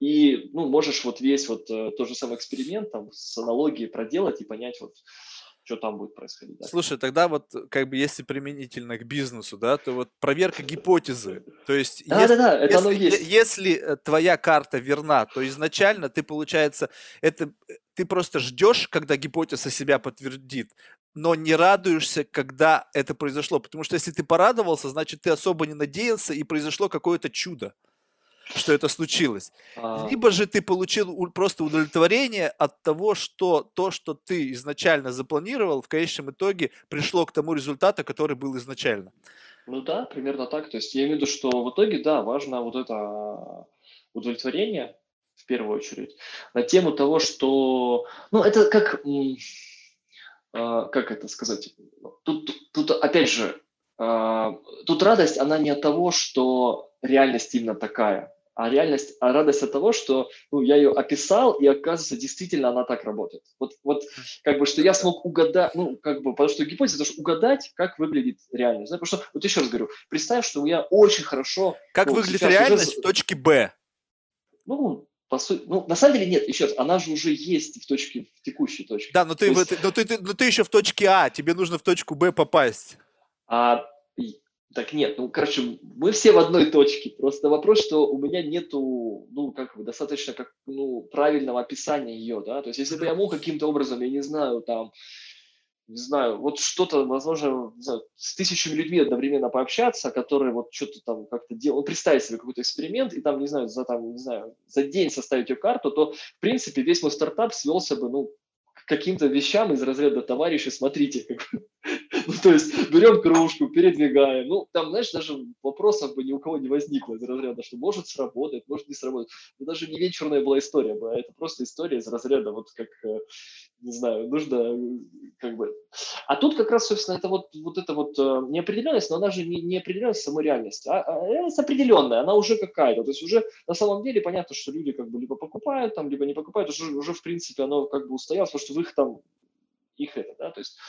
И, ну, можешь вот весь вот э, тот же самый эксперимент там с аналогией проделать и понять вот, что там будет происходить. Да, Слушай, тогда вот э, как бы если применительно к бизнесу, да, то вот проверка гипотезы. То есть да, да, если, да, это оно если, и е- есть. если э, твоя карта верна, то изначально ты, получается, это э, ты просто ждешь, когда гипотеза себя подтвердит, но не радуешься, когда это произошло. Потому что если ты порадовался, значит, ты особо не надеялся, и произошло какое-то чудо, что это случилось. А, Либо же ты получил у- просто удовлетворение от того, что то, что ты изначально запланировал, в конечном итоге пришло к тому результату, который был изначально. ну да, примерно так. То есть я имею в виду, что в итоге, да, важно вот это удовлетворение в первую очередь на тему того, что, ну, это как, м, а, как это сказать, тут, тут опять же, а, тут радость, она не от того, что реальность именно такая, а реальность, а радость от того, что ну, я ее описал, и оказывается, действительно она так работает. Вот, вот Мгм. как бы, что я смог угадать, ну, как бы, потому что гипотеза, это же угадать, как выглядит реальность. Да? Потому что, вот еще раз говорю, представь, что я очень хорошо, Как ну, выглядит сейчас уже, реальность в точке Б? ну, по сути, ну, на самом деле нет, еще раз, она же уже есть в точке, в текущей точке. Да, но То ты, в есть этой- но ты, ты- но ты еще в точке А, тебе нужно в точку Б попасть. А, и так нет, ну, короче, мы все в одной точке. Просто вопрос, что у меня нету, ну, как бы, достаточно, как, ну, правильного описания ее, да. То есть, если бы Мгм. я мог каким-то образом, я не знаю, там, не знаю, вот что-то, возможно, не знаю, с тысячами людьми одновременно пообщаться, которые вот что-то там как-то делают, ну, представить себе какой-то эксперимент и там, не знаю, за там, не знаю, за день составить ее карту, то, в принципе, весь мой стартап свелся бы, ну, к каким-то вещам из разряда товарищи, смотрите, как ну, то есть берем кружку, передвигаем. Ну, там, знаешь, даже вопросов бы ни у кого не возникло из разряда, что может сработать, может не сработать. Это даже не вечерная была история, была, это просто история из разряда, вот как, э, не знаю, нужно э, как бы... А тут как раз, собственно, это вот, вот эта вот э, неопределенность, но она же не, не определенность самой реальности, а, а реальность определенная, она уже какая-то. То есть уже на самом деле понятно, что люди как бы либо покупают там, либо не покупают, уже, уже в принципе оно как бы устоялось, потому что в их там, их это, да, то есть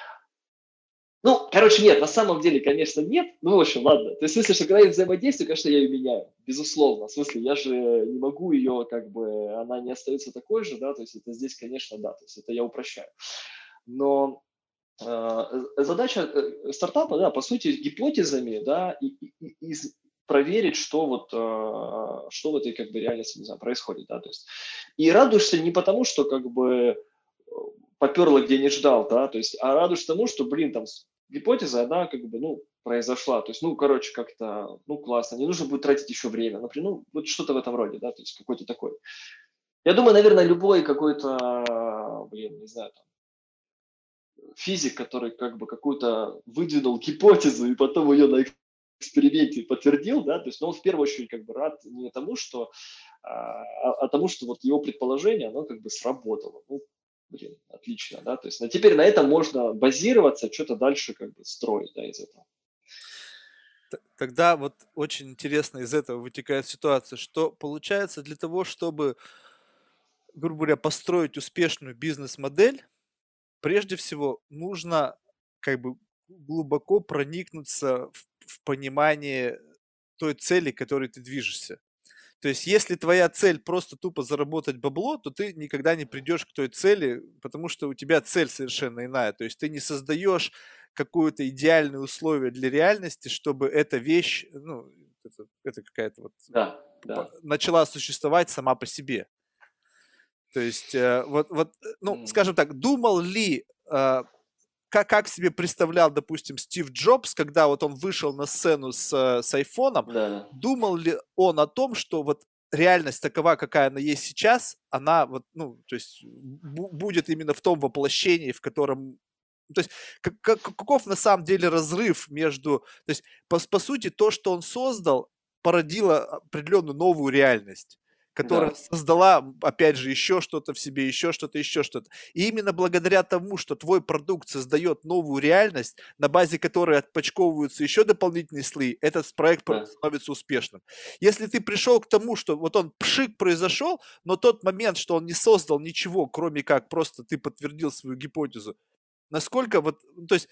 ну, короче, нет, на самом деле, конечно, нет. Ну, в общем, ладно. То есть, в смысле, что когда я взаимодействую, конечно, я ее меняю. Безусловно. В смысле, я же не могу ее, как бы, она не остается такой же, да, то есть это здесь, конечно, да, то есть это я упрощаю. Но э, задача э, стартапа, да, по сути, гипотезами, да, и, и- и- из- проверить, что вот, э, что в этой, как бы, реальности, не знаю, происходит, да, то есть. И радуешься не потому, что, как бы, поперло, где не ждал, да, то есть, а радуешься тому, что, блин, там с- гипотеза, она как бы, ну, произошла, то есть, ну, короче, как-то, ну, классно, не нужно будет тратить еще время, например, ну, вот что-то в этом роде, да, то есть какой-то такой. Я думаю, наверное, любой какой-то, блин, не знаю, там, физик, который как бы какую-то выдвинул гипотезу и потом ее на эксперименте подтвердил, да, то есть, но он в первую очередь как бы рад не тому, что, а, а а тому, что вот его предположение, оно как бы сработало. Ну, блин, отлично, да, то есть, но теперь на этом можно базироваться, что-то дальше как бы строить, да, из этого. Т Тогда вот очень интересно из этого вытекает ситуация, что получается для того, чтобы, грубо говоря, построить успешную бизнес-модель, прежде всего нужно как бы глубоко проникнуться в в понимание той цели, к которой ты движешься. То есть, если твоя цель просто тупо заработать бабло, то ты никогда не придешь к той цели, потому что у тебя цель совершенно иная. То есть ты не создаешь какое-то идеальное условие для реальности, чтобы эта вещь, ну, это, это какая-то вот Да, по- да. начала существовать сама по себе. То есть, э, вот, вот, э, ну, Мгм. скажем так, думал ли, э, как, как себе представлял, допустим, Стив Джобс, когда вот он вышел на сцену с, э, с айфоном, Да, да. думал ли он о том, что вот реальность такова, какая она есть сейчас, она вот, ну, то есть бу- будет именно в том воплощении, в котором, ну, то есть как- как- каков на самом деле разрыв между, то есть по, по сути то, что он создал, породило определенную новую реальность, которая Да, создала, опять же, еще что-то в себе, еще что-то, еще что-то. И именно благодаря тому, что твой продукт создает новую реальность, на базе которой отпочковываются еще дополнительные слои, этот проект про- да. становится успешным. Если ты пришел к тому, что вот он пшик произошел, но тот момент, что он не создал ничего, кроме как просто ты подтвердил свою гипотезу, насколько вот, ну, то есть,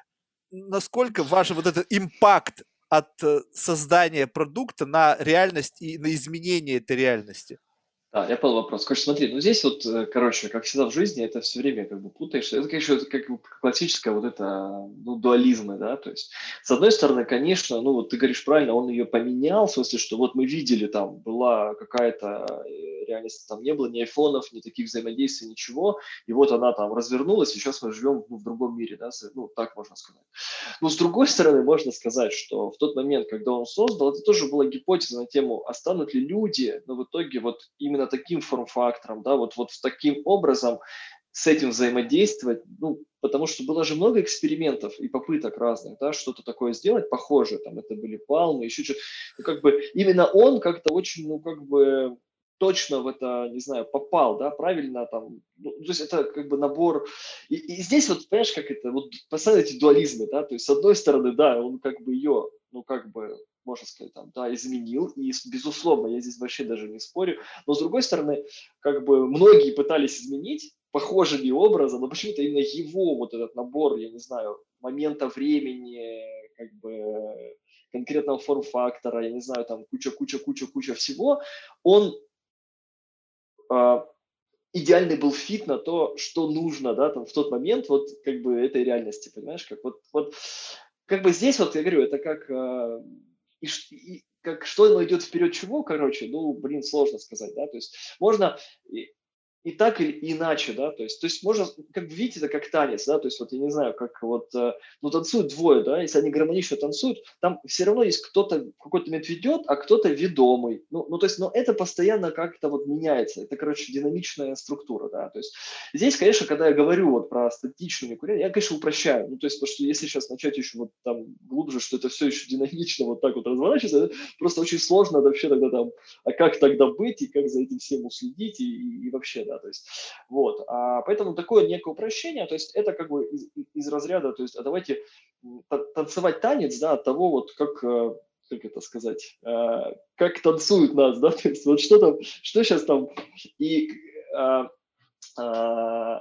насколько важен вот этот импакт от э, создания продукта на реальность и на изменение этой реальности? Да, я понял вопрос. Короче, смотри, ну здесь вот, э, короче, как всегда в жизни, это все время как бы путаешься. Это, конечно, это как бы классическая вот это, ну, дуализмы, да, то есть, с одной стороны, конечно, ну, вот ты говоришь правильно, он ее поменял, в смысле, что вот мы видели, там, была какая-то э, реальность, там не было ни айфонов, ни таких взаимодействий, ничего, и вот она там развернулась, и сейчас мы живем ну, в другом мире, да, с- ну, так можно сказать. Но с другой стороны, можно сказать, что в тот момент, когда он создал, это тоже была гипотеза на тему, а станут ли люди, но в итоге вот именно таким форм-фактором, да, вот, вот таким образом с этим взаимодействовать, ну, потому что было же много экспериментов и попыток разных, да, что-то такое сделать похожее, там, это были палмы, еще что-то, ну, как бы именно он как-то очень, ну, как бы точно в это, не знаю, попал, да, правильно там, ну, то есть это как бы набор и, и здесь вот, понимаешь, как это, вот постоянно эти дуализмы, да, то есть с одной стороны, да, он как бы ее, ну, как бы, можно сказать, там, да, изменил, и, с- безусловно, я здесь вообще даже не спорю, но с другой стороны, как бы многие пытались изменить похожими образом, но почему-то именно его вот этот набор, я не знаю, момента времени, как бы конкретного форм-фактора, я не знаю, там куча-куча-куча-куча всего, он а, идеальный был фит на то, что нужно, да, там в тот момент вот как бы этой реальности, понимаешь, как вот, вот как бы здесь вот я говорю, это как э, и, ш- и как что оно идет вперед чего, короче, ну, блин, сложно сказать, да, то есть можно и, и так или иначе, да, то есть, то есть можно, как бы видите, это как танец, да, то есть вот я не знаю, как вот, э, ну, танцуют двое, да, если они гармонично танцуют, там все равно есть кто-то в какой-то момент ведет, а кто-то ведомый, ну, ну, то есть, но это постоянно как-то вот меняется, это, короче, динамичная структура, да, то есть здесь, конечно, когда я говорю вот про статичную курение, я, конечно, упрощаю, ну, то есть, потому что если сейчас начать еще вот там глубже, что это все еще динамично вот так вот разворачивается, это просто очень сложно вообще тогда там а как тогда быть и как за этим всем уследить и, и, и вообще, да, то есть, вот, а, поэтому такое некое упрощение, то есть это как бы из, из разряда, то есть, а давайте танцевать танец, да, от того вот, как, э, как это сказать, э, как танцуют нас, да, то есть вот что там, что сейчас там, и э, э,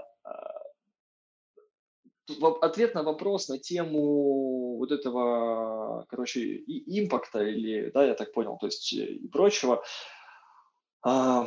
ответ на вопрос на тему вот этого, короче, и импакта или, да, я так понял, то есть э, и прочего, а,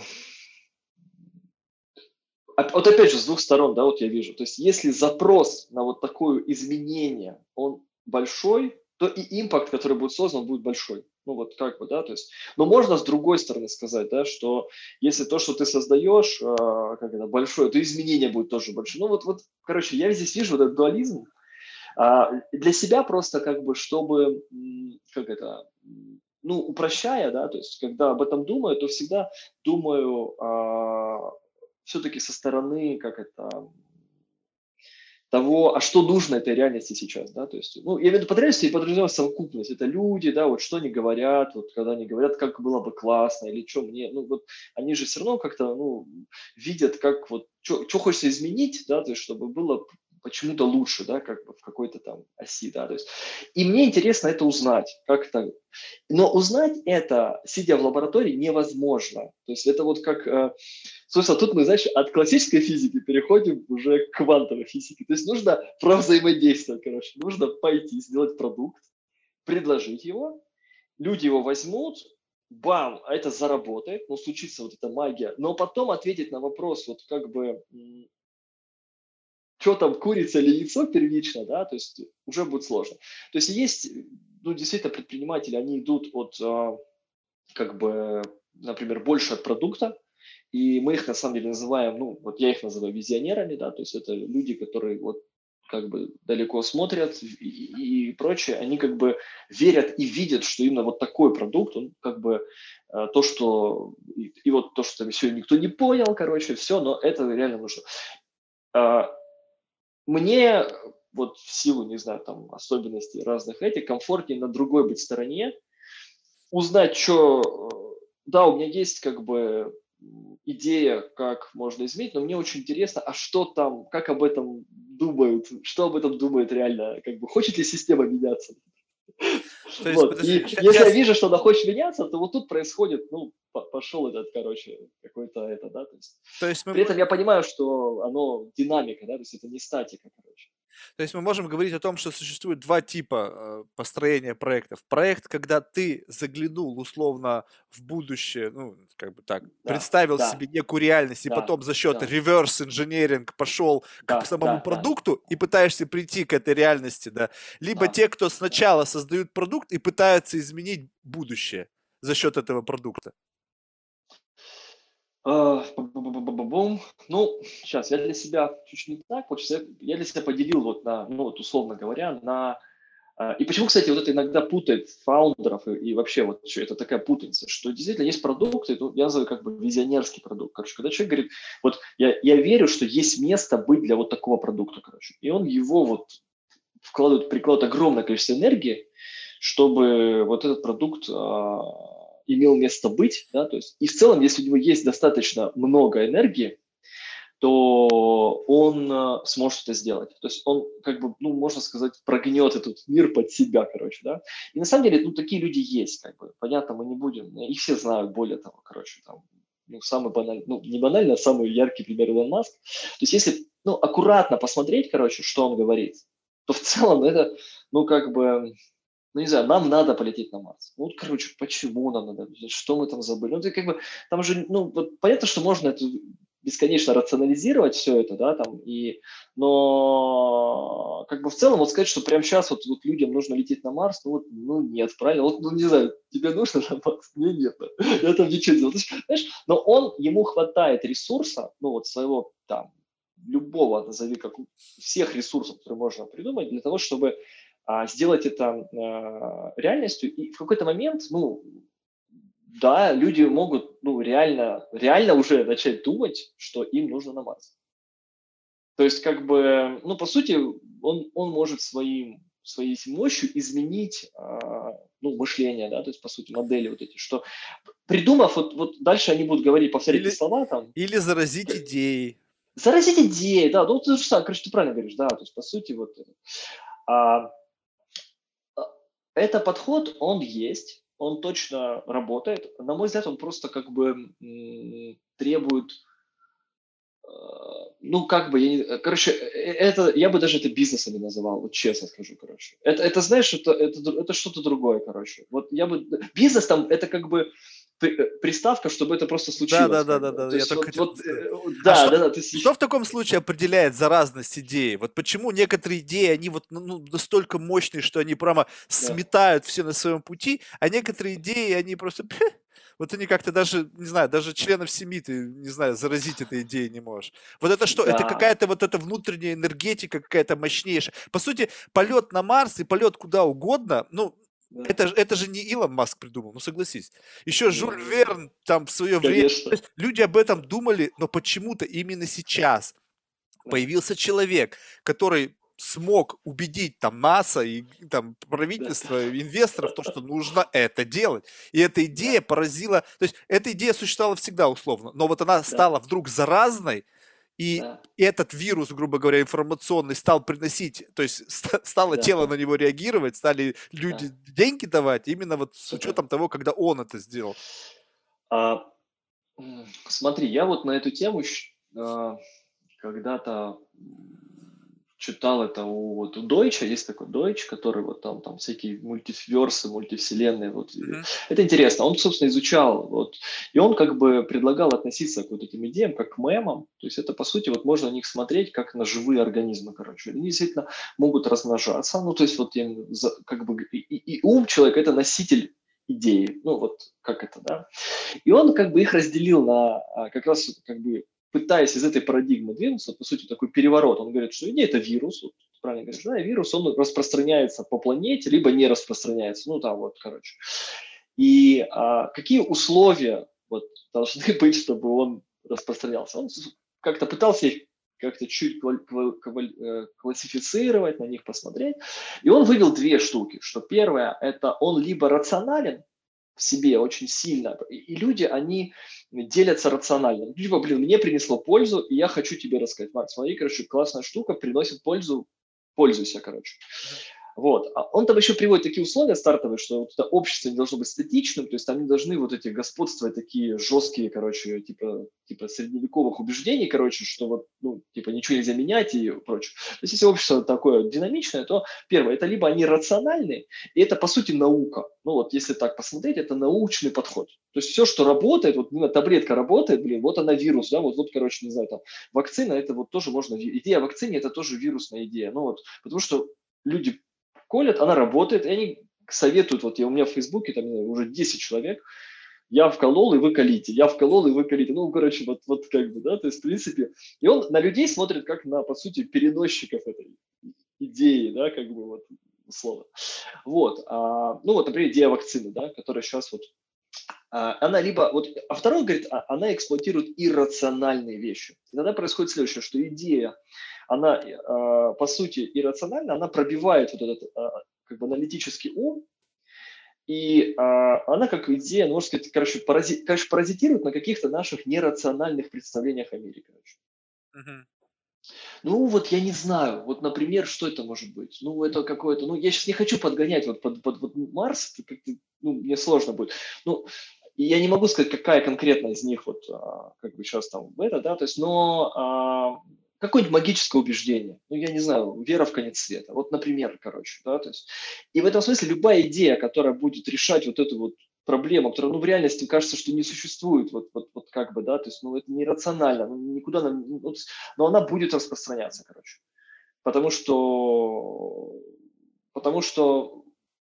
Оп вот опять же, с двух сторон, да, вот я вижу. То есть если запрос на вот такое изменение, он большой, то и импакт, который будет создан, он будет большой. Ну вот как бы, да, то есть. Но можно с другой стороны сказать, да, что если то, что ты создаешь, а, как это, большое, то изменение будет тоже большое. Ну вот, вот, короче, я здесь вижу вот этот дуализм. А, для себя просто как бы, чтобы, м, как это, м, ну, упрощая, да, то есть когда об этом думаю, то всегда думаю, а, все-таки со стороны, как это, того, а что нужно этой реальности сейчас, да, то есть, ну, я имею в виду под реальностью, я подразумеваю совокупность, это люди, да, вот что они говорят, вот когда они говорят, как было бы классно, или что мне, ну, вот они же все равно как-то, ну, видят, как вот, что хочется изменить, да, то есть, чтобы было почему-то лучше, да, как бы в какой-то там оси, да, то есть, и мне интересно это узнать, как это, но узнать это, сидя в лаборатории, невозможно, то есть, это вот как... э, Собственно, тут мы, знаешь, от классической физики переходим уже к квантовой физике. То есть нужно провзаимодействовать, короче. Нужно пойти, сделать продукт, предложить его, люди его возьмут, бам, а это заработает, ну, случится вот эта магия. Но потом ответить на вопрос, вот как бы, что там, курица или яйцо первично, да, то есть уже будет сложно. То есть есть, ну, действительно, предприниматели, они идут от, а, как бы, например, больше от продукта, и мы их на самом деле называем, ну, вот я их называю визионерами, да, то есть это люди, которые вот как бы далеко смотрят и, и, и прочее, они как бы верят и видят, что именно вот такой продукт, он как бы э, то, что, и, и вот то, что там еще никто не понял, короче, все, но это реально нужно. А, мне вот в силу, не знаю, там особенностей разных этих, комфортнее на другой быть стороне, узнать, что, да, у меня есть как бы идея, как можно изменить, но мне очень интересно, а что там, как об этом думают, что об этом думает реально, как бы, хочет ли система меняться. То есть, Вот, подожди, и если я сейчас, вижу, что она хочет меняться, то вот тут происходит, ну, пошел этот, короче, какой-то это, да, то есть, то есть мы, при этом я понимаю, что оно динамика, да, то есть это не статика, короче. То есть мы можем говорить о том, что существует два типа э, построения проектов. Проект, когда ты заглянул условно в будущее, ну, как бы так, Да, представил да, себе некую реальность, и да, потом за счет да, reverse engineering пошел к да, самому да, да, продукту и пытаешься прийти к этой реальности, да. Либо да. те, кто Да. сначала создают продукт и пытаются изменить будущее за счет этого продукта. А, бум-бум-бум-бум-бум. Ну, сейчас я для себя чуть не так. Вот щас я, я для себя поделил вот на, ну вот условно говоря, на... а, И почему, кстати, вот это иногда путает фаундеров и, и вообще вот что это такая путаница, что действительно есть продукты, ну, я называю как бы визионерский продукт. Короче, когда человек говорит, вот я, я верю, что есть место быть для вот такого продукта, короче. И он его вот вкладывает, прикладывает огромное количество энергии, чтобы вот этот продукт а, имел место быть, да, то есть и в целом, если у него есть достаточно много энергии, то он а, сможет это сделать. То есть он, как бы, ну, можно сказать, прогнет этот мир под себя, короче, да. И на самом деле, ну, такие люди есть, как бы, понятно, мы не будем, их все знают, более того, короче, там, ну, самый банальный, ну, не банальный, а самый яркий пример Илон Маск. То есть если, ну, аккуратно посмотреть, короче, что он говорит, то в целом это, ну, как бы, ну, не знаю, нам надо полететь на Марс. Ну, вот, короче, почему нам надо? Что мы там забыли? Ну, ты как бы, там же, ну, вот понятно, что можно это бесконечно рационализировать все это, да, там, и, но как бы в целом вот сказать, что прямо сейчас вот, вот людям нужно лететь на Марс, ну, вот, ну, нет, правильно, вот, ну, не знаю, тебе нужно на Марс? Мне нет, я там ничего не делаю. То есть, знаешь, но он, ему хватает ресурса, ну, вот своего там, любого, назови, как всех ресурсов, которые можно придумать, для того, чтобы а, сделать это а, реальностью. И в какой-то момент, ну, да, люди могут, ну, реально, реально уже начать думать, что им нужно на Марс. То есть, как бы, ну, по сути, он, он может своим, своей мощью изменить, а, ну, мышление, да, то есть, по сути, модели вот эти, что придумав, вот, вот дальше они будут говорить, повторять эти Или, слова, там, или заразить идеей. заразить идеи, да, ну, ты же сам, короче, ты правильно говоришь, да, то есть, по сути, вот, а, а, это подход, он есть, он точно работает. На мой взгляд, он просто как бы м, требует, э, ну, как бы, я не- э, короче, э, э, это, я бы даже это бизнесом не называл, вот честно скажу, короче. Это, это знаешь, это, это, дру- это что-то другое, короче. Вот я бы... Бизнес там, это как бы при- э, приставка, чтобы это просто Да, да, случилось, да, как да, бы. да, То я есть только вот, хотел вот, сказать. э, э, А да, что, да, да, то что в есть, таком случае определяет заразность идеи? Вот почему некоторые идеи, они вот ну, ну, настолько мощные, что они прямо да, сметают все на своем пути, а некоторые идеи, они просто... Вот они как-то даже, не знаю, даже членов семьи ты, не знаю, заразить этой идеей не можешь. Вот это что? Это да, какая-то вот эта внутренняя энергетика какая-то мощнейшая. По сути, полет на Марс и полет куда угодно, ну, да, это, ж- это же не Илон Маск придумал, ну согласись. Еще Жюль не-не-не, Верн там в свое время конечно, люди об этом думали, но почему-то именно сейчас да, Появился человек, который смог убедить там НАСА и там да, правительство, инвесторов, то, что нужно это делать. И эта идея да, поразила, то есть эта идея существовала всегда условно, но вот она да, стала вдруг заразной, и да, этот вирус, грубо говоря, информационный стал приносить, то есть ста- стало да, тело на него реагировать, стали люди да, деньги давать, именно вот с супер. учетом того, когда он это сделал. А, м, смотри, я вот на эту тему щ- а, когда-то м, читал это у, вот, у Дойча, есть такой Дойч, который вот там, там всякие мультиверсы, мультивселенные, вот, и Мгм. это интересно, он, собственно, изучал, вот, и он как бы предлагал относиться к вот этим идеям как к мемам, то есть это, по сути, вот можно на них смотреть как на живые организмы, короче, они действительно могут размножаться, ну, то есть вот им за- как бы и, и- и ум человека– это носитель идеи, ну, вот как это, да, и он как бы их разделил на а, как раз как бы пытаясь из этой парадигмы двинуться, по сути, такой переворот. Он говорит, что идея– это вирус, вот, правильно говоришь, да, вирус, он распространяется по планете, либо не распространяется, ну, там вот, короче. И а, какие условия вот, должны быть, чтобы он распространялся? Он как-то пытался их как-то чуть кваль- кваль- кваль- э, классифицировать, на них посмотреть. И он вывел две штуки, что первое– это он либо рационален, в себе очень сильно. И, и люди, они делятся рационально. Либо, блин, мне принесло пользу, и я хочу тебе рассказать. Макс, смотри, короче, классная штука, приносит пользу, пользуйся, короче. Мгм. Вот. А он там еще приводит такие условия стартовые, что вот это общество не должно быть статичным, то есть там не должны вот эти господствовать такие жесткие, короче, типа, типа средневековых убеждений, короче, что вот, ну, типа ничего нельзя менять и прочее. То есть если общество такое динамичное, то первое, это либо они рациональные, и это, по сути, наука. Ну вот, если так посмотреть, это научный подход. То есть все, что работает, вот ну, таблетка работает, блин, вот она вирус, да, вот, вот, короче, не знаю, там, вакцина, это вот тоже можно, идея о вакцине, это тоже вирусная идея. Ну вот, потому что люди колят, она работает, и они советуют, вот я, у меня в Фейсбуке там уже десять человек, я вколол, и вы колите, я вколол, и вы колите. Ну, короче, вот, вот как бы, да, то есть, в принципе, и он на людей смотрит как на, по сути, переносчиков этой идеи, да, как бы вот условно. Вот, а, ну вот, например, идея вакцины, да, которая сейчас вот, а, она либо, вот, а второй говорит, а, она эксплуатирует иррациональные вещи. И тогда происходит следующее, что идея, она, а, по сути, иррациональна, она пробивает вот этот, а, как бы аналитический ум, и а, она как идея, ну, можно сказать, короче, парази, короче, паразитирует на каких-то наших нерациональных представлениях о мире, короче. Мгм. Ну, вот я не знаю. Вот, например, что это может быть? Ну, это какое-то... Ну, я сейчас не хочу подгонять вот под, под, под Марс, это как-то, ну, мне сложно будет. Ну, и я не могу сказать, какая конкретно из них вот а, как бы сейчас там это, да, то есть, но а, какое-нибудь магическое убеждение. Ну, я не знаю, вера в конец света. Вот, например, короче, да, то есть. И в этом смысле любая идея, которая будет решать вот эту вот проблему, которая, ну, в реальности кажется, что не существует, вот, вот, вот как бы, да, то есть, ну, это нерационально, ну, никуда нам, ну, вот, но она будет распространяться, короче. Потому что, потому что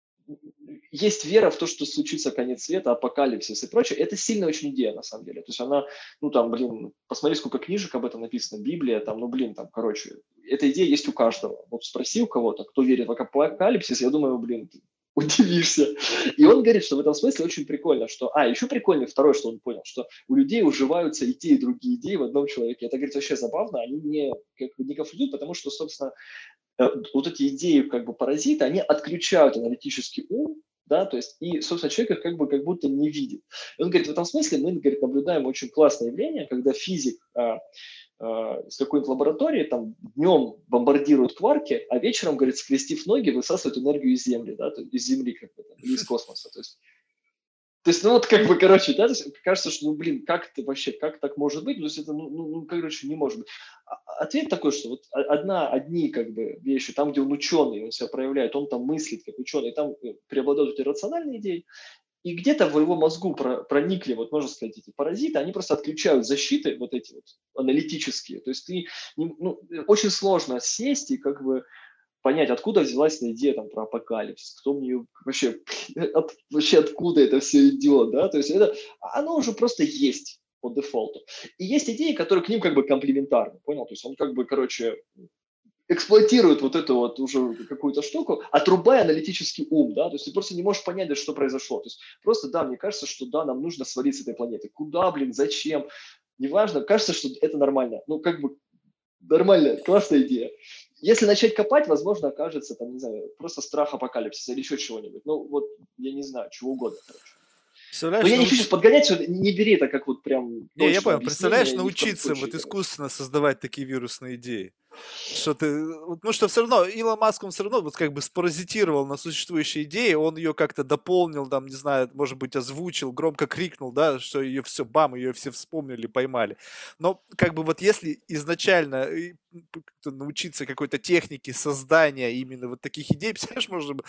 есть вера в то, что случится конец света, апокалипсис и прочее. Это сильная очень идея, на самом деле. То есть она, ну там, блин, посмотри, сколько книжек об этом написано, Библия, там, ну, блин, там, короче, эта идея есть у каждого. Вот спроси у кого-то, кто верит в апокалипсис, я думаю, блин, ты удивишься. И он говорит, что в этом смысле очень прикольно, что... А, еще прикольно второе, что он понял, что у людей уживаются и те, и другие идеи в одном человеке. Это, говорит, вообще забавно, они не, как бы, не конфликтуют, потому что, собственно, э, вот эти идеи как бы паразиты, они отключают аналитический ум, да, то есть, и, собственно, человек их как бы как будто не видит. И он говорит, в этом смысле мы, говорит, наблюдаем очень классное явление, когда физик а, а, с какой-нибудь лаборатории там днем бомбардирует кварки, а вечером, говорит, скрестив ноги, высасывает энергию из Земли, да, то есть из Земли как бы там, или из космоса. То есть то есть, ну вот как бы, короче, да, то есть кажется, что, ну, блин, как это вообще, как так может быть? Ну, то есть это, ну, ну, ну, короче, не может быть. А- Ответ такой, что вот о- одна, одни как бы вещи, там, где он ученый, он себя проявляет, он там мыслит как ученый, там э, преобладают эти рациональные идеи, и где-то в его мозгу про- проникли, вот можно сказать, эти паразиты, они просто отключают защиты вот эти вот аналитические. То есть ты, не- ну, э, очень сложно сесть и как бы понять, откуда взялась эта идея там про апокалипсис, кто мне ее вообще, от, вообще откуда это все идет, да, то есть это, оно уже просто есть по дефолту. И есть идеи, которые к ним как бы комплементарны, понял, то есть он как бы, короче, эксплуатирует вот эту вот уже какую-то штуку, отрубая аналитический ум, да, то есть ты просто не можешь понять, да, что произошло, то есть просто, да, мне кажется, что, да, нам нужно свалить с этой планеты, куда, блин, зачем, неважно, кажется, что это нормально, ну, как бы Нормально, классная идея. Если начать копать, возможно, окажется, там, не знаю, просто страх апокалипсиса или еще чего-нибудь. Ну, вот, я не знаю, чего угодно, короче. Но Представляешь, я не хочу науч... сейчас подгонять, всё, не бери это как вот прям Не, я точное понял. Представляешь, объяснение, ни в коем научиться случае, вот короче. искусственно создавать такие вирусные идеи. Что ты, вот, ну, что все равно Илон Маск, он все равно вот как бы спаразитировал на существующей идее, он ее как-то дополнил, там, не знаю, может быть, озвучил, громко крикнул, да, что ее все, бам, ее все вспомнили, поймали. Но как бы вот если изначально и, м, п- как-то научиться какой-то технике создания именно вот таких идей, представляешь, можно бы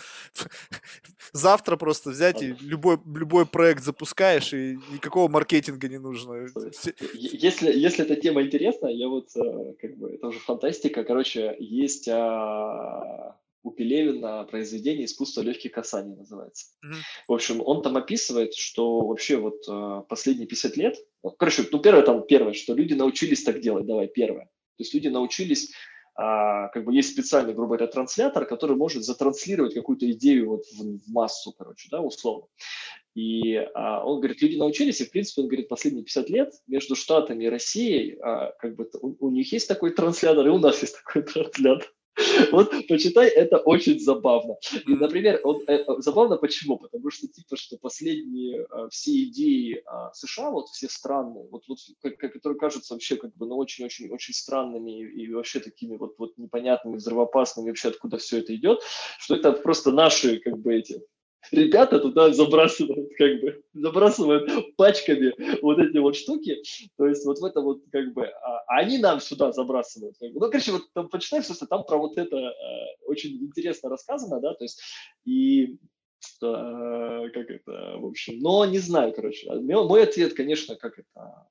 завтра просто взять и Ладно. любой, любой проект запускаешь, и никакого маркетинга не нужно. Слушай, Все- е- Если, если эта тема интересна, я вот, э, как бы, это уже фантастика, короче, есть а, у Пелевина произведение «Искусство легких касаний» называется. Мгм. В общем, он там описывает, что вообще вот а, последние пятьдесят лет, ну, короче, ну, первое там, первое, что люди научились так делать, давай, первое. То есть люди научились, а, как бы есть специальный, грубо говоря, транслятор, который может затранслировать какую-то идею вот в, в массу, короче, да, условно. И а, он говорит, люди научились, и, в принципе, он говорит, последние пятьдесят лет между Штатами и Россией, а, как бы т- у, у них есть такой транслятор, и у нас есть такой транслятор. Вот, почитай, это очень забавно. И, Мгм. например, он, э, э, забавно почему? Потому что, типа, что последние а, все идеи а, США, вот все странные, вот, вот как- как- которые кажутся вообще как бы, ну, очень-очень-очень странными и, и вообще такими вот, вот непонятными, взрывоопасными, вообще откуда все это идет, что это просто наши, как бы, эти ребята туда забрасывают, как бы, забрасывают пачками вот эти вот штуки, то есть вот в это вот, как бы, а, а они нам сюда забрасывают. Как бы. Ну, короче, вот там почитай, что там про вот это э, очень интересно рассказано, да, то есть, и э, как это, в общем, но не знаю, короче. А Мой мой ответ, конечно, как это,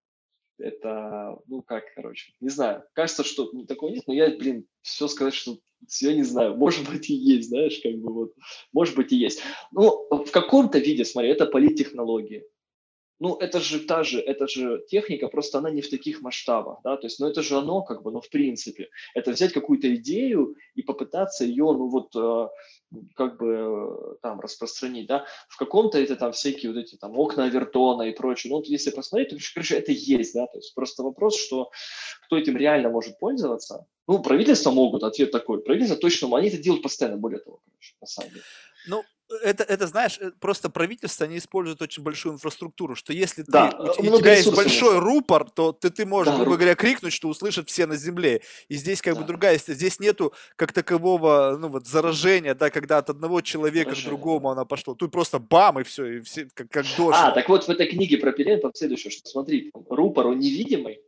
это, ну как, короче, не знаю. Кажется, что ну, такого нет, но я, блин, все сказать, что я не знаю, может быть и есть, знаешь, как бы вот, может быть и есть. Ну, в каком-то виде, смотри, это политтехнологии. Ну, это же та же, это же техника, просто она не в таких масштабах, да, то есть, ну, это же оно, как бы, ну, в принципе, это взять какую-то идею и попытаться ее, ну, вот, э, как бы, э, там, распространить, да, в каком-то это там всякие вот эти там окна Авертона и прочее, ну, вот если посмотреть, то, короче, это есть, да, то есть, просто вопрос, что кто этим реально может пользоваться, ну, правительства могут, ответ такой, правительство точно, они это делают постоянно, более того, короче, на самом деле. Ну, это, это, знаешь, э, просто правительство, они используют очень большую инфраструктуру, что если ты, Да, у, э, те- у много тебя есть ресурсов большой нужно. рупор, то ты, ты можешь, Да, грубо ру- говоря, крикнуть, что услышат все на земле. И здесь как бы да, другая, история. Здесь нету как такового, ну вот, заражения, да, когда от одного человека к заражение, да. другому она пошло. Тут просто бам, и все, и все как, как дождь. А, так вот в этой книге про Пелевина там следующее, что смотри, рупор, он невидимый,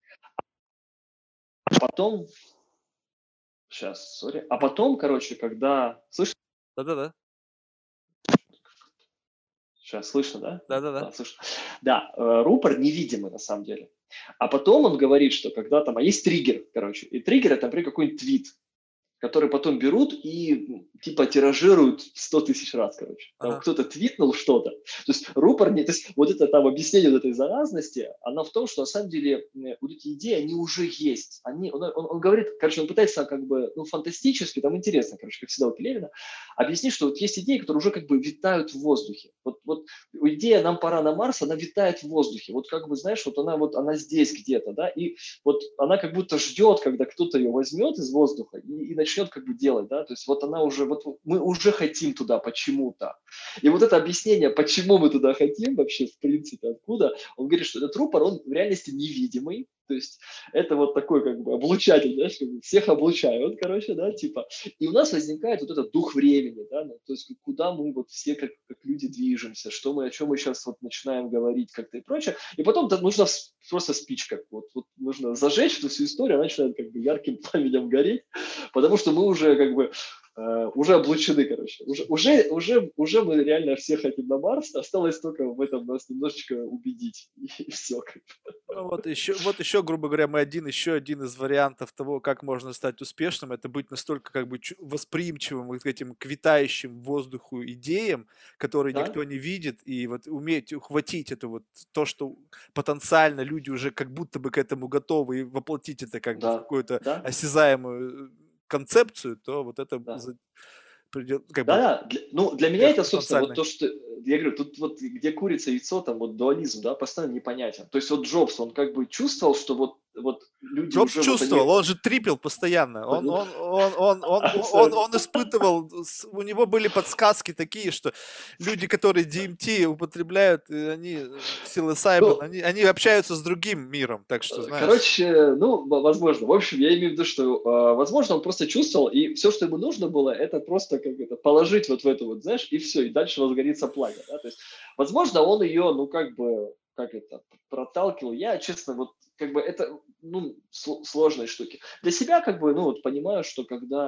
а потом, сейчас, сори, а потом, короче, когда, слышно, Да-да-да, сейчас слышно, да? да-да-да. Да, слышно. Да, э, рупор невидимый на самом деле. А потом он говорит, что когда там, а есть триггер, короче, и триггер это, например, какой-нибудь твит, которые потом берут и м, типа тиражируют сто тысяч раз, короче. Там Ага. кто-то твитнул что-то. То есть рупор, не, то есть вот это там объяснение вот этой заразности, оно в том, что на самом деле э, вот эти идеи, они уже есть. Они, он, он, он говорит, короче, он пытается как бы, ну, фантастически, там интересно, короче, как всегда у Пелевина, объяснить, что вот есть идеи, которые уже как бы витают в воздухе. Вот, вот идея «нам пора на Марс», она витает в воздухе. Вот как бы, знаешь, вот она вот, она здесь где-то, да, и вот она как будто ждет, когда кто-то ее возьмет из воздуха и, и начнет как бы делать, да, то есть вот она уже, вот мы уже хотим туда почему-то. И вот это объяснение, почему мы туда хотим вообще, в принципе, откуда, он говорит, что этот рупор, он в реальности невидимый, то есть это вот такой как бы облучатель, да, что всех облучают, короче, да, типа, и у нас возникает вот этот дух времени, да, ну, то есть куда мы вот все как, как люди движемся, что мы, о чем мы сейчас вот начинаем говорить как-то и прочее, и потом да, нужно просто спичка, вот, вот нужно зажечь эту всю историю, она начинает как бы ярким пламенем гореть, потому что мы уже как бы э, уже облучены, короче, уже, уже, уже, уже мы реально все хотим на Марс, осталось только в этом нас немножечко убедить, и, и все. Как бы. Ну вот еще, вот еще, грубо говоря, мы один, еще один из вариантов того, как можно стать успешным, это быть настолько как бы чу- восприимчивым вот к этим к витающим в воздуху идеям, которые Да, никто не видит, и вот уметь ухватить это вот то, что потенциально люди уже как будто бы к этому готовы, и воплотить это как бы в да, какую-то да, осязаемую э, концепцию, то вот это да. за- придет как бы Да-да, для, ну, для меня успех это, собственно, вот потенциальный. то, что, э, я говорю, тут вот где курица, яйцо, там вот дуализм, да, постоянно непонятен. То есть вот Джобс, он как бы чувствовал, что вот вот люди Джобс уже вот чувствовал, они... он же трипел постоянно. Он, он, он, он, он, он, Абсолютно. он испытывал, с- у него были подсказки такие, что люди, которые ди эм ти употребляют, и они, э, псилоцибин, Ну, они, они общаются с другим миром, так что, знаешь. короче, ну, в- возможно. В общем, я имею в виду, что, э, возможно, он просто чувствовал, и все, что ему нужно было, это просто как это положить вот в эту вот, знаешь, и все, и дальше возгорится пламя, да, то есть, возможно, он ее, ну, как бы, как это, проталкивал. Я, честно, вот, как бы, это, ну, сл- сложные штуки. Для себя, как бы, ну, вот понимаю, что когда,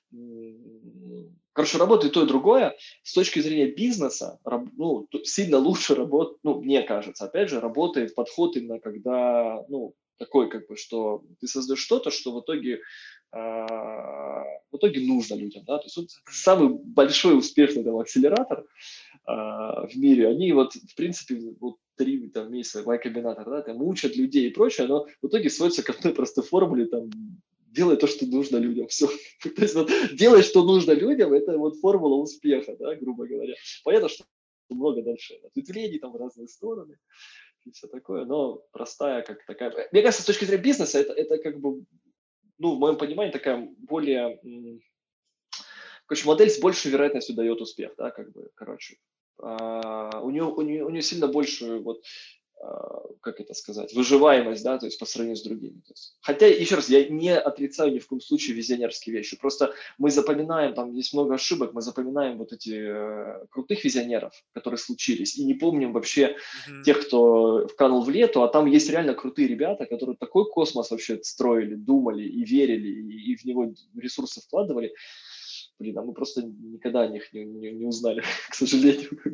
м, короче, работает то и другое, с точки зрения бизнеса, раб- ну, т- сильно лучше работает, ну, мне кажется, опять же, работает подход именно когда, ну, такой, как бы, что ты создаешь что-то, что в итоге, а, в итоге нужно людям, да, то есть вот Мгм. самый большой успешный там акселератор а, в мире, они вот, в принципе, вот три там месяца, Y-комбинатор, да, там учат людей и прочее, но в итоге сводится к одной простой формуле, там, делай то, что нужно людям, все. То есть вот делай, что нужно людям, это вот формула успеха, да, грубо говоря. Понятно, что много дальше ответвлений там в разные стороны и все такое, но простая как такая. Мне кажется, с точки зрения бизнеса, это, это как бы, ну, в моем понимании, такая более, м, короче, модель с большей вероятностью дает успех, да, как бы, короче. А, у нее, у нее, у нее сильно большую, вот, а, как это сказать, выживаемость, да, то есть по сравнению с другими. То есть, хотя, еще раз, я не отрицаю ни в коем случае визионерские вещи, просто мы запоминаем, там есть много ошибок, мы запоминаем вот эти э, крутых визионеров, которые случились, и не помним вообще Мгм. тех, кто вканул в лету, а там есть реально крутые ребята, которые такой космос вообще строили, думали и верили, и, и в него ресурсы вкладывали. Блин, а мы просто никогда о них не, не, не узнали, к сожалению. Как бы.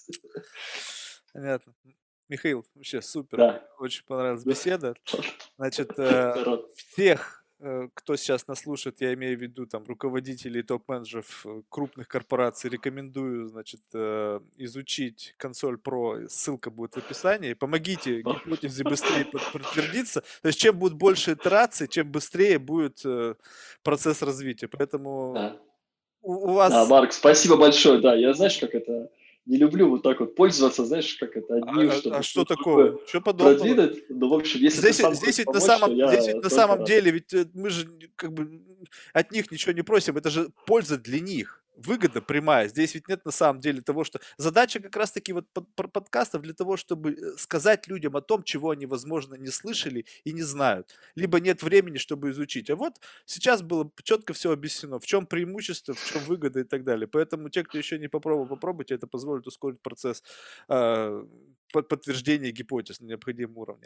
Понятно. М, Михаил, вообще супер. Да, Очень понравилась да. беседа. Значит, э, Народ. всех, э, кто сейчас нас слушает, я имею в виду там руководителей, топ-менеджеров э, крупных корпораций, рекомендую, значит, э, изучить консоль Pro. Ссылка будет в описании. Помогите гипотезе быстрее под- подтвердиться. То есть, чем будет больше итераций, чем быстрее будет э, процесс развития. Поэтому Да. у, у Да, вас... Марк, спасибо большое. Да, я, знаешь, как это, не люблю вот так вот пользоваться, знаешь, как это, А, одним, а- а чтобы что что-то такого? другое Ничего подобного. продвинуть. Но, в общем, если ты Здесь, сам здесь хочешь ведь на помочь, то самом, здесь ведь я на только самом рад. деле, ведь э, мы же н- как бы м, от них ничего не просим, это же польза для них, выгода прямая. Здесь ведь нет на самом деле того, что задача как раз-таки вот под- под- подкастов для того, чтобы э, сказать людям о том, чего они, возможно, не слышали и не знают, либо нет времени, чтобы изучить. А вот сейчас было четко все объяснено, в чем преимущество, в чем выгода и так далее. Поэтому те, кто еще не попробовал, попробуйте, это позволит ускорить процесс э, под- подтверждения гипотез на необходимом уровне.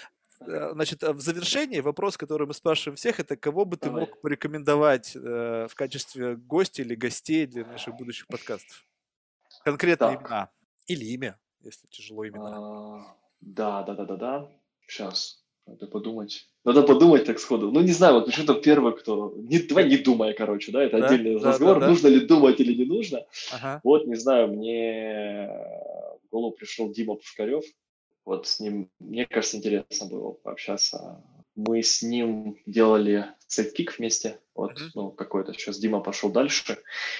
Э, Значит, а в завершении вопрос, который мы спрашиваем всех, это кого бы ты Давай. мог порекомендовать э, в качестве гостя или гостей для наших будущих подкастов? Конкретные Так. имена. Или имя, если тяжело имена. а, Да, да, да, да, да. Сейчас. Надо подумать. Надо подумать так сходу. Ну, не знаю, вот почему-то первый, кто... Не, давай Э, не думая, короче, да, это Да, отдельный да, да, разговор, да. нужно ли думать или не нужно. Ага. Вот, не знаю, мне в голову пришел Дима Пушкарев. Вот с ним, мне кажется, интересно было пообщаться. Мы с ним делали сайдкик вместе. Вот, Мгм. ну, какой-то сейчас Дима пошел дальше.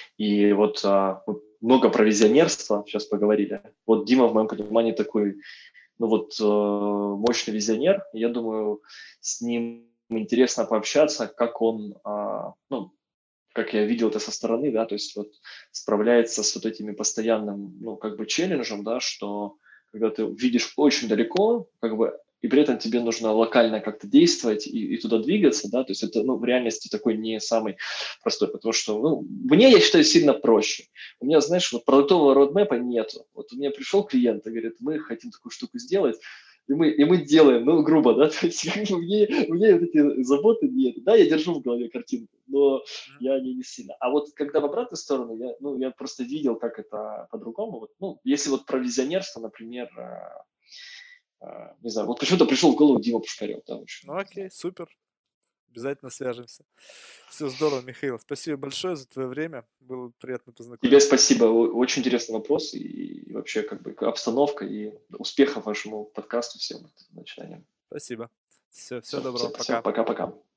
И вот а, мы много про визионерство сейчас поговорили. Вот Дима, в моем понимании, такой, ну вот, э, мощный визионер. Я думаю, с ним интересно пообщаться, как он, а, ну, как я видел это со стороны, да, то есть вот справляется с вот этими постоянным, ну, как бы челленджем, да, что когда ты видишь очень далеко, как бы, и при этом тебе нужно локально как-то действовать и, и туда двигаться, да, то есть это, ну, в реальности такой не самый простой, потому что, ну, мне, я считаю, сильно проще. У меня, знаешь, вот продуктового родмэпа нету. Вот у меня пришел клиент и говорит, мы хотим такую штуку сделать, и мы, и мы делаем, ну, грубо, да, то есть как бы мне, мне вот эти заботы нет. Да, я держу в голове картинку, но Мгм. я не, не сильно. А вот когда в обратную сторону, я, ну, я просто видел, как это по-другому. Вот, ну, если вот про визионерство, например, а, а, не знаю, вот почему-то пришел в голову Дима Пушкарев, да, в общем, Ну не знаю. окей, супер. Обязательно свяжемся. Все здорово, Михаил. Спасибо большое за твое время. Было приятно Тебе познакомиться. спасибо, о- очень интересный вопрос и, и вообще как бы обстановка и успехов вашему подкасту всем вот, начинаниям. Спасибо. Все, всего Все, доброго. все, все, Пока. пока-пока.